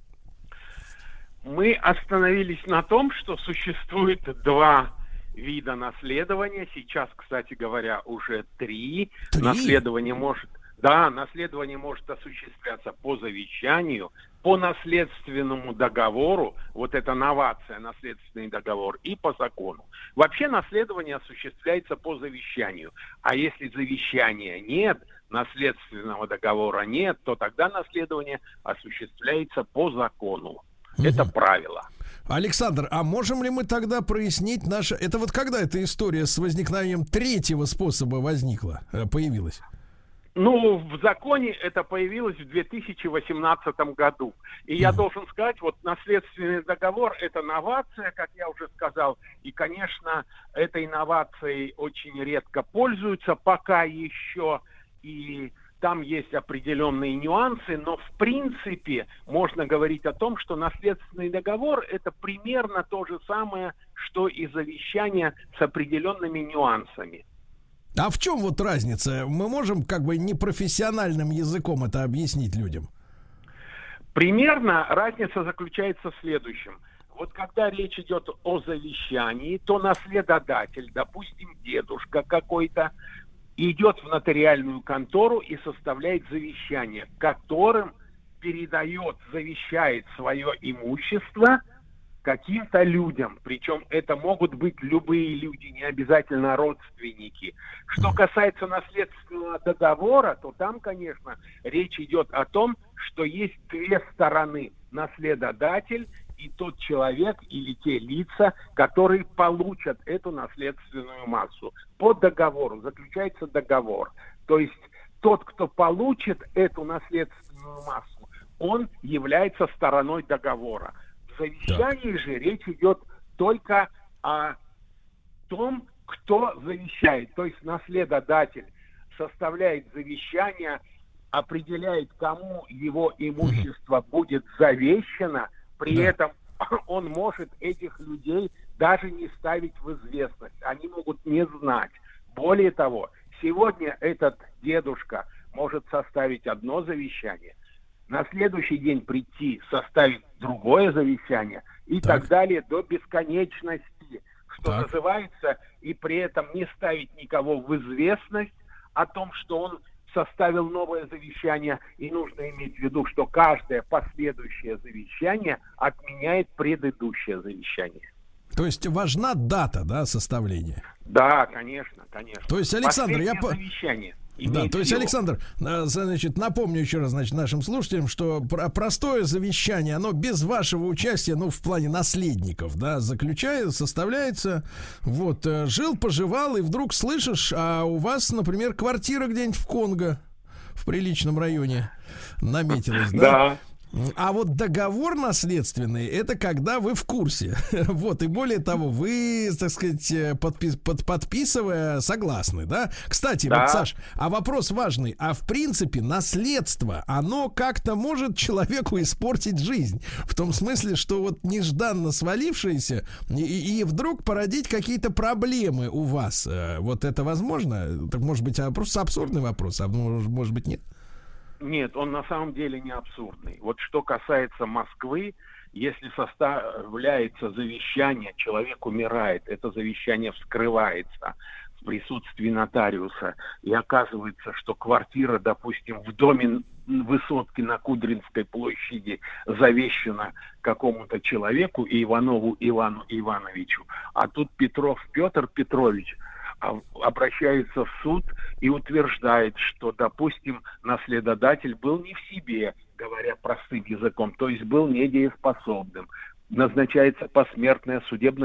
Мы остановились на том, что существует два вида наследования. Сейчас, кстати говоря, уже три. три? Наследование может... Да, наследование может осуществляться по завещанию, по наследственному договору, вот это новация, наследственный договор, и по закону. Вообще наследование осуществляется по завещанию. А если завещания нет, наследственного договора нет, то тогда наследование осуществляется по закону. Угу. Это правило. Александр, а можем ли мы тогда прояснить наше... Это вот когда эта история с возникновением третьего способа возникла, появилась? Ну, в законе это появилось в две тысячи восемнадцатом году. И я должен сказать, вот наследственный договор – это новация, как я уже сказал. И, конечно, этой новацией очень редко пользуются, пока еще. И там есть определенные нюансы, но в принципе можно говорить о том, что наследственный договор – это примерно то же самое, что и завещание с определенными нюансами. А в чем вот разница? Мы можем как бы непрофессиональным языком это объяснить людям? Примерно разница заключается в следующем. Вот когда речь идет о завещании, то наследодатель, допустим, дедушка какой-то, идет в нотариальную контору и составляет завещание, которым передает, завещает свое имущество каким-то людям. Причем это могут быть любые люди, не обязательно родственники. Что касается наследственного договора, то там, конечно, речь идет о том, что есть две стороны. Наследодатель и тот человек или те лица, которые получат эту наследственную массу. По договору заключается договор. То есть тот, кто получит эту наследственную массу, он является стороной договора. В завещании же речь идет только о том, кто завещает. То есть наследодатель составляет завещание, определяет, кому его имущество будет завещано. При да. этом он может этих людей даже не ставить в известность. Они могут не знать. Более того, сегодня этот дедушка может составить одно завещание, на следующий день прийти, составить другое завещание и так, так далее до бесконечности, что так. называется, и при этом не ставить никого в известность о том, что он составил новое завещание, и нужно иметь в виду, что каждое последующее завещание отменяет предыдущее завещание. То есть важна дата, да, составления? Да, конечно, конечно. То есть, Александр, я... завещание. Да, то есть, Александр, значит, напомню еще раз, значит, нашим слушателям, что простое завещание, оно без вашего участия, ну, в плане наследников, да, заключается, составляется, вот, жил, поживал, и вдруг слышишь, а у вас, например, квартира где-нибудь в Конго, в приличном районе наметилась, да? Да. А вот договор наследственный, это когда вы в курсе. Вот, и более того, вы, так сказать, подпис, под, подписывая, согласны, да? Кстати, да. вот, Саш, а вопрос важный. А в принципе, наследство, оно как-то может человеку испортить жизнь. В том смысле, что вот нежданно свалившееся и, и вдруг породить какие-то проблемы у вас. Вот это возможно? Так, может быть, просто абсурдный вопрос, а может, может быть, нет? Нет, он на самом деле не абсурдный. Вот что касается Москвы, если составляется завещание, человек умирает, это завещание вскрывается в присутствии нотариуса, и оказывается, что квартира, допустим, в доме высотки на Кудринской площади завещана какому-то человеку, Иванову Ивану Ивановичу, а тут Петров Петр Петрович обращается в суд и утверждает, что, допустим, наследодатель был не в себе, говоря простым языком, то есть был недееспособным. Назначается посмертная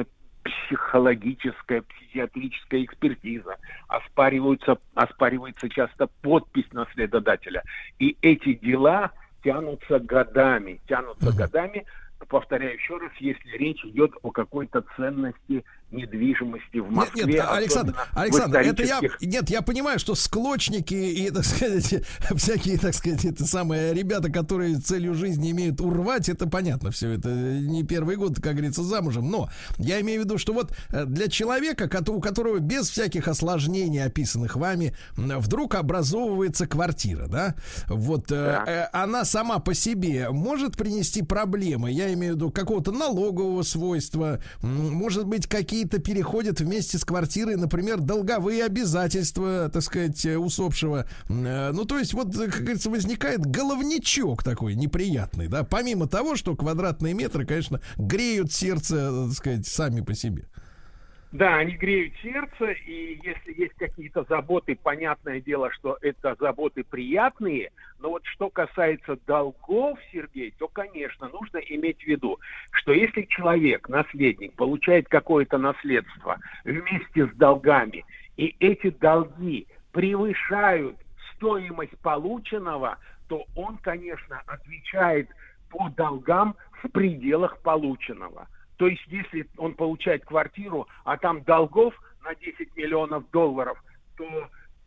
судебно-психологическая, психиатрическая экспертиза. Оспариваются, оспаривается часто подпись наследодателя. И эти дела тянутся годами, тянутся годами. Повторяю еще раз, если речь идет о какой-то ценности недвижимости в Москве. Нет, нет, Александр, Александр, это я, нет, я понимаю, что склочники и, так сказать, всякие, так сказать, это самые ребята, которые целью жизни имеют урвать, это понятно все, это не первый год, как говорится, замужем, но я имею в виду, что вот для человека, у которого без всяких осложнений, описанных вами, вдруг образовывается квартира, да, вот, да. Она сама по себе может принести проблемы, я имею в виду какого-то налогового свойства, может быть, какие какие-то переходят вместе с квартирой, например, долговые обязательства, так сказать, усопшего. Ну, то есть, вот, как говорится, возникает головнячок такой неприятный, да, помимо того, что квадратные метры, конечно, греют сердце, так сказать, сами по себе. Да, они греют сердце, и если есть какие-то заботы, понятное дело, что это заботы приятные, но вот что касается долгов, Сергей, то, конечно, нужно иметь в виду, что если человек, наследник, получает какое-то наследство вместе с долгами, и эти долги превышают стоимость полученного, то он, конечно, отвечает по долгам в пределах полученного. То есть, если он получает квартиру, а там долгов на десять миллионов долларов, то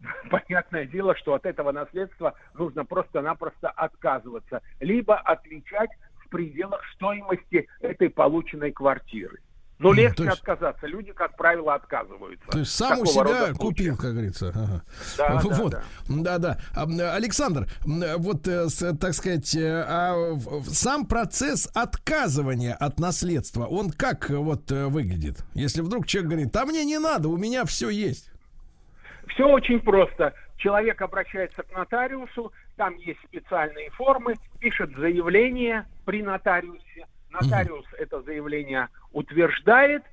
понятное дело, что от этого наследства нужно просто-напросто отказываться, либо отличать в пределах стоимости этой полученной квартиры. Но легче есть... отказаться. Люди, как правило, отказываются. То есть сам у себя купил, как говорится. Ага. Да, вот. да, да, да. Александр, вот, так сказать, а сам процесс отказывания от наследства, он как вот выглядит? Если вдруг человек говорит, а мне не надо, у меня все есть. Все очень просто. Человек обращается к нотариусу, там есть специальные формы, пишет заявление при нотариусе. Нотариус mm-hmm. это заявление утверждает,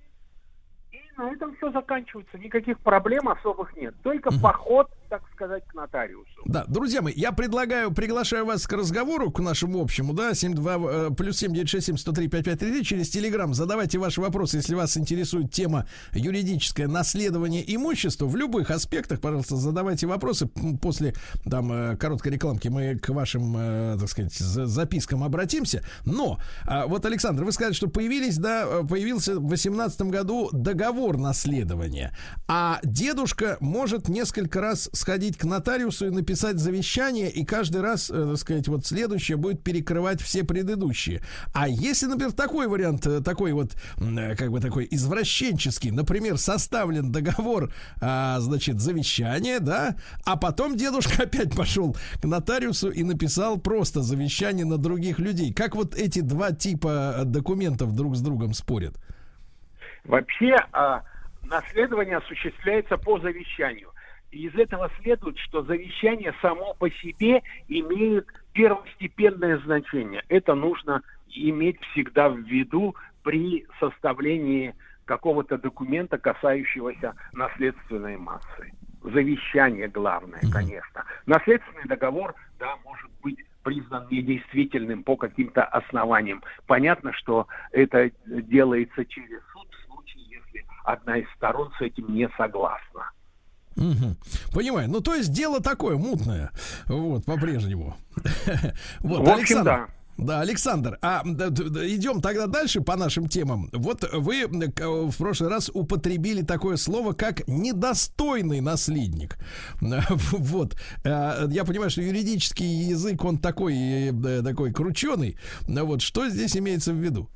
и на этом все заканчивается. Никаких проблем особых нет. Только mm-hmm. поход, так сказать, к нотариусу. Да, друзья мои, я предлагаю, приглашаю вас к разговору, к нашему общему, да, семь два плюс семь девять шесть семь сто три пять пять три три через Телеграм. Задавайте ваши вопросы, если вас интересует тема юридическое наследование имущества в любых аспектах. Пожалуйста, задавайте вопросы. После там короткой рекламки мы к вашим, так сказать, запискам обратимся. Но вот, Александр, вы сказали, что появились, да, появился в восемнадцатом году договор наследования, а дедушка может несколько раз сходить к нотариусу и написать завещание, и каждый раз, э, так сказать, вот следующее будет перекрывать все предыдущие. А если, например, такой вариант, такой вот, э, как бы такой извращенческий, например, составлен договор, э, значит, завещание, да, а потом дедушка опять пошел к нотариусу и написал просто завещание на других людей. Как вот эти два типа документов друг с другом спорят? Вообще, э, наследование осуществляется по завещанию. Из этого следует, что завещание само по себе имеет первостепенное значение. Это нужно иметь всегда в виду при составлении какого-то документа, касающегося наследственной массы. Завещание главное, конечно. Наследственный договор, да, может быть признан недействительным по каким-то основаниям. Понятно, что это делается через суд в случае, если одна из сторон с этим не согласна. Угу. Понимаю. Ну, то есть дело такое мутное. Вот, по-прежнему. Вот, в общем, да. Да, Александр, а идем тогда дальше по нашим темам. Вот вы в прошлый раз употребили такое слово, как недостойный наследник. Вот. Я понимаю, что юридический язык, он такой, такой крученый. Вот. Что здесь имеется в виду?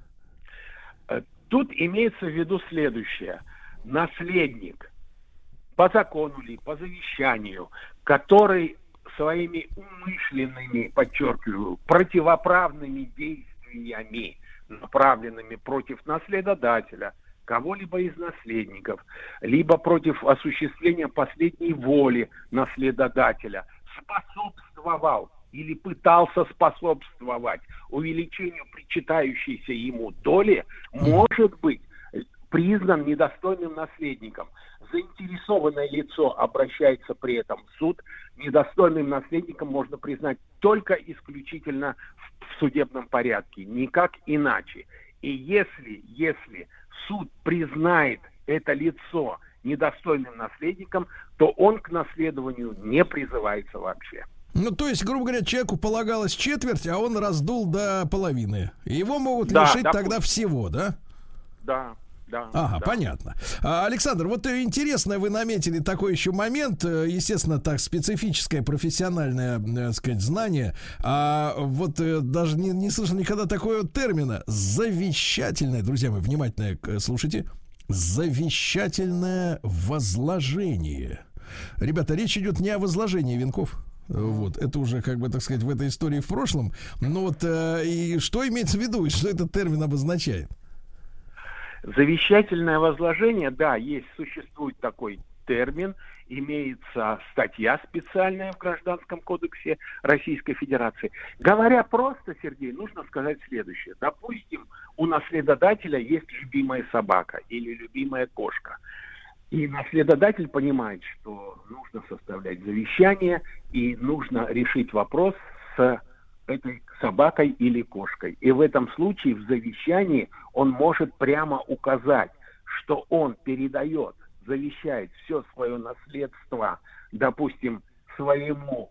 Тут имеется в виду следующее. Наследник, по закону ли, по завещанию, который своими умышленными, подчеркиваю, противоправными действиями, направленными против наследодателя, кого-либо из наследников, либо против осуществления последней воли наследодателя, способствовал или пытался способствовать увеличению причитающейся ему доли, может быть признан недостойным наследником. Заинтересованное лицо обращается при этом в суд. Недостойным наследником можно признать только исключительно в судебном порядке, никак иначе. И если, если суд признает это лицо недостойным наследником, то он к наследованию не призывается вообще. Ну, то есть, грубо говоря, человеку полагалось четверть, а он раздул до половины. Его могут да, лишить допустим. тогда всего, да? Да. Да, ага, да. понятно. А, Александр, вот интересно, вы наметили такой еще момент, естественно, так специфическое профессиональное, так сказать, знание. А вот даже не, не слышал никогда такого термина. Завещательное, друзья мои, внимательно слушайте. Завещательное возложение. Ребята, речь идет не о возложении венков. Вот, это уже, как бы, так сказать, в этой истории в прошлом. Но вот и что имеется в виду, и что этот термин обозначает? Завещательное возложение, да, есть, существует такой термин, имеется статья специальная в Гражданском кодексе Российской Федерации. Говоря просто, Сергей, нужно сказать следующее. Допустим, у наследодателя есть любимая собака или любимая кошка. И наследодатель понимает, что нужно составлять завещание и нужно решить вопрос с этой собакой или кошкой. И в этом случае в завещании он может прямо указать, что он передает, завещает все свое наследство, допустим, своему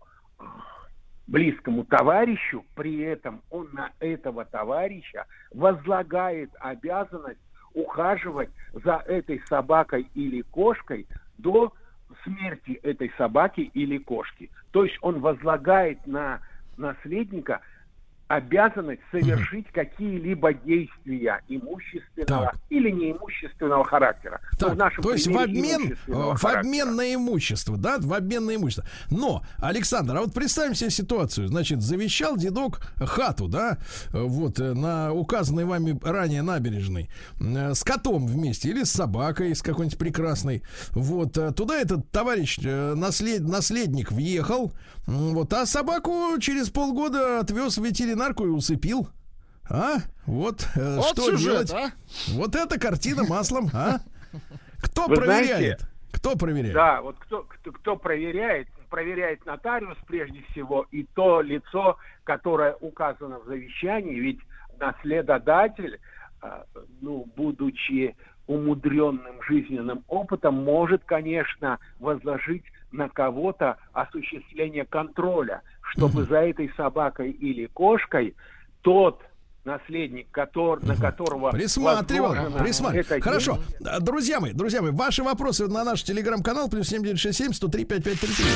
близкому товарищу, при этом он на этого товарища возлагает обязанность ухаживать за этой собакой или кошкой до смерти этой собаки или кошки. То есть он возлагает на наследника обязанность совершить угу. какие-либо действия имущественного так. или неимущественного характера. Так, в нашем то есть в обмен, в характера. обмен на имущество, да, в обмен на имущество. Но, Александр, а вот представим себе ситуацию. Значит, завещал дедок хату, да, вот, на указанной вами ранее набережной, с котом вместе или с собакой, с какой-нибудь прекрасной. Вот, туда этот товарищ, наслед, наследник въехал, вот, а собаку через полгода отвез в ветеринарку и усыпил. А? Вот, э, вот что сюжет, делать? А? Вот это картина маслом, а? Кто Вы проверяет? знаете, кто проверяет? Да, вот кто, кто, кто проверяет? Проверяет нотариус прежде всего и то лицо, которое указано в завещании, ведь наследодатель, ну, будучи умудренным жизненным опытом, может, конечно, возложить на кого-то осуществление контроля, чтобы угу. за этой собакой или кошкой тот наследник, который, угу. на которого присматривал, присматривал. Это Хорошо, день... друзья мои, друзья мои, ваши вопросы на наш телеграм-канал плюс семь девять шесть семь сто три пять пять три три.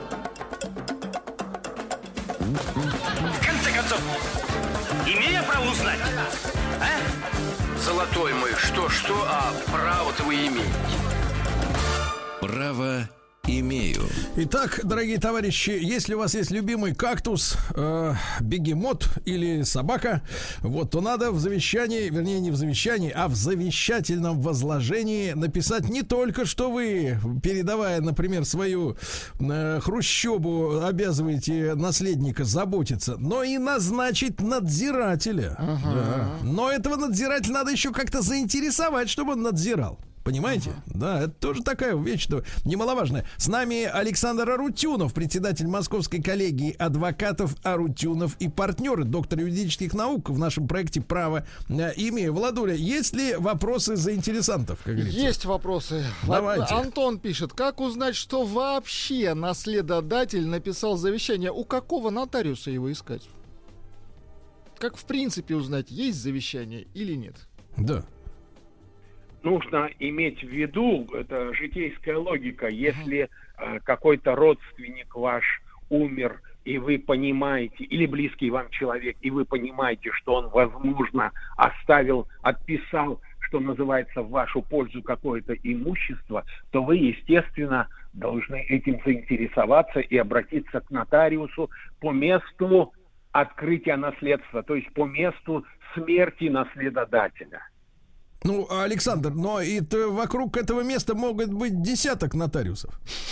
В конце концов, имея право узнать, а? Золотой мой, что-что, а право-то вы имеете. Право имею. Итак, дорогие товарищи, если у вас есть любимый кактус, э, бегемот или собака, вот, то надо в завещании, вернее, не в завещании, а в завещательном возложении написать не только, что вы, передавая, например, свою э, хрущебу, обязываете наследника заботиться, но и назначить надзирателя. Ага. Да. Но этого надзирателя надо еще как-то заинтересовать, чтобы он надзирал. Понимаете? Uh-huh. Да, это тоже такая вещь немаловажная. С нами Александр Арутюнов, председатель Московской коллегии адвокатов Арутюнов и партнеры, доктор юридических наук в нашем проекте «Право имею». Владуля, есть ли вопросы заинтересантов, как говорится? Есть вопросы. Давайте. Антон пишет, как узнать, что вообще наследодатель написал завещание? У какого нотариуса его искать? Как в принципе узнать, есть завещание или нет? Да. Нужно иметь в виду, это житейская логика, если э, какой-то родственник ваш умер, и вы понимаете, или близкий вам человек, и вы понимаете, что он, возможно, оставил, отписал, что называется, в вашу пользу какое-то имущество, то вы, естественно, должны этим заинтересоваться и обратиться к нотариусу по месту открытия наследства, то есть по месту смерти наследодателя. Ну, Александр, но и вокруг этого места могут быть десяток нотариусов.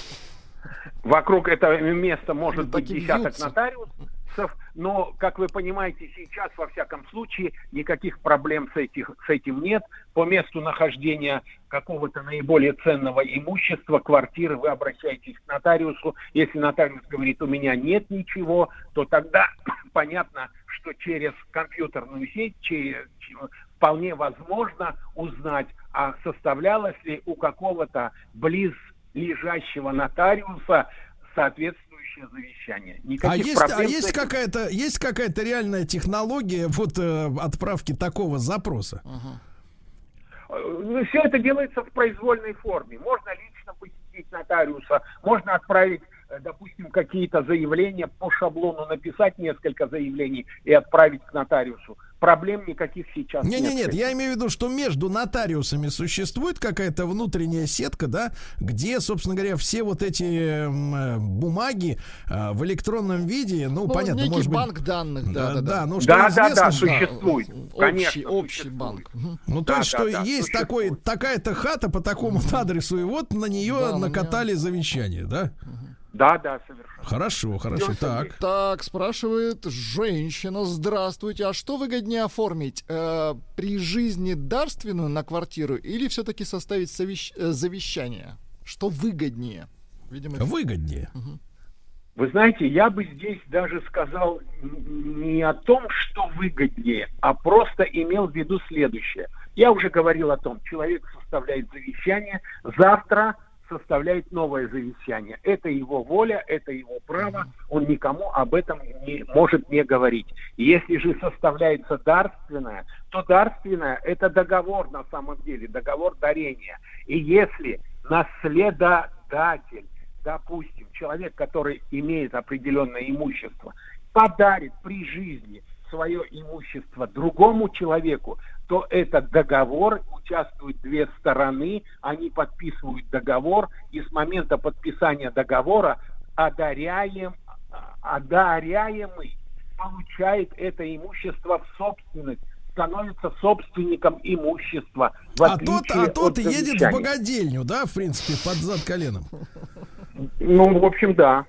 Вокруг этого места может быть десяток бьются. нотариусов, но, как вы понимаете, сейчас, во всяком случае, никаких проблем с, этих, с этим нет. По месту нахождения какого-то наиболее ценного имущества, квартиры, вы обращаетесь к нотариусу. Если нотариус говорит, у меня нет ничего, то тогда понятно, что через компьютерную сеть, через, вполне возможно узнать, а составлялось ли у какого-то близлежащего нотариуса соответствующее завещание. Никаких а есть, проблем а есть этим... какая-то, есть какая-то реальная технология вот э, отправки такого запроса? Uh-huh. Все это делается в произвольной форме. Можно лично посетить нотариуса, можно отправить, допустим, какие-то заявления по шаблону, написать несколько заявлений и отправить к нотариусу. Проблем никаких сейчас не, нет. Нет, нет, я имею в виду, что между нотариусами существует какая-то внутренняя сетка, да, где, собственно говоря, все вот эти э, бумаги э, в электронном виде, ну, ну понятно, некий может быть... банк данных, да, да, да. да, ну, что да, известно, да, да, что... существует, общий, конечно, общий существует. банк. Ну, то да, есть, да, что да, есть такой, такая-то хата по такому адресу, и вот на нее да, накатали меня... завещание, да? Да, да, совершенно. Хорошо, хорошо. Все так. Так, спрашивает женщина. Здравствуйте. А что выгоднее оформить? Э, при жизни дарственную на квартиру или все-таки составить совещ... э, завещание? Что выгоднее? Видимо, выгоднее. Угу. Вы знаете, я бы здесь даже сказал не о том, что выгоднее, а просто имел в виду следующее. Я уже говорил о том, человек составляет завещание, завтра составляет новое завещание. Это его воля, это его право, он никому об этом не может не говорить. Если же составляется дарственное, то дарственное – это договор на самом деле, договор дарения. И если наследодатель допустим, человек, который имеет определенное имущество, подарит при жизни свое имущество другому человеку, то этот договор, участвуют две стороны, они подписывают договор, и с момента подписания договора одаряем, одаряемый получает это имущество в собственность, становится собственником имущества. В а тот, а тот едет в богадельню, да, в принципе, под зад коленом? Ну, в общем, да.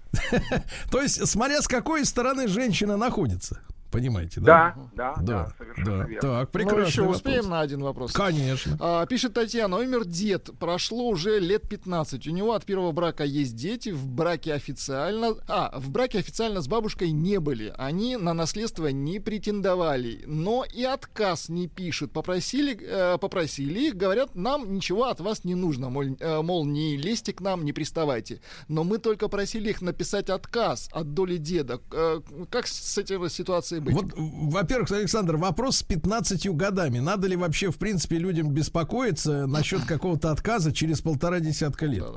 То есть, смотря с какой стороны женщина находится. Понимаете, да? Да, да, да, да, совершенно да. верно. Так, прекрасно. Ну, еще успеем на один вопрос? Конечно. А, пишет Татьяна, умер дед, прошло уже лет пятнадцать. У него от первого брака есть дети, в браке официально... А, в браке официально с бабушкой не были. Они на наследство не претендовали, но и отказ не пишут. Попросили, э, попросили их, говорят, нам ничего от вас не нужно. Мол, э, мол, не лезьте к нам, не приставайте. Но мы только просили их написать отказ от доли деда. Э, как с этой ситуацией быть? Вот, во-первых, Александр, вопрос с пятнадцатью годами. Надо ли вообще, в принципе, людям беспокоиться насчет какого-то отказа через полтора десятка лет?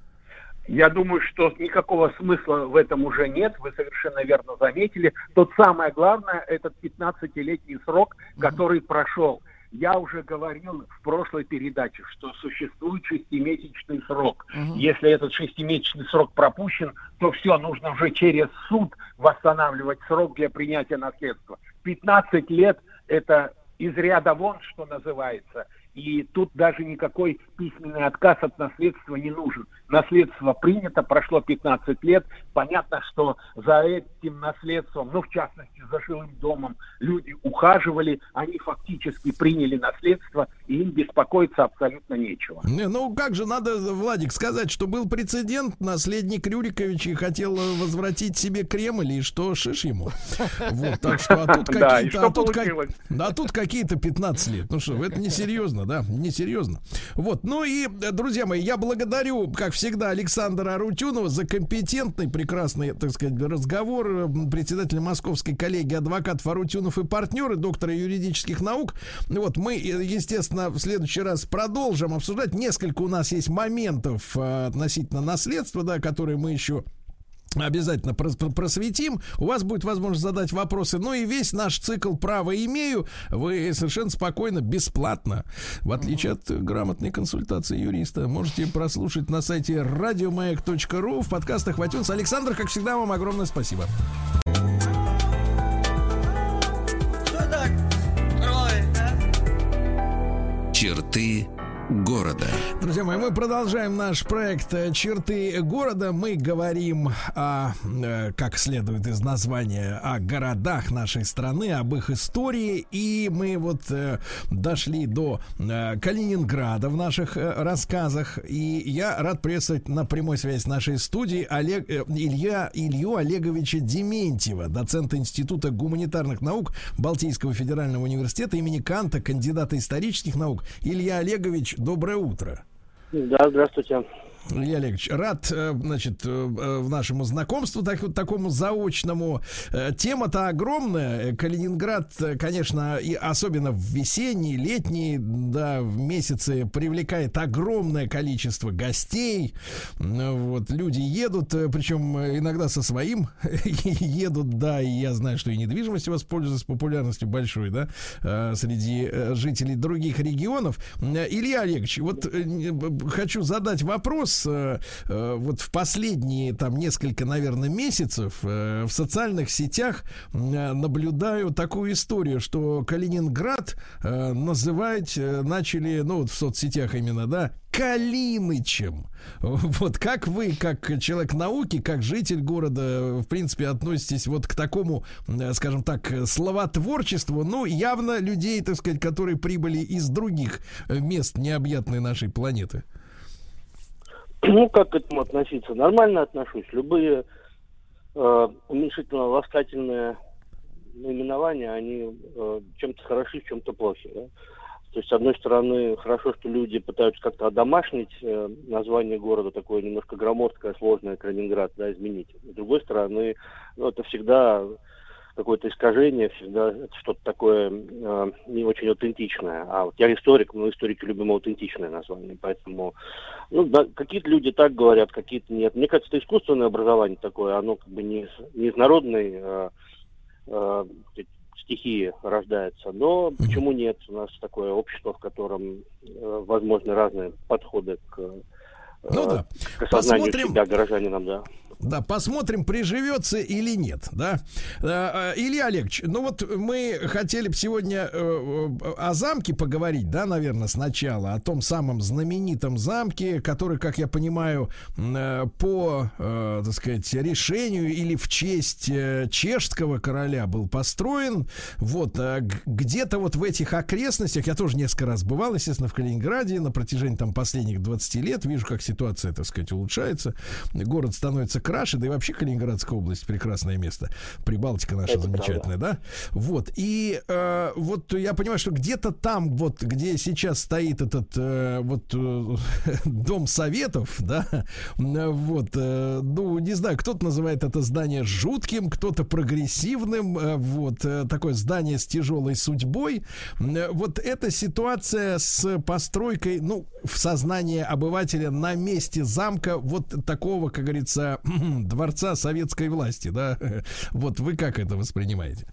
Я думаю, что никакого смысла в этом уже нет. Вы совершенно верно заметили. Тут самое главное, этот пятнадцатилетний срок, который mm-hmm. прошел. Я уже говорил в прошлой передаче, что существует шестимесячный срок. Uh-huh. Если этот шестимесячный срок пропущен, то все, нужно уже через суд восстанавливать срок для принятия наследства. пятнадцать лет – это из ряда вон, что называется. И тут даже никакой письменный отказ от наследства не нужен. Наследство принято, прошло пятнадцать лет. Понятно, что за этим наследством, ну, в частности, за жилым домом, люди ухаживали, они фактически приняли наследство, и им беспокоиться абсолютно нечего. Не, ну, как же надо, Владик, сказать, что был прецедент, наследник Рюриковича хотел возвратить себе Кремль, и что, шиш ему. Вот, так что, а тут какие-то, а тут какие-то пятнадцать лет. Ну что, это несерьезно. Да, несерьезно. Вот, ну и, друзья мои, я благодарю, как всегда, Александра Арутюнова за компетентный, прекрасный, так сказать, разговор, председателя Московской коллегии адвокатов Арутюнов и партнеры, доктора юридических наук. Вот, мы, естественно, в следующий раз продолжим обсуждать. Несколько у нас есть моментов относительно наследства, да, которые мы еще обязательно просветим. У вас будет возможность задать вопросы. Ну и весь наш цикл «Право имею» вы совершенно спокойно, бесплатно, в отличие от грамотной консультации юриста, можете прослушать на сайте радиомаяк точка ру, в подкастах в iTunes. Александр, как всегда, вам огромное спасибо. Черты города. Друзья мои, мы продолжаем наш проект «Черты города». Мы говорим, о, как следует из названия, о городах нашей страны, об их истории. И мы вот э, дошли до э, Калининграда в наших э, рассказах. И я рад приветствовать на прямой связи с нашей студией Олег, э, Илья, Илью Олеговича Дементьева, доцента Института гуманитарных наук Балтийского федерального университета имени Канта, кандидата исторических наук. Илья Олегович, доброе утро. Да, здравствуйте. Илья Олегович, рад, значит, в нашему знакомству, так, вот такому заочному. Тема-то огромная. Калининград, конечно, и особенно в весенние, летние, да, в месяцы привлекает огромное количество гостей. Вот, люди едут, причем иногда со своим едут, да, и я знаю, что и недвижимость у вас пользуется популярностью большой, да, среди жителей других регионов. Илья Олегович, вот хочу задать вопрос. Вот в последние там несколько, наверное, месяцев в социальных сетях наблюдаю такую историю, что Калининград называть начали, ну вот в соцсетях именно, да, Калинычем. Вот как вы, как человек науки, как житель города, в принципе, относитесь вот к такому, скажем так, словотворчеству, ну, явно людей, так сказать, которые прибыли из других мест необъятной нашей планеты? Ну, как к этому относиться? Нормально отношусь. Любые э, уменьшительно-ласкательные наименования, они э, чем-то хороши, чем-то плохи. Да? То есть, с одной стороны, хорошо, что люди пытаются как-то одомашнить э, название города, такое немножко громоздкое, сложное, Калининград, да, изменить. С другой стороны, ну, это всегда какое-то искажение, всегда это что-то такое э, не очень аутентичное. А вот я историк, мы историки любим аутентичное название, поэтому ну, да, какие-то люди так говорят, какие-то нет. Мне кажется, это искусственное образование такое, оно как бы не из, не из народной э, э, стихии рождается. Но почему нет? У нас такое общество, в котором э, возможны разные подходы к, э, ну, да. к осознанию Посмотрим. себя гражданином, да. Да, посмотрим, приживется или нет, да. Илья Олегович, ну вот мы хотели бы сегодня о замке поговорить, да, наверное, сначала, о том самом знаменитом замке, который, как я понимаю, по, так сказать, решению или в честь чешского короля был построен. Вот, где-то вот в этих окрестностях, я тоже несколько раз бывал, естественно, в Калининграде на протяжении там последних двадцати лет, вижу, как ситуация, так сказать, улучшается, город становится краше, да и вообще Калининградская область прекрасное место. Прибалтика наша это замечательная, правда. Да? Вот. И э, вот я понимаю, что где-то там, вот где сейчас стоит этот э, вот э, дом советов, да, вот, э, ну, не знаю, кто-то называет это здание жутким, кто-то прогрессивным, э, вот, э, такое здание с тяжелой судьбой. Э, вот эта ситуация с постройкой, ну, в сознании обывателя на месте замка вот такого, как говорится, дворца советской власти, да? Вот вы как это воспринимаете?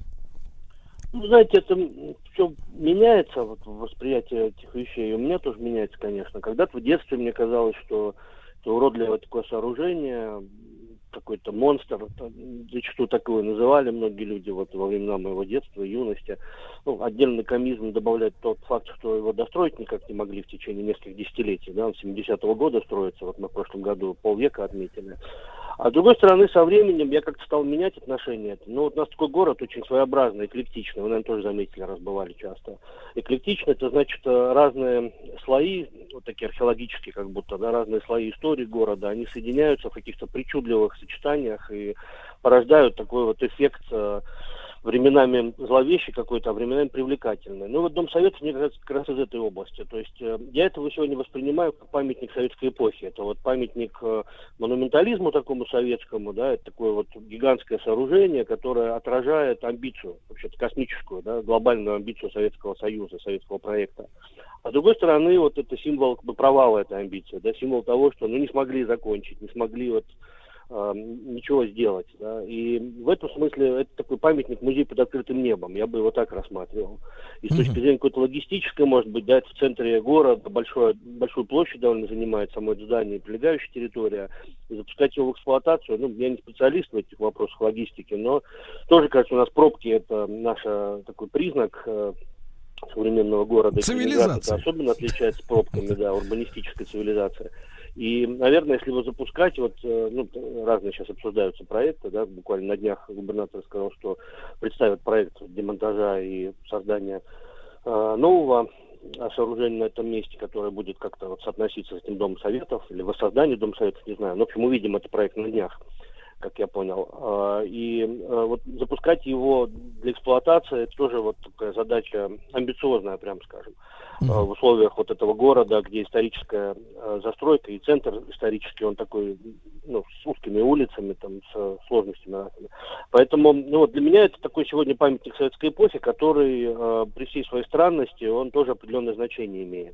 Ну, знаете, это все меняется, вот восприятие этих вещей. У меня тоже меняется, конечно. Когда-то в детстве мне казалось, что это уродливое такое сооружение, какой-то монстр, зачастую так его называли многие люди вот во времена моего детства, юности. Ну, отдельный комизм добавляет тот факт, что его достроить никак не могли в течение нескольких десятилетий. Да? Он с семидесятого года строится, вот мы в прошлом году полвека отметили. А с другой стороны, со временем я как-то стал менять отношения. Ну, вот у нас такой город очень своеобразный, эклектичный. Вы, наверное, тоже заметили, раз бывали часто. Эклектичный, это значит разные слои, вот такие археологические как будто, да, разные слои истории города, они соединяются в каких-то причудливых сочетаниях и порождают такой вот эффект временами зловещий какой-то, а временами привлекательный. Ну вот Дом Советов мне кажется как раз из этой области. То есть э, я этого сегодня воспринимаю как памятник советской эпохи. Это вот памятник э, монументализму такому советскому, да, это такое вот гигантское сооружение, которое отражает амбицию, вообще-то космическую, да, глобальную амбицию Советского Союза, советского проекта. А с другой стороны, вот это символ как бы провала этой амбиции, да, символ того, что ну не смогли закончить, не смогли вот ничего сделать. Да? И в этом смысле это такой памятник, музей под открытым небом. Я бы его так рассматривал. И с точки зрения какой-то логистической, может быть, да, это в центре города, большое, большую площадь довольно занимает само это здание и прилегающая территория. И запускать его в эксплуатацию, ну, я не специалист в этих вопросах логистики, но тоже, кажется, у нас пробки — это наш такой признак современного города. Цивилизация. Это особенно отличается пробками, да, урбанистической цивилизации. И, наверное, если его запускать, вот, ну, разные сейчас обсуждаются проекты, да, буквально на днях губернатор сказал, что представят проект демонтажа и создания э, нового сооружения на этом месте, которое будет как-то вот соотноситься с этим Домом Советов или воссозданию Дома Советов, не знаю. Но, в общем, увидим этот проект на днях, как я понял. И вот запускать его для эксплуатации — это тоже вот такая задача амбициозная, прям скажем, mm-hmm. в условиях вот этого города, где историческая застройка и центр исторический, он такой, ну, с узкими улицами, там, с сложностями разными. Поэтому, ну, вот для меня это такой сегодня памятник советской эпохи, который при всей своей странности, он тоже определенное значение имеет.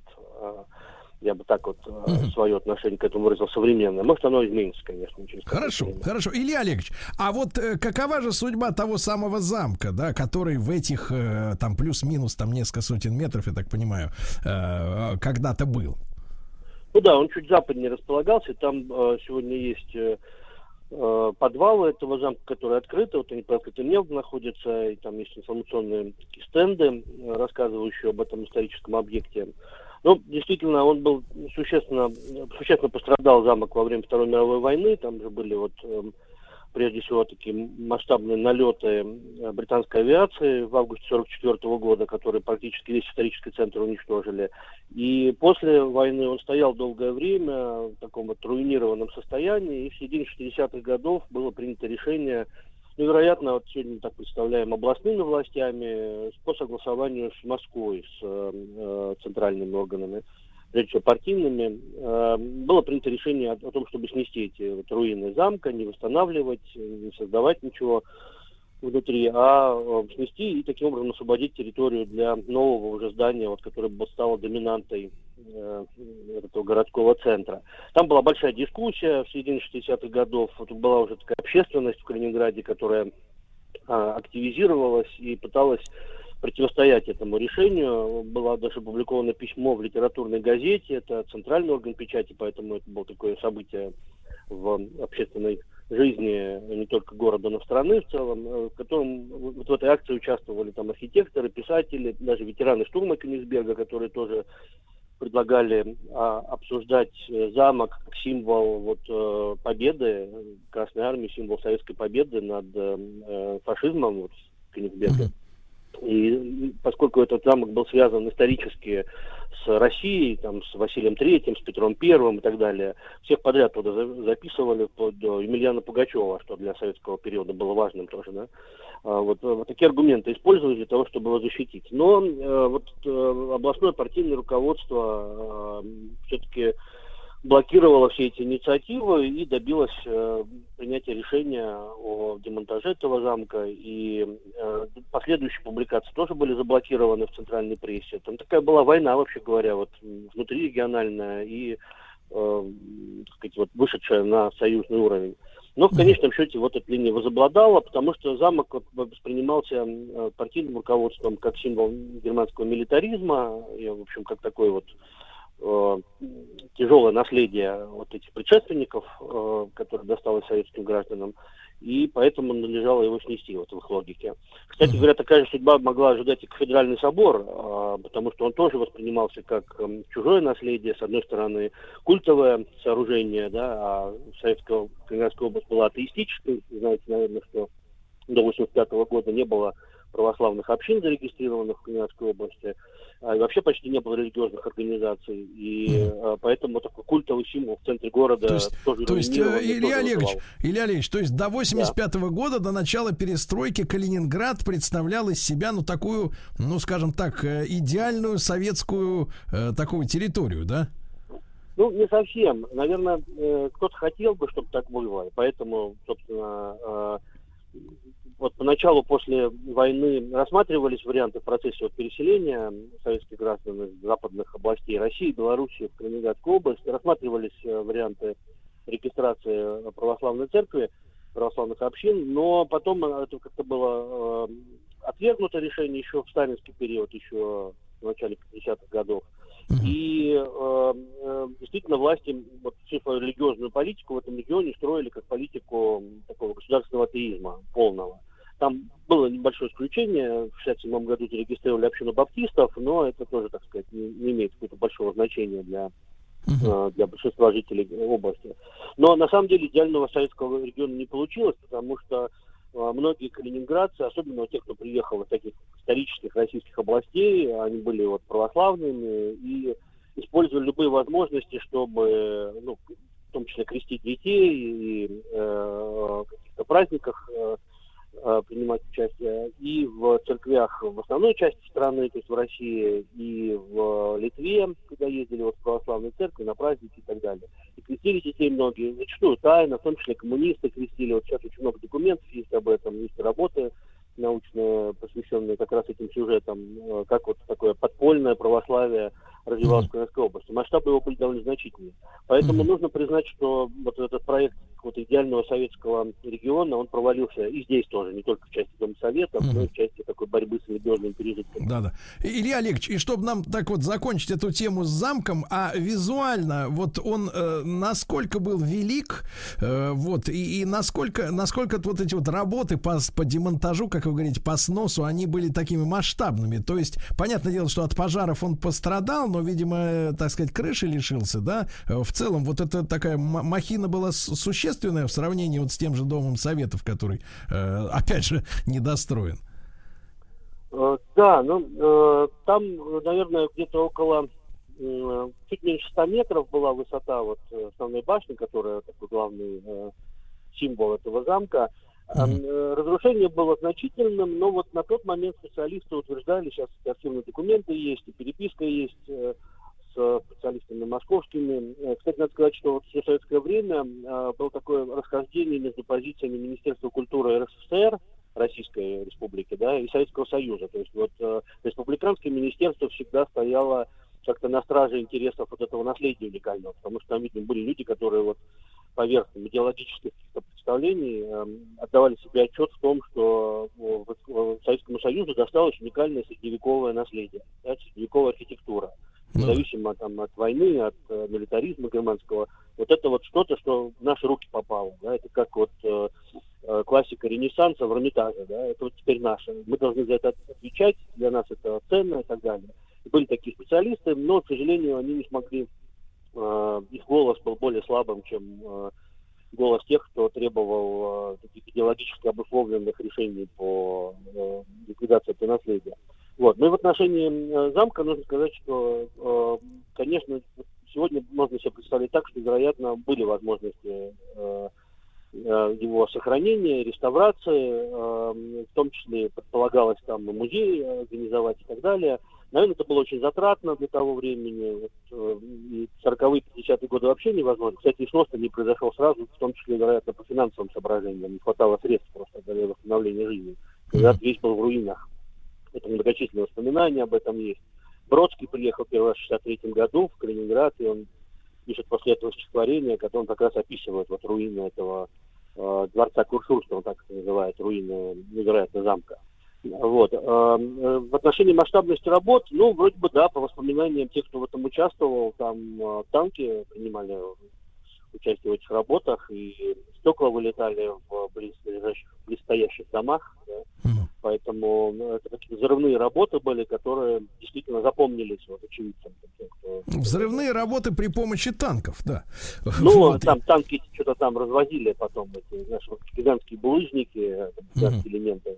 Я бы так вот uh-huh. свое отношение к этому выразил, современное. Может, оно изменится, конечно. Через хорошо, хорошо. Илья Олегович, а вот э, какова же судьба того самого замка, да, который в этих, э, там, плюс-минус, там, несколько сотен метров, я так понимаю, э, когда-то был? Ну да, он чуть западнее располагался. Там э, сегодня есть э, подвалы этого замка, которые открыты. Вот они под открытым небом находятся, и там есть информационные стенды, рассказывающие об этом историческом объекте. Ну, действительно, он был существенно, существенно пострадал замок во время Второй мировой войны. Там же были вот, э, прежде всего, такие масштабные налеты британской авиации в августе сорок четвёртого года, которые практически весь исторический центр уничтожили. И после войны он стоял долгое время в таком вот руинированном состоянии. И в середине шестидесятых годов было принято решение, ну, вероятно, вот сегодня мы так представляем, областными властями по согласованию с Москвой, с э, центральными органами, прежде всего партийными, э, было принято решение о, о том, чтобы снести эти вот руины замка, не восстанавливать, не создавать ничего внутри, а снести и таким образом освободить территорию для нового уже здания, вот, которое бы стало доминантой э, этого городского центра. Там была большая дискуссия в середине шестидесятых годов. Вот была уже такая общественность в Калининграде, которая э, активизировалась и пыталась противостоять этому решению. Было даже опубликовано письмо в литературной газете, это центральный орган печати, поэтому это было такое событие в общественной жизни не только города, но и страны в целом, в котором вот в этой акции участвовали там архитекторы, писатели, даже ветераны штурма Кёнигсберга, которые тоже предлагали а, обсуждать замок как символ вот, э, победы Красной Армии, символ советской победы над э, фашизмом вот, Кёнигсберга. И поскольку этот замок был связан исторически с Россией, там, с Василием Третьим, с Петром Первым и так далее, всех подряд туда записывали под Емельяна Пугачева, что для советского периода было важным тоже, да. Вот, вот такие аргументы использовали для того, чтобы его защитить. Но э, вот э, областное партийное руководство э, все-таки блокировала все эти инициативы и добилась э, принятия решения о демонтаже этого замка. И э, последующие публикации тоже были заблокированы в центральной прессе. Там такая была война, вообще говоря, вот внутрирегиональная и э, так сказать, вот, вышедшая на союзный уровень. Но в конечном счете вот эта линия возобладала, потому что замок вот, воспринимался э, партийным руководством как символ германского милитаризма, и, в общем, как такой вот э, тяжелое наследие вот этих предшественников, э, которое досталось советским гражданам, и поэтому надлежало его снести вот в их логике. Кстати говоря, такая же судьба могла ожидать и Кафедральный собор, э, потому что он тоже воспринимался как э, чужое наследие, с одной стороны, культовое сооружение, да, а советская Калининградская область была атеистической, знаете, наверное, что до восемьдесят пятого года не было православных общин, зарегистрированных в Калининградской области, а вообще почти не было религиозных организаций, и mm. поэтому такой культовый символ в центре города. То есть, тоже то есть Илья Олегович, Илья Олегович, то есть до восемьдесят пятого да. года, до начала перестройки, Калининград представлял из себя, ну, такую, ну, скажем так, идеальную советскую э, такую территорию, да? Ну, не совсем. Наверное, э, кто-то хотел бы, чтобы так было, поэтому, собственно, э, вот поначалу после войны рассматривались варианты в процессе вот переселения советских граждан из западных областей России, Белоруссии в Калининградскую область. Рассматривались варианты регистрации православной церкви, православных общин, но потом это как-то было э, отвергнуто решение еще в сталинский период, еще в начале пятидесятых годов. И э, э, действительно власти вот, всю свою религиозную политику в этом регионе строили как политику такого государственного атеизма полного. Там было небольшое исключение, в шестьдесят седьмом году зарегистрировали общину баптистов, но это тоже, так сказать, не, не имеет какого-то большого значения для, э, для большинства жителей области. Но на самом деле идеального советского региона не получилось, потому что многие калининградцы, особенно те, кто приехал из таких исторических российских областей, они были вот православными и использовали любые возможности, чтобы, ну, в том числе крестить детей и э, в каких-то праздниках э, э, принимать участие и в церквях в основной части страны, то есть в России, и в Литве, когда ездили вот в православные церкви на праздники и так далее. И крестили детей многие, зачастую тайно, в том числе коммунисты крестили. Вот сейчас очень много документов есть об этом, есть работы научные, посвященные как раз этим сюжетам, как вот такое подпольное православие развивалось в Калининградской области. Масштабы его были довольно значительные. Поэтому mm-hmm. нужно признать, что вот этот проект вот идеального советского региона, он провалился и здесь тоже, не только в части Дома Советов, mm-hmm. но и в части такой борьбы с религиозными пережитками. Да-да. Илья Олегович, и чтобы нам так вот закончить эту тему с замком, а визуально вот он э, насколько был велик, э, вот, и, и насколько, насколько вот эти вот работы по, по демонтажу, как вы говорите, по сносу, они были такими масштабными. То есть, понятное дело, что от пожаров он пострадал, но, видимо, так сказать, крыши лишился, да? В целом, вот эта такая махина была существенная в сравнении вот с тем же Домом Советов, который, э, опять же, недостроен. Да, ну, там, наверное, где-то около э, чуть меньше ста метров была высота вот основной башни, которая такой главный э, символ этого замка. Mm-hmm. Разрушение было значительным, но вот на тот момент специалисты утверждали, сейчас архивные документы есть, и переписка есть э, с специалистами московскими. Э, кстати, надо сказать, что вот все советское время э, было такое расхождение между позициями Министерства культуры эр эс эс эр Российской Республики, да, и Советского Союза. То есть вот э, республиканское министерство всегда стояло как-то на страже интересов вот этого наследия уникального, потому что там, видимо, были люди, которые вот поверх идеологических представлений э, отдавали себе отчет в том, что э, Советскому Союзу досталось уникальное средневековое наследие, да, средневековая архитектура, независимо там, от войны, от э, милитаризма германского. Вот это вот что-то, что в наши руки попало. Да, это как вот э, э, классика Ренессанса в Эрмитаже. Да, это вот теперь наше. Мы должны за это отвечать, для нас это ценно и так далее. И были такие специалисты, но, к сожалению, они не смогли, э, их голос был более слабым, чем э, голос тех, кто требовал э, таких идеологически обусловленных решений по э, ликвидации этого наследия. Вот. Ну и в отношении э, замка нужно сказать, что, э, конечно, сегодня можно себе представить так, что, вероятно, были возможности э, э, его сохранения, реставрации, э, в том числе предполагалось там музей организовать и так далее. Наверное, это было очень затратно для того времени. Вот, э, и сороковые, пятидесятые годы вообще невозможно. Кстати, и снос не произошел сразу, в том числе, вероятно, по финансовым соображениям. Не хватало средств просто для восстановления жизни. Когда весь был в руинах. Это многочисленные воспоминания об этом есть. Бродский приехал первый раз в шестьдесят третьем году в Калининград, и он пишет после этого стихотворение, которое он как раз описывает вот руины этого э, дворца Куршурского, он так это называет, руины, невероятно, замка. Вот. Э, в отношении масштабности работ, ну, вроде бы, да, по воспоминаниям тех, кто в этом участвовал, там э, танки принимали участие в этих работах, и стекла вылетали в близлежащих, близстоящих домах, да. Поэтому ну, это такие взрывные работы были, которые действительно запомнились вот очевидцам. Кто... Взрывные работы при помощи танков, да. Ну, вот. Там танки что-то там развозили потом, эти, знаешь, вот гигантские булыжники, гигантские mm-hmm. элементы.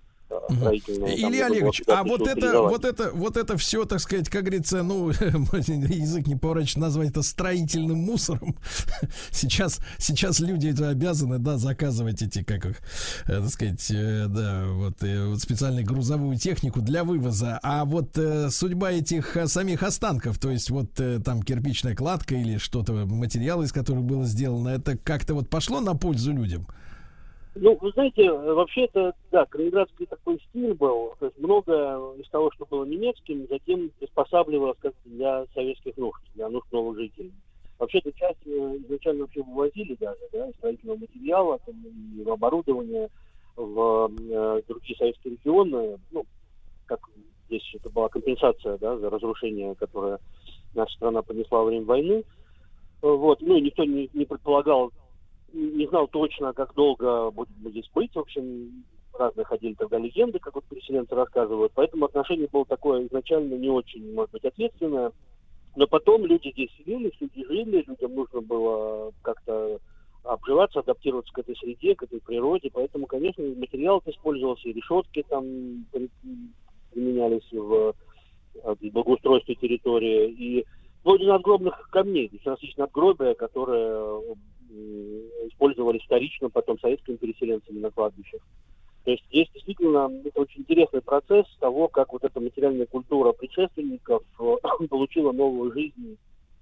Илья Олегович, а вот это, вот это, вот это все, так сказать, как говорится, ну, язык не поворачивается назвать это строительным мусором. Сейчас, сейчас люди это обязаны, да, заказывать эти, как их, так сказать, да, вот, вот специальную грузовую технику для вывоза. А вот э, судьба этих самих останков, то есть вот э, там кирпичная кладка или что-то, материал, из которых было сделано, это как-то вот пошло на пользу людям? Ну, вы знаете, вообще это, да, калининградский такой стиль был, то есть много из того, что было немецким, затем приспосабливалось как для советских нужд, для нужд новых жителей. Вообще эту часть изначально вообще вывозили даже, да, строительного материала, там, и оборудования в э, другие советские регионы, ну, как здесь это была компенсация, да, за разрушение, которое наша страна понесла во время войны. Вот, ну, и никто не, не предполагал, не знал точно, как долго будет здесь быть. В общем, разные ходили тогда легенды, как вот переселенцы рассказывают. Поэтому отношение было такое изначально не очень, может быть, ответственное. Но потом люди здесь селились, люди жили, людям нужно было как-то обживаться, адаптироваться к этой среде, к этой природе. Поэтому, конечно, материал использовался, и решетки там применялись в, в благоустройстве территории. И вплоть до надгробных камней. Здесь у нас есть надгробия, которые использовались вторично потом советскими переселенцами на кладбищах. То есть здесь действительно это очень интересный процесс того, как вот эта материальная культура предшественников получила новую жизнь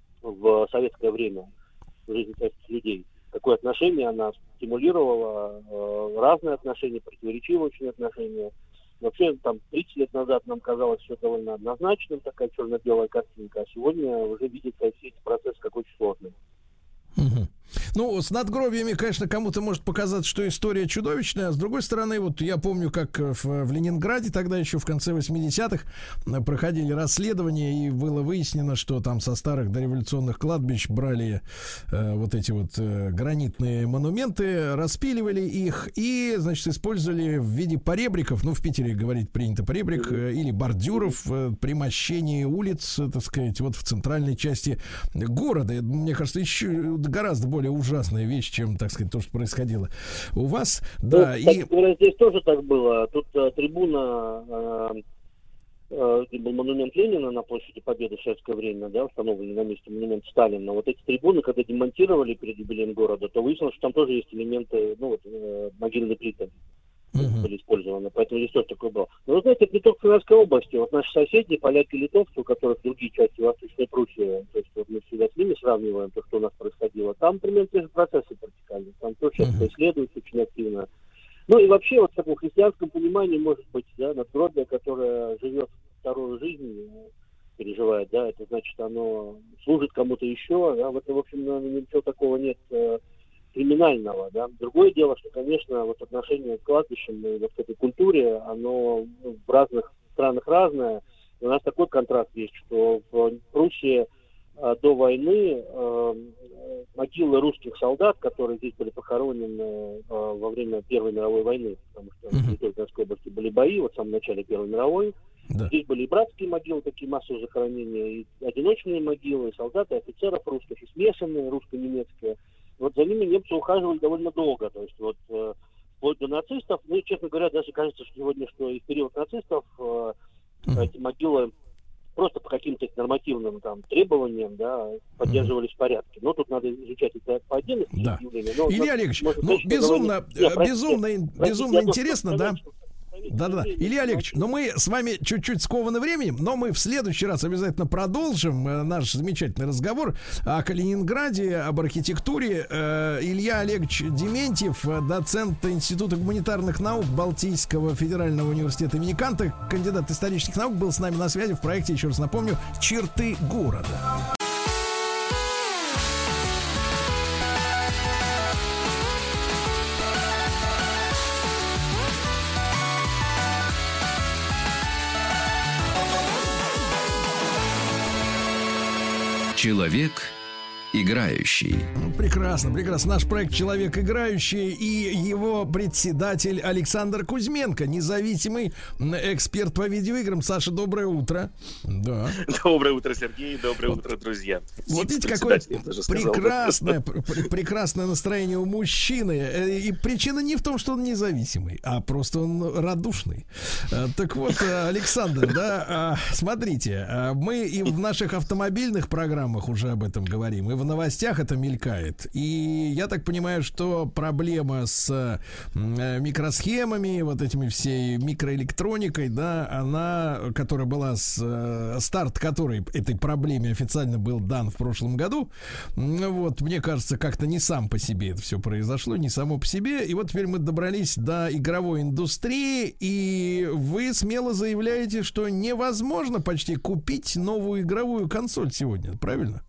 в советское время, в жизни советских людей. Какое отношение она стимулировала, э, разные отношения, противоречивые очень отношения. Вообще, там, тридцать лет назад нам казалось все довольно однозначным, такая черно-белая картинка, а сегодня уже видится все эти процессы как очень сложные. Угу. Ну, с надгробиями, конечно, кому-то может показаться, что история чудовищная, а с другой стороны, вот я помню, как в, в Ленинграде тогда еще в конце восьмидесятых проходили расследования, и было выяснено, что там со старых дореволюционных кладбищ брали э, вот эти вот э, гранитные монументы, распиливали их и, значит, использовали в виде поребриков, ну, в Питере, говорить принято, поребрик, э, или бордюров э, при мощении улиц, э, так сказать, вот в центральной части города. Мне кажется, еще гораздо более ужасная вещь, чем, так сказать, то, что происходило у вас. Да, ну, и... говоря, здесь тоже так было. Тут а, трибуна, а, а, где был монумент Ленина на площади Победы в советское время, да, установленный на месте монумента Сталина. Вот эти трибуны, когда демонтировали перед юбилеем города, то выяснилось, что там тоже есть элементы, ну, вот, э, могильной плиты. Uh-huh. были использованы, поэтому здесь тоже такое было. Но вы знаете, это не только в Калининградской области. Вот наши соседи, поляки и литовцы, у которых другие части Восточной Пруссии, то есть вот мы всегда с ними сравниваем то, что у нас происходило, там примерно те же процессы протекали. Там тоже uh-huh. исследуется очень активно. Ну и вообще вот в таком христианском понимании может быть, да, надгробие, которое живет вторую жизнь, переживает, да, это значит, оно служит кому-то еще, да, в этом, в общем, ничего такого нет э, криминального, да. Другое дело, что, конечно, вот отношение к кладбищам и вот к этой культуре, оно ну, в разных странах разное. У нас такой контраст есть, что в Пруссии э, до войны э, могилы русских солдат, которые здесь были похоронены э, во время Первой мировой войны, потому что в Ленинградской области были бои, вот в самом начале Первой мировой. Да. Здесь были и братские могилы, такие массовые захоронения, и одиночные могилы, и солдаты, и офицеров русских, и смешанные, русско-немецкие. Вот за ними немцы ухаживали довольно долго. То есть вот э, вплоть до нацистов, ну и, честно говоря, даже кажется, что сегодня, что и в период нацистов э, mm-hmm. эти могилы просто по каким-то нормативным там требованиям, да, поддерживались mm-hmm. в порядке. Но тут надо изучать это по отдельности. Да. Но, Илья Олегович, ну, безумно, Нет, безумно, простите, безумно простите, интересно, да? Да-да-да. Илья Олегович, но мы с вами чуть-чуть скованы временем, но мы в следующий раз обязательно продолжим э, наш замечательный разговор о Калининграде, об архитектуре. Э, Илья Олегович Дементьев, доцент Института гуманитарных наук Балтийского федерального университета имени Канта, кандидат исторических наук, был с нами на связи в проекте, еще раз напомню, «Черты города». Человек играющий. Прекрасно, прекрасно. Наш проект «Человек играющий» и его председатель Александр Кузьменко, независимый эксперт по видеоиграм. Саша, доброе утро. Да. Доброе утро, Сергей. Доброе утро, друзья. Вот видите, какое прекрасное, прекрасное настроение у мужчины. И причина не в том, что он независимый, а просто он радушный. Так вот, Александр, да, смотрите, мы и в наших автомобильных программах уже об этом говорим, и в новостях это мелькает. И я так понимаю, что проблема с микросхемами, вот этими всей микроэлектроникой, да, она, которая была с старт которой этой проблеме официально был дан в прошлом году. Вот, мне кажется, как-то не сам по себе это все произошло, не само по себе. И вот теперь мы добрались до игровой индустрии, и вы смело заявляете, что невозможно почти купить новую игровую консоль сегодня, правильно?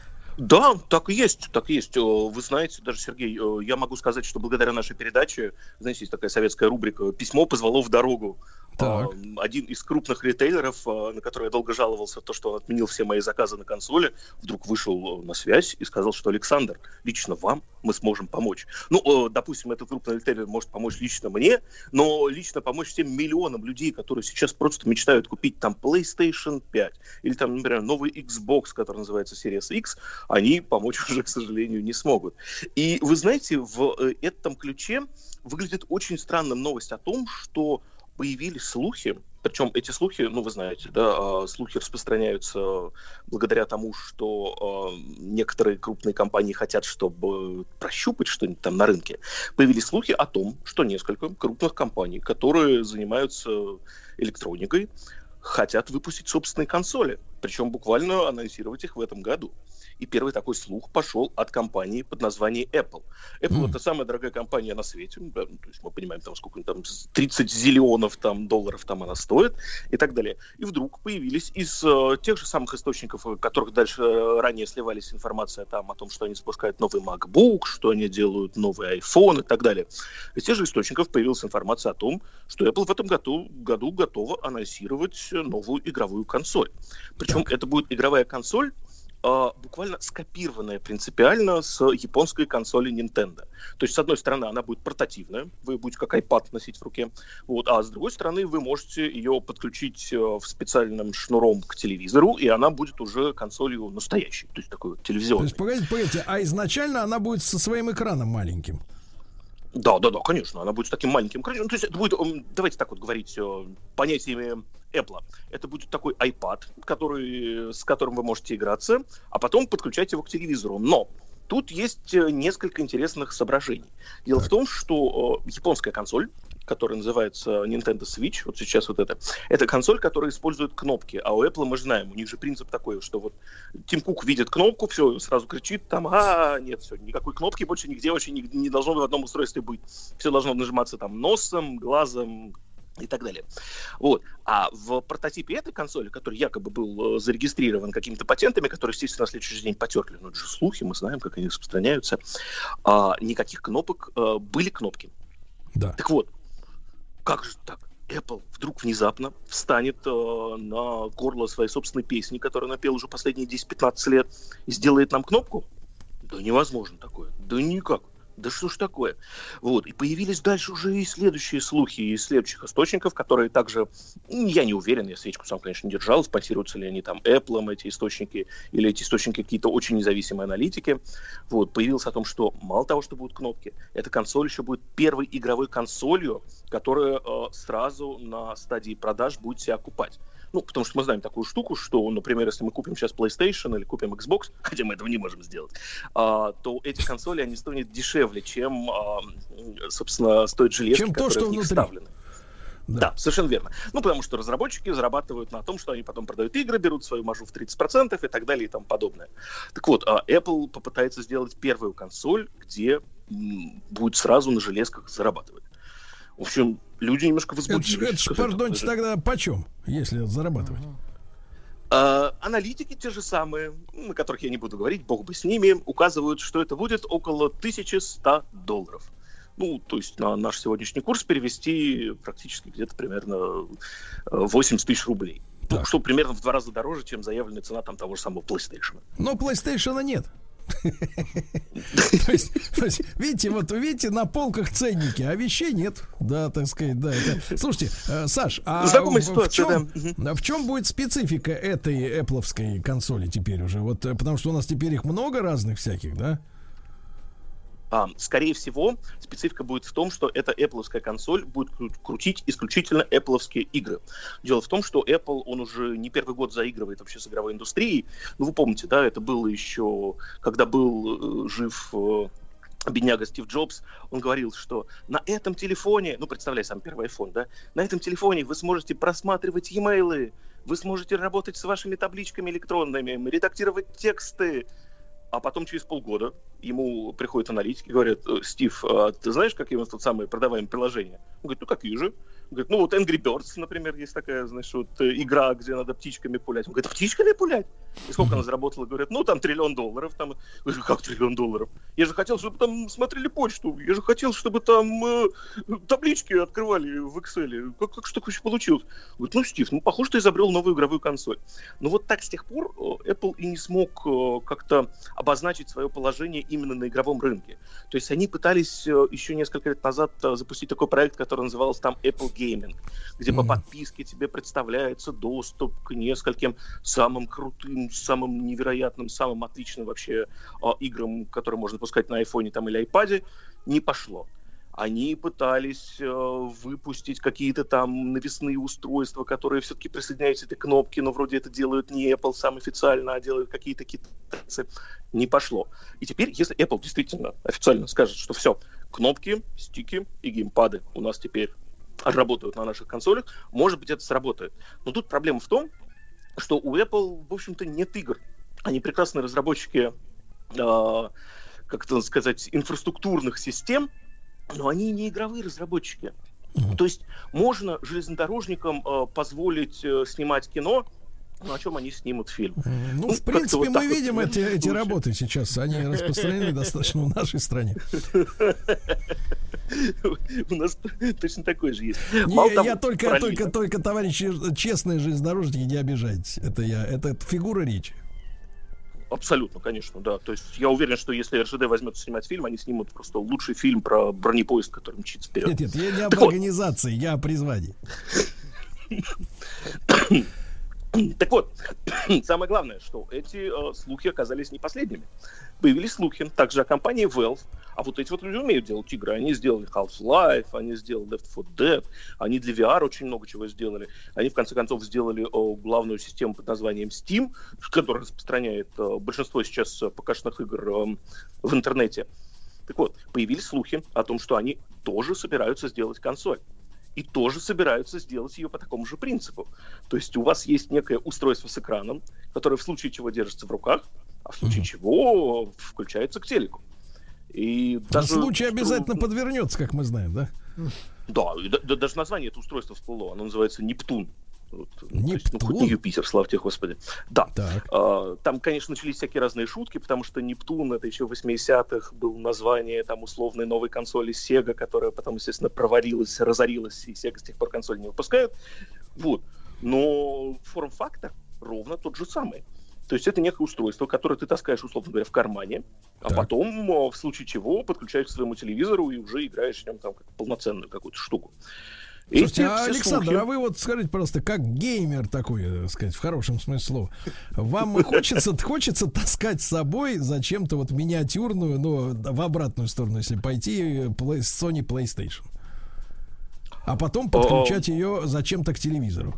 Да, так и есть, так и есть. Вы знаете, даже, Сергей, я могу сказать, что благодаря нашей передаче, знаете, есть такая советская рубрика «Письмо позвало в дорогу». Так. Один из крупных ритейлеров, на который я долго жаловался, то, что он отменил все мои заказы на консоли, вдруг вышел на связь и сказал, что Александр, лично вам мы сможем помочь. Ну, допустим, этот крупный ритейлер может помочь лично мне, но лично помочь всем миллионам людей, которые сейчас просто мечтают купить там PlayStation пять или там, например, новый Xbox, который называется Series X, они помочь уже, к сожалению, не смогут. И вы знаете, в этом ключе выглядит очень странным новость о том, что появились слухи, причем эти слухи, ну, вы знаете, да, слухи распространяются благодаря тому, что э, некоторые крупные компании хотят, чтобы прощупать что-нибудь там на рынке. Появились слухи о том, что несколько крупных компаний, которые занимаются электроникой, хотят выпустить собственные консоли, причем буквально анонсировать их в этом году. И первый такой слух пошел от компании под названием Apple. Apple mm. это самая дорогая компания на свете. Да, ну, то есть мы понимаем, там, сколько там, тридцать зиллионов там, долларов там она стоит и так далее. И вдруг появились из э, тех же самых источников, в которых дальше э, ранее сливались информация там, о том, что они запускают новый MacBook, что они делают новый iPhone и так далее. Из тех же источников появилась информация о том, что Apple в этом году, году готова анонсировать новую игровую консоль. Причем так. это будет игровая консоль, Uh, буквально скопированная принципиально с японской консоли Nintendo. То есть, с одной стороны, она будет портативная, вы будете как iPad носить в руке, вот, а с другой стороны, вы можете ее подключить uh, в специальным шнуром к телевизору, и она будет уже консолью настоящей, то есть такой вот телевизионной. То есть, погодите, погодите, а изначально она будет со своим экраном маленьким? Да, да, да, конечно, она будет с таким маленьким экраном. То есть это будет, давайте так вот говорить, понятиями Apple. Это будет такой iPad, который, с которым вы можете играться, а потом подключать его к телевизору. Но тут есть несколько интересных соображений. Дело так. в том, что э, японская консоль, которая называется Nintendo Switch, вот сейчас вот это, это консоль, которая использует кнопки, а у Apple мы же знаем, у них же принцип такой, что вот Тим Кук видит кнопку, все, сразу кричит там, а нет, все, никакой кнопки больше нигде вообще не, не должно в одном устройстве быть, все должно нажиматься там носом, глазом и так далее. Вот. А в прототипе этой консоли, который якобы был э, зарегистрирован какими-то патентами, которые, естественно, на следующий день потерли, ну это же слухи, мы знаем, как они распространяются, а, никаких кнопок, э, были кнопки. Да. Так вот, как же так? Apple вдруг внезапно встанет э, на горло своей собственной песни, которую напел уже последние десять-пятнадцать лет, и сделает нам кнопку? Да невозможно такое. Да никак. Да что ж такое? Вот. И появились дальше уже и следующие слухи из следующих источников, которые также, я не уверен, я свечку сам, конечно, не держал, спонсируются ли они там Apple, эти источники, или эти источники какие-то очень независимые аналитики. Вот. Появилось о том, что мало того, что будут кнопки, эта консоль еще будет первой игровой консолью, которая э, сразу на стадии продаж будет себя окупать. Ну, потому что мы знаем такую штуку, что, например, если мы купим сейчас PlayStation или купим Xbox, хотя мы этого не можем сделать, а, то эти консоли, они станут дешевле, чем, а, собственно, стоит железки, чем которые то, что в них внутри вставлены. Да. да, совершенно верно. Ну, потому что разработчики зарабатывают на том, что они потом продают игры, берут свою маржу в тридцать процентов и так далее и тому подобное. Так вот, Apple попытается сделать первую консоль, где м, будет сразу на железках зарабатывать. В общем, люди немножко возбудились. Это, это пардоньте, тогда почем, если зарабатывать? А, аналитики те же самые, на которых я не буду говорить, бог бы с ними, указывают, что это будет около тысяча сто долларов. Ну, то есть на наш сегодняшний курс перевести практически где-то примерно восемьдесят тысяч рублей. Ну, что примерно в два раза дороже, чем заявленная цена там того же самого PlayStation. Но PlayStation нет. То есть, то есть, видите, вот видите, на полках ценники, а вещей нет. Да, так сказать, да. Это... Слушайте, э, Саш, а в, ситуация, в, чем, да. в чем будет специфика этой Apple-овской консоли теперь уже? Вот, потому что у нас теперь их много разных всяких, да? А, скорее всего, специфика будет в том, что эта Apple-овская консоль будет крутить исключительно Apple-овские игры. Дело в том, что Apple, он уже не первый год заигрывает вообще с игровой индустрией. Ну, вы помните, да, это было еще, когда был э, жив э, бедняга Стив Джобс, он говорил, что на этом телефоне, ну, представляй сам первый iPhone, да, на этом телефоне вы сможете просматривать e-mail, вы сможете работать с вашими табличками электронными, редактировать тексты. А потом через полгода ему приходят аналитики и говорят: Стив, а ты знаешь, какие у нас тут самые продаваемые приложения? Он говорит: ну какие же? Он говорит: ну вот Angry Birds, например, есть такая, знаешь, вот игра, где надо птичками пулять. Он говорит: птичками пулять? И сколько она заработала? Говорят: ну там триллион долларов. Там... Я говорю: как триллион долларов? Я же хотел, чтобы там смотрели почту. Я же хотел, чтобы там э, таблички открывали в Excel. Как, как что вообще получилось? Говорит: ну, Стив, ну похоже, ты изобрел новую игровую консоль. Но вот так с тех пор Apple и не смог э, как-то обозначить свое положение именно на игровом рынке. То есть они пытались э, еще несколько лет назад э, запустить такой проект, который назывался там Apple Gaming, где mm-hmm. по подписке тебе представляется доступ к нескольким самым крутым, самым невероятным, самым отличным вообще э, играм, которые можно пускать на айфоне там, или айпаде. Не пошло. Они пытались э, выпустить какие-то там навесные устройства, которые все-таки присоединяются к этой кнопке, но вроде это делают не Apple сам официально, а делают какие-то китайцы. Не пошло. И теперь, если Apple действительно официально скажет, что все, кнопки, стики и геймпады у нас теперь работают на наших консолях, может быть, это сработает. Но тут проблема в том, что у Apple, в общем-то, нет игр. Они прекрасные разработчики, э, как это сказать, инфраструктурных систем, но они не игровые разработчики. Mm-hmm. То есть можно железнодорожникам э, позволить э, снимать кино, но о чем они снимут фильм? Mm-hmm. Ну, ну, в принципе, вот мы видим вот, эти, эти работы сейчас. Они распространены достаточно в нашей стране. У нас точно такой же есть. Я только, только, только, товарищи, честные железнодорожники, не обижайтесь. Это я, это фигура речи. Абсолютно, конечно, да. То есть я уверен, что если эр жэ дэ возьмет снимать фильм, они снимут просто лучший фильм про бронепоезд, который мчится вперед. Нет, нет, я не об так организации, вот. Я о призвании. Так вот, самое главное, что эти э, слухи оказались не последними. Появились слухи также о компании Valve. А вот эти вот люди умеют делать игры. Они сделали Half-Life, они сделали Left four Dead, они для ви ар очень много чего сделали. Они, в конце концов, сделали о, главную систему под названием Steam, которая распространяет о, большинство сейчас ПК-шных игр о, в интернете. Так вот, появились слухи о том, что они тоже собираются сделать консоль. и тоже собираются сделать ее по такому же принципу. То есть у вас есть некое устройство с экраном, которое в случае чего держится в руках, а в случае mm-hmm. чего включается к телеку. И даже случай обязательно что... подвернется, как мы знаем, да? Да, да, да, даже название этого устройства всплыло. Оно называется Нептун. Вот, Нептун? Есть, ну, хоть не Юпитер, слава тебе, Господи. Да. А, там, конечно, начались всякие разные шутки, потому что Нептун, это еще в восьмидесятых был название там условной новой консоли Sega, которая потом, естественно, проварилась, разорилась, и Sega с тех пор консоль не выпускают. Вот. Но форм-фактор ровно тот же самый. То есть это некое устройство, которое ты таскаешь, условно говоря, в кармане, а так. потом, в случае чего, подключаешь к своему телевизору и уже играешь в нем там как полноценную какую-то штуку. Слушайте, а, Александр, слухи... а вы вот скажите, пожалуйста, как геймер такой, так сказать, в хорошем смысле слова, вам хочется, хочется таскать с собой зачем-то вот миниатюрную, но в обратную сторону, если пойти, Sony PlayStation, а потом подключать ее зачем-то к телевизору?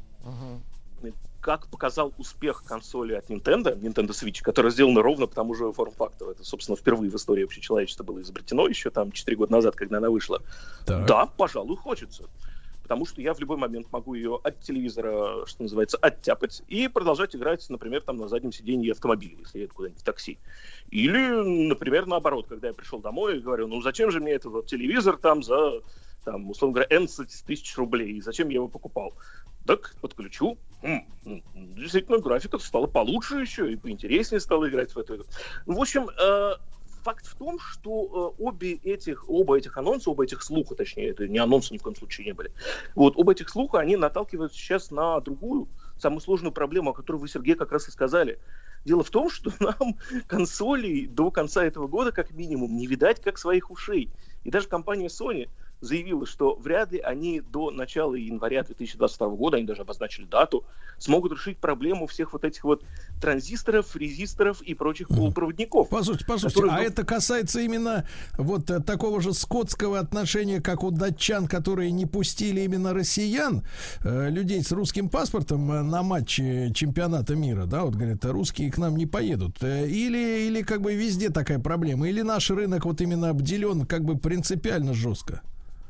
Как показал успех консоли от Nintendo, Nintendo Switch, которая сделана ровно по тому же форм-фактору. Это, собственно, впервые в истории вообще человечества было изобретено еще там четыре года назад, когда она вышла. Так. Да, пожалуй, хочется. Потому что я в любой момент могу ее от телевизора, что называется, оттяпать и продолжать играть, например, там на заднем сиденье автомобиля, если я еду куда-нибудь в такси. Или, например, наоборот, когда я пришел домой и говорю, ну зачем же мне этот вот телевизор там за, там, условно говоря, энадцать тысяч рублей, зачем я его покупал? Так, подключу. М-м, действительно, графика стала получше еще, и поинтереснее стала играть в эту игру. В общем, э, факт в том, что э, обе этих, оба этих анонса, оба этих слуха, точнее, это не анонсы ни в коем случае не были, вот, оба этих слуха, они наталкиваются сейчас на другую, самую сложную проблему, о которой вы, Сергей, как раз и сказали. Дело в том, что нам консолей до конца этого года, как минимум, не видать как своих ушей. И даже компания Sony заявила, что вряд ли они до начала января две тысячи двадцать второго года, они даже обозначили дату, смогут решить проблему всех вот этих вот транзисторов, резисторов и прочих полупроводников. Послушайте, послушайте, которые... а это касается именно вот такого же скотского отношения, как у датчан, которые не пустили именно россиян, э, людей с русским паспортом на матчи чемпионата мира, да, вот говорят, русские к нам не поедут. Или, или как бы везде такая проблема, или наш рынок вот именно обделен как бы принципиально жестко?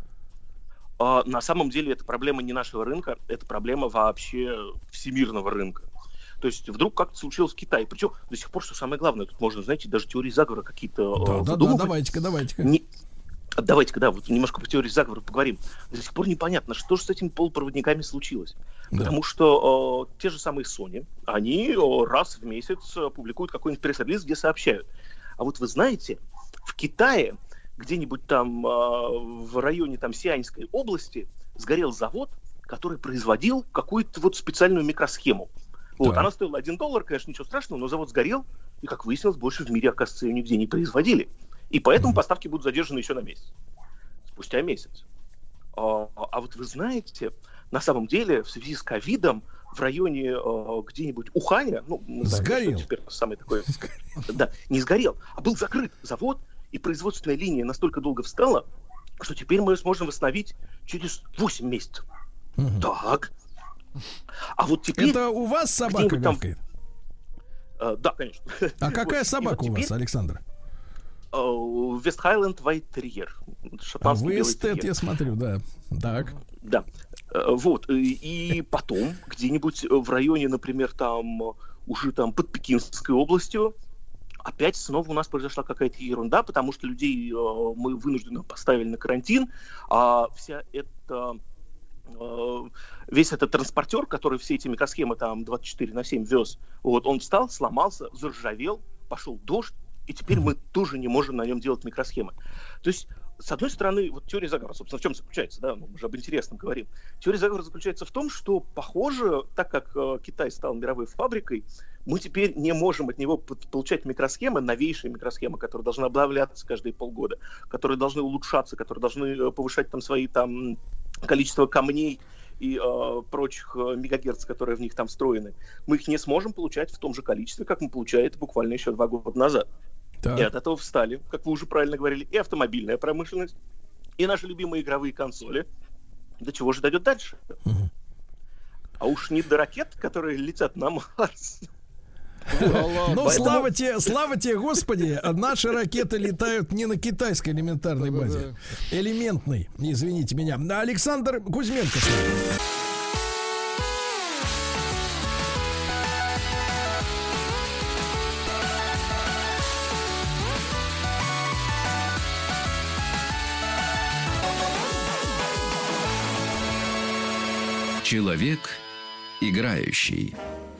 Uh, на самом деле это проблема не нашего рынка, это проблема вообще всемирного рынка. То есть вдруг как-то случилось в Китае. Причем до сих пор, что самое главное, тут можно, знаете, даже теории заговора какие-то да, uh, да, да, давайте-ка, давайте-ка. Не... Давайте-ка, да, вот немножко по теории заговора поговорим. До сих пор непонятно, что же с этими полупроводниками случилось. Да. Потому что uh, те же самые Sony, они uh, раз в месяц uh, публикуют какой-нибудь пресс-релиз, где сообщают. А вот вы знаете, в Китае где-нибудь там э, в районе там Сианьской области сгорел завод, который производил какую-то вот специальную микросхему. Вот, она стоила один доллар, конечно, ничего страшного, но завод сгорел, и, как выяснилось, больше в мире, оказывается, ее нигде не производили. И поэтому поставки будут задержаны еще на месяц. Спустя месяц. А, а вот вы знаете, на самом деле, в связи с ковидом в районе э, где-нибудь Уханя, ну, мы знаем, сгорел. Что теперь самый такой... Да, не сгорел, а был закрыт завод, и производственная линия настолько долго встала, что теперь мы ее сможем восстановить через восемь месяцев. Угу. Так. А вот теперь... Это у вас собака гавкает? Там... А, да, конечно. А какая вот. собака вот теперь... у вас, Александр? Вест-Хайленд Вайт-терьер. А Вест-Эд, я смотрю, да. Так. Да. Вот. И потом где-нибудь в районе, например, там уже там под Пекинской областью опять снова у нас произошла какая-то ерунда, потому что людей э, мы вынужденно поставили на карантин, а вся эта, э, весь этот транспортер, который все эти микросхемы там двадцать четыре на семь вез, вот, он встал, сломался, заржавел, пошел дождь, и теперь мы тоже не можем на нем делать микросхемы. То есть, с одной стороны, вот теория заговора, собственно, в чем заключается, да, мы уже об интересном говорим. Теория заговора заключается в том, что, похоже, так как э, Китай стал мировой фабрикой, мы теперь не можем от него получать микросхемы, новейшие микросхемы, которые должны обновляться каждые полгода, которые должны улучшаться, которые должны повышать там свои там количество камней и э, прочих э, мегагерц, которые в них там встроены. Мы их не сможем получать в том же количестве, как мы получали это буквально еще два года назад. Так. И от этого встали, как вы уже правильно говорили, и автомобильная промышленность, и наши любимые игровые консоли. До чего же дойдет дальше? Угу. А уж не до ракет, которые летят на Марс. Но слава тебе, слава тебе, Господи, наши ракеты летают не на китайской элементарной базе. Элементной, извините меня. Александр Кузьменко. Человек играющий.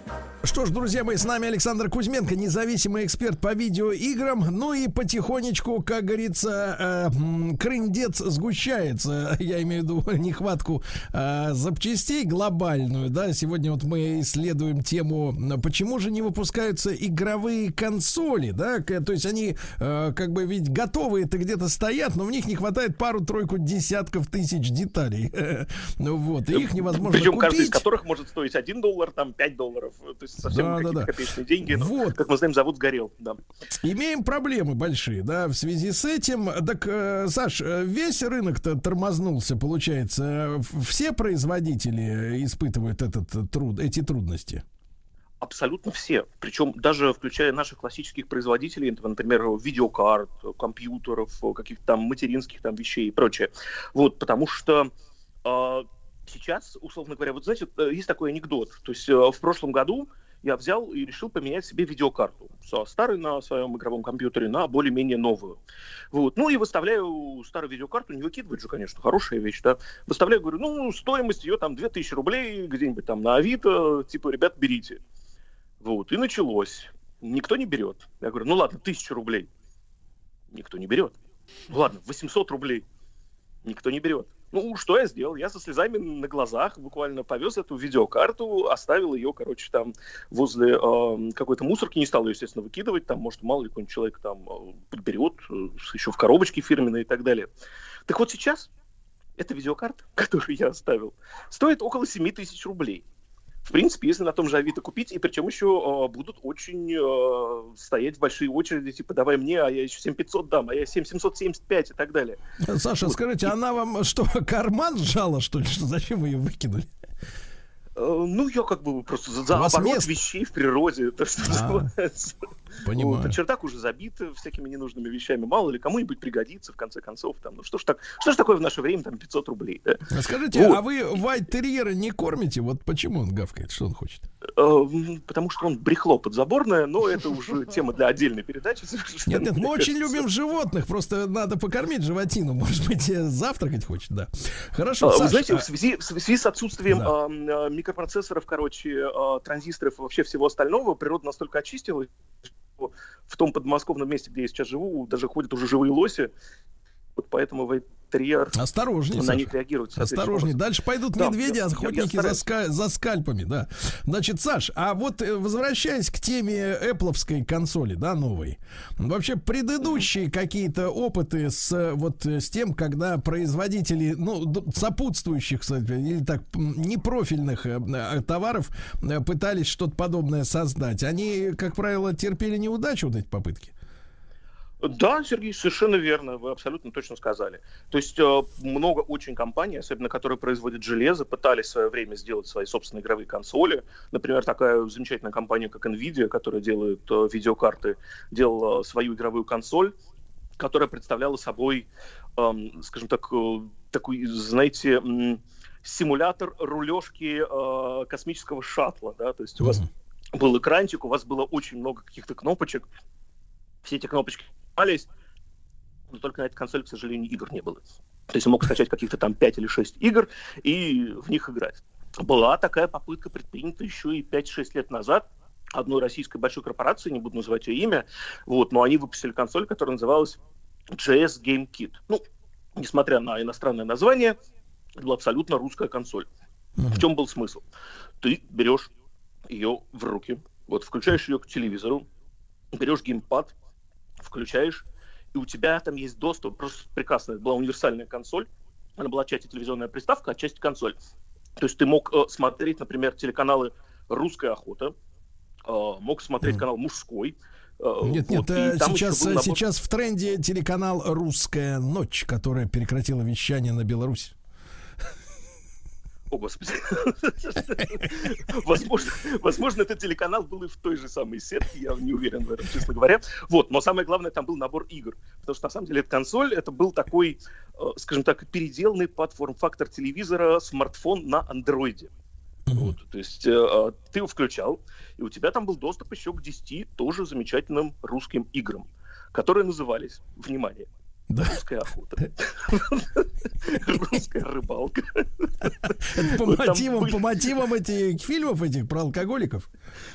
Что ж, друзья мои, с нами Александр Кузьменко, независимый эксперт по видеоиграм. Ну и потихонечку, как говорится, э, крындец сгущается. Я имею в виду нехватку э, запчастей глобальную. Да, сегодня вот мы исследуем тему, почему же не выпускаются игровые консоли. Да, то есть они э, как бы ведь готовые-то где-то стоят, но в них не хватает пару-тройку десятков тысяч деталей. Ну вот, и их невозможно Причем купить. каждый из которых может стоить один доллар, там пять долларов. То есть совсем да, какие-то да, да. копеечные деньги. Но, вот. Как мы знаем, завод сгорел. Да. Имеем проблемы большие, да, в связи с этим. Так, э, Саш, весь рынок-то тормознулся, получается. Все производители испытывают этот труд, эти трудности? Абсолютно все. Причем даже включая наших классических производителей, например, видеокарт, компьютеров, каких-то там материнских там вещей и прочее. Вот, потому что э, сейчас, условно говоря, вот знаете, есть такой анекдот. То есть э, в прошлом году я взял и решил поменять себе видеокарту со старой на своем игровом компьютере на более-менее новую. Вот. Ну и выставляю старую видеокарту, не выкидывать же, конечно, хорошая вещь, да. Выставляю, говорю, ну, стоимость ее там две тысячи рублей, где-нибудь там на Авито, типа, ребят, берите. Вот. И началось. Никто не берет. Я говорю, ну ладно, тысячу рублей. Никто не берет. Ладно, восемьсот рублей. Никто не берет. Ну, что я сделал? Я со слезами на глазах буквально повез эту видеокарту, оставил ее, короче, там возле э, какой-то мусорки, не стал ее, естественно, выкидывать, там, может, мало ли какой-нибудь человек там э, подберет, э, еще в коробочке фирменной и так далее. Так вот сейчас эта видеокарта, которую я оставил, стоит около семь тысяч рублей. В принципе, если на том же Авито купить, и причем еще э, будут очень э, стоять в большие очереди, типа, давай мне, а я еще семь тысяч пятьсот дам, а я семь тысяч семьсот семьдесят пять и так далее. Саша, вот. Скажите, она вам что, карман сжала, что ли? Зачем вы ее выкинули? Ну, я как бы просто за оборот вещей в природе. То, что называется. Понимаю. Вот, чердак уже забит всякими ненужными вещами. Мало ли, кому-нибудь пригодится, в конце концов. Там, ну, что ж, так, что ж такое в наше время, там, пятьсот рублей. Да? А скажите, вот. А вы вайт-терьера не кормите? Вот почему он гавкает? Что он хочет? Потому что он брехло подзаборное, но это уже тема для отдельной передачи. Нет, нет, мы очень любим животных. Просто надо покормить животину. Может быть, завтракать хочет, да. Хорошо, Вы знаете, в связи, в связи с отсутствием микропроцессоров, короче, транзисторов и вообще всего остального, природа настолько очистилась, что в том подмосковном месте, где я сейчас живу, даже ходят уже живые лоси. Вот поэтому вайт-терьер осторожней, на них реагирует. Осторожней. Дальше пойдут да, медведи, я, охотники я, я за, ска- за скальпами, да. Значит, Саш, а вот возвращаясь к теме Apple-овской консоли, да, новой, вообще предыдущие mm-hmm. какие-то опыты с вот с тем, когда производители, ну, сопутствующих, кстати, или так, непрофильных э, товаров э, пытались что-то подобное создать, они, как правило, терпели неудачу, вот эти попытки? Да, Сергей, совершенно верно, вы абсолютно точно сказали. То есть э, много очень компаний, особенно которые производят железо, пытались в свое время сделать свои собственные игровые консоли. Например, такая замечательная компания, как Nvidia, которая делает э, видеокарты, делала свою игровую консоль, которая представляла собой, э, скажем так, э, такой, знаете, э, симулятор рулежки э, космического шаттла. Да? То есть у вас был экранчик, у вас было очень много каких-то кнопочек. Все эти кнопочки нажимались, но только на этой консоли, к сожалению, игр не было. То есть я мог скачать каких-то там пять или шесть игр и в них играть. Была такая попытка предпринята еще и пять-шесть лет назад одной российской большой корпорации, не буду называть ее имя, вот, но они выпустили консоль, которая называлась джей эс Game Kit. Ну, несмотря на иностранное название, это была абсолютно русская консоль. Mm-hmm. В чем был смысл? Ты берешь ее в руки, вот, включаешь ее к телевизору, берешь геймпад, включаешь, и у тебя там есть доступ, просто прекрасно, это была универсальная консоль, она была отчасти телевизионная приставка, отчасти консоль. То есть ты мог э, смотреть, например, телеканалы «Русская охота», э, мог смотреть mm. канал «Мужской». Э, нет, вот, нет, сейчас, набор... сейчас в тренде телеканал «Русская ночь», которая прекратила вещание на Беларусь. О, Господи. возможно, возможно, этот телеканал был и в той же самой сетке, я не уверен в этом, честно говоря. Вот, но самое главное, там был набор игр. Потому что, на самом деле, эта консоль, это был такой, скажем так, переделанный под форм-фактор телевизора смартфон на андроиде. Вот, то есть э, ты его включал, и у тебя там был доступ еще к десяти тоже замечательным русским играм, которые назывались, внимание, да. Русская охота, русская рыбалка. По мотивам, по мотивам этих фильмов этих про алкоголиков?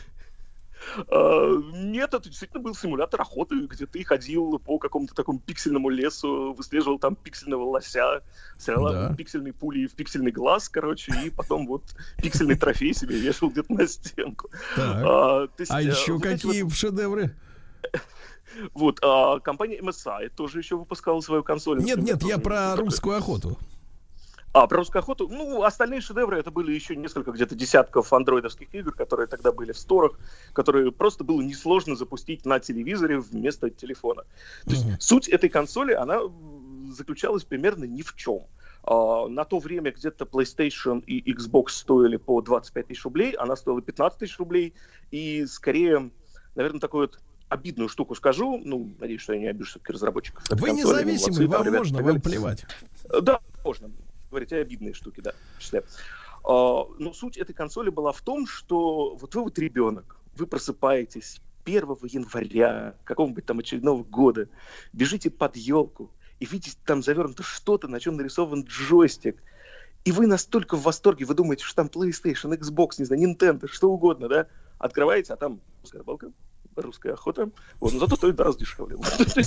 Нет, это действительно был симулятор охоты, где ты ходил по какому-то такому пиксельному лесу, выслеживал там пиксельного лося, стрелял да. пиксельной пулей в пиксельный глаз, короче, и потом вот пиксельный трофей себе вешал где-то на стенку. А, есть, а еще вот какие вот... шедевры? Вот, а, компания эм эс ай тоже еще выпускала свою консоль. Нет, нет, я про русскую охоту. А, про русскую охоту. Ну, остальные шедевры, это были еще несколько, где-то десятков андроидовских игр, которые тогда были в сторах, которые просто было несложно запустить на телевизоре вместо телефона. То есть mm-hmm. суть этой консоли, она заключалась примерно ни в чем. А, на то время где-то PlayStation и Xbox стоили по двадцать пять тысяч рублей, она стоила пятнадцать тысяч рублей, и скорее, наверное, такой вот обидную штуку скажу, ну, надеюсь, что я не обижу все-таки разработчиков. Вы независимый, вам ребята, можно, вам плевать. Да, можно. Говорить о обидные штуки, да, в числе. А, но суть этой консоли была в том, что вот вы вот ребенок, вы просыпаетесь первого января какого-нибудь там очередного года, бежите под елку и видите там завернуто что-то, на чем нарисован джойстик, и вы настолько в восторге, вы думаете, что там PlayStation, Xbox, не знаю, Nintendo, что угодно, да, открываете, а там русская рыбалка, русская охота, вот, но зато стоит раз дешевле.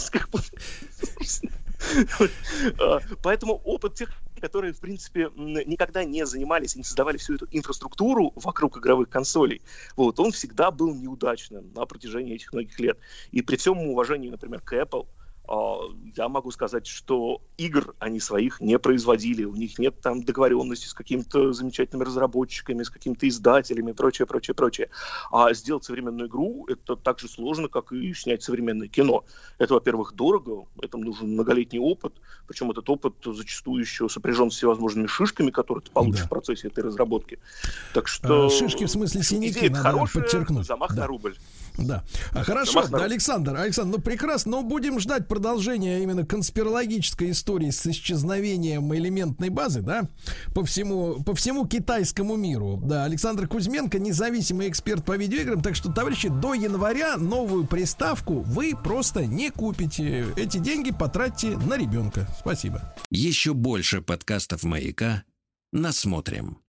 Поэтому опыт тех, которые, в принципе, никогда не занимались и не создавали всю эту инфраструктуру вокруг игровых консолей, вот, он всегда был неудачным на протяжении этих многих лет. И при всем уважении, например, к Apple, я могу сказать, что игр они своих не производили, у них нет там договоренности с какими-то замечательными разработчиками, с какими-то издателями и прочее, прочее, прочее. А сделать современную игру — это так же сложно, как и снять современное кино. Это, во-первых, дорого, этому нужен многолетний опыт, причем этот опыт зачастую еще сопряжен с всевозможными шишками, которые ты получишь да. в процессе этой разработки. Так что... Шишки в смысле синяки, надо хорошая, подчеркнуть. Замах да. на рубль. Да. А хорошо, да, Александр, Александр, ну прекрасно, но будем ждать продолжения именно конспирологической истории с исчезновением элементной базы, да, по всему, по всему китайскому миру. Да, Александр Кузьменко, независимый эксперт по видеоиграм, так что, товарищи, до января новую приставку вы просто не купите. Эти деньги потратьте на ребенка. Спасибо. Еще больше подкастов «Маяка» насмотрим.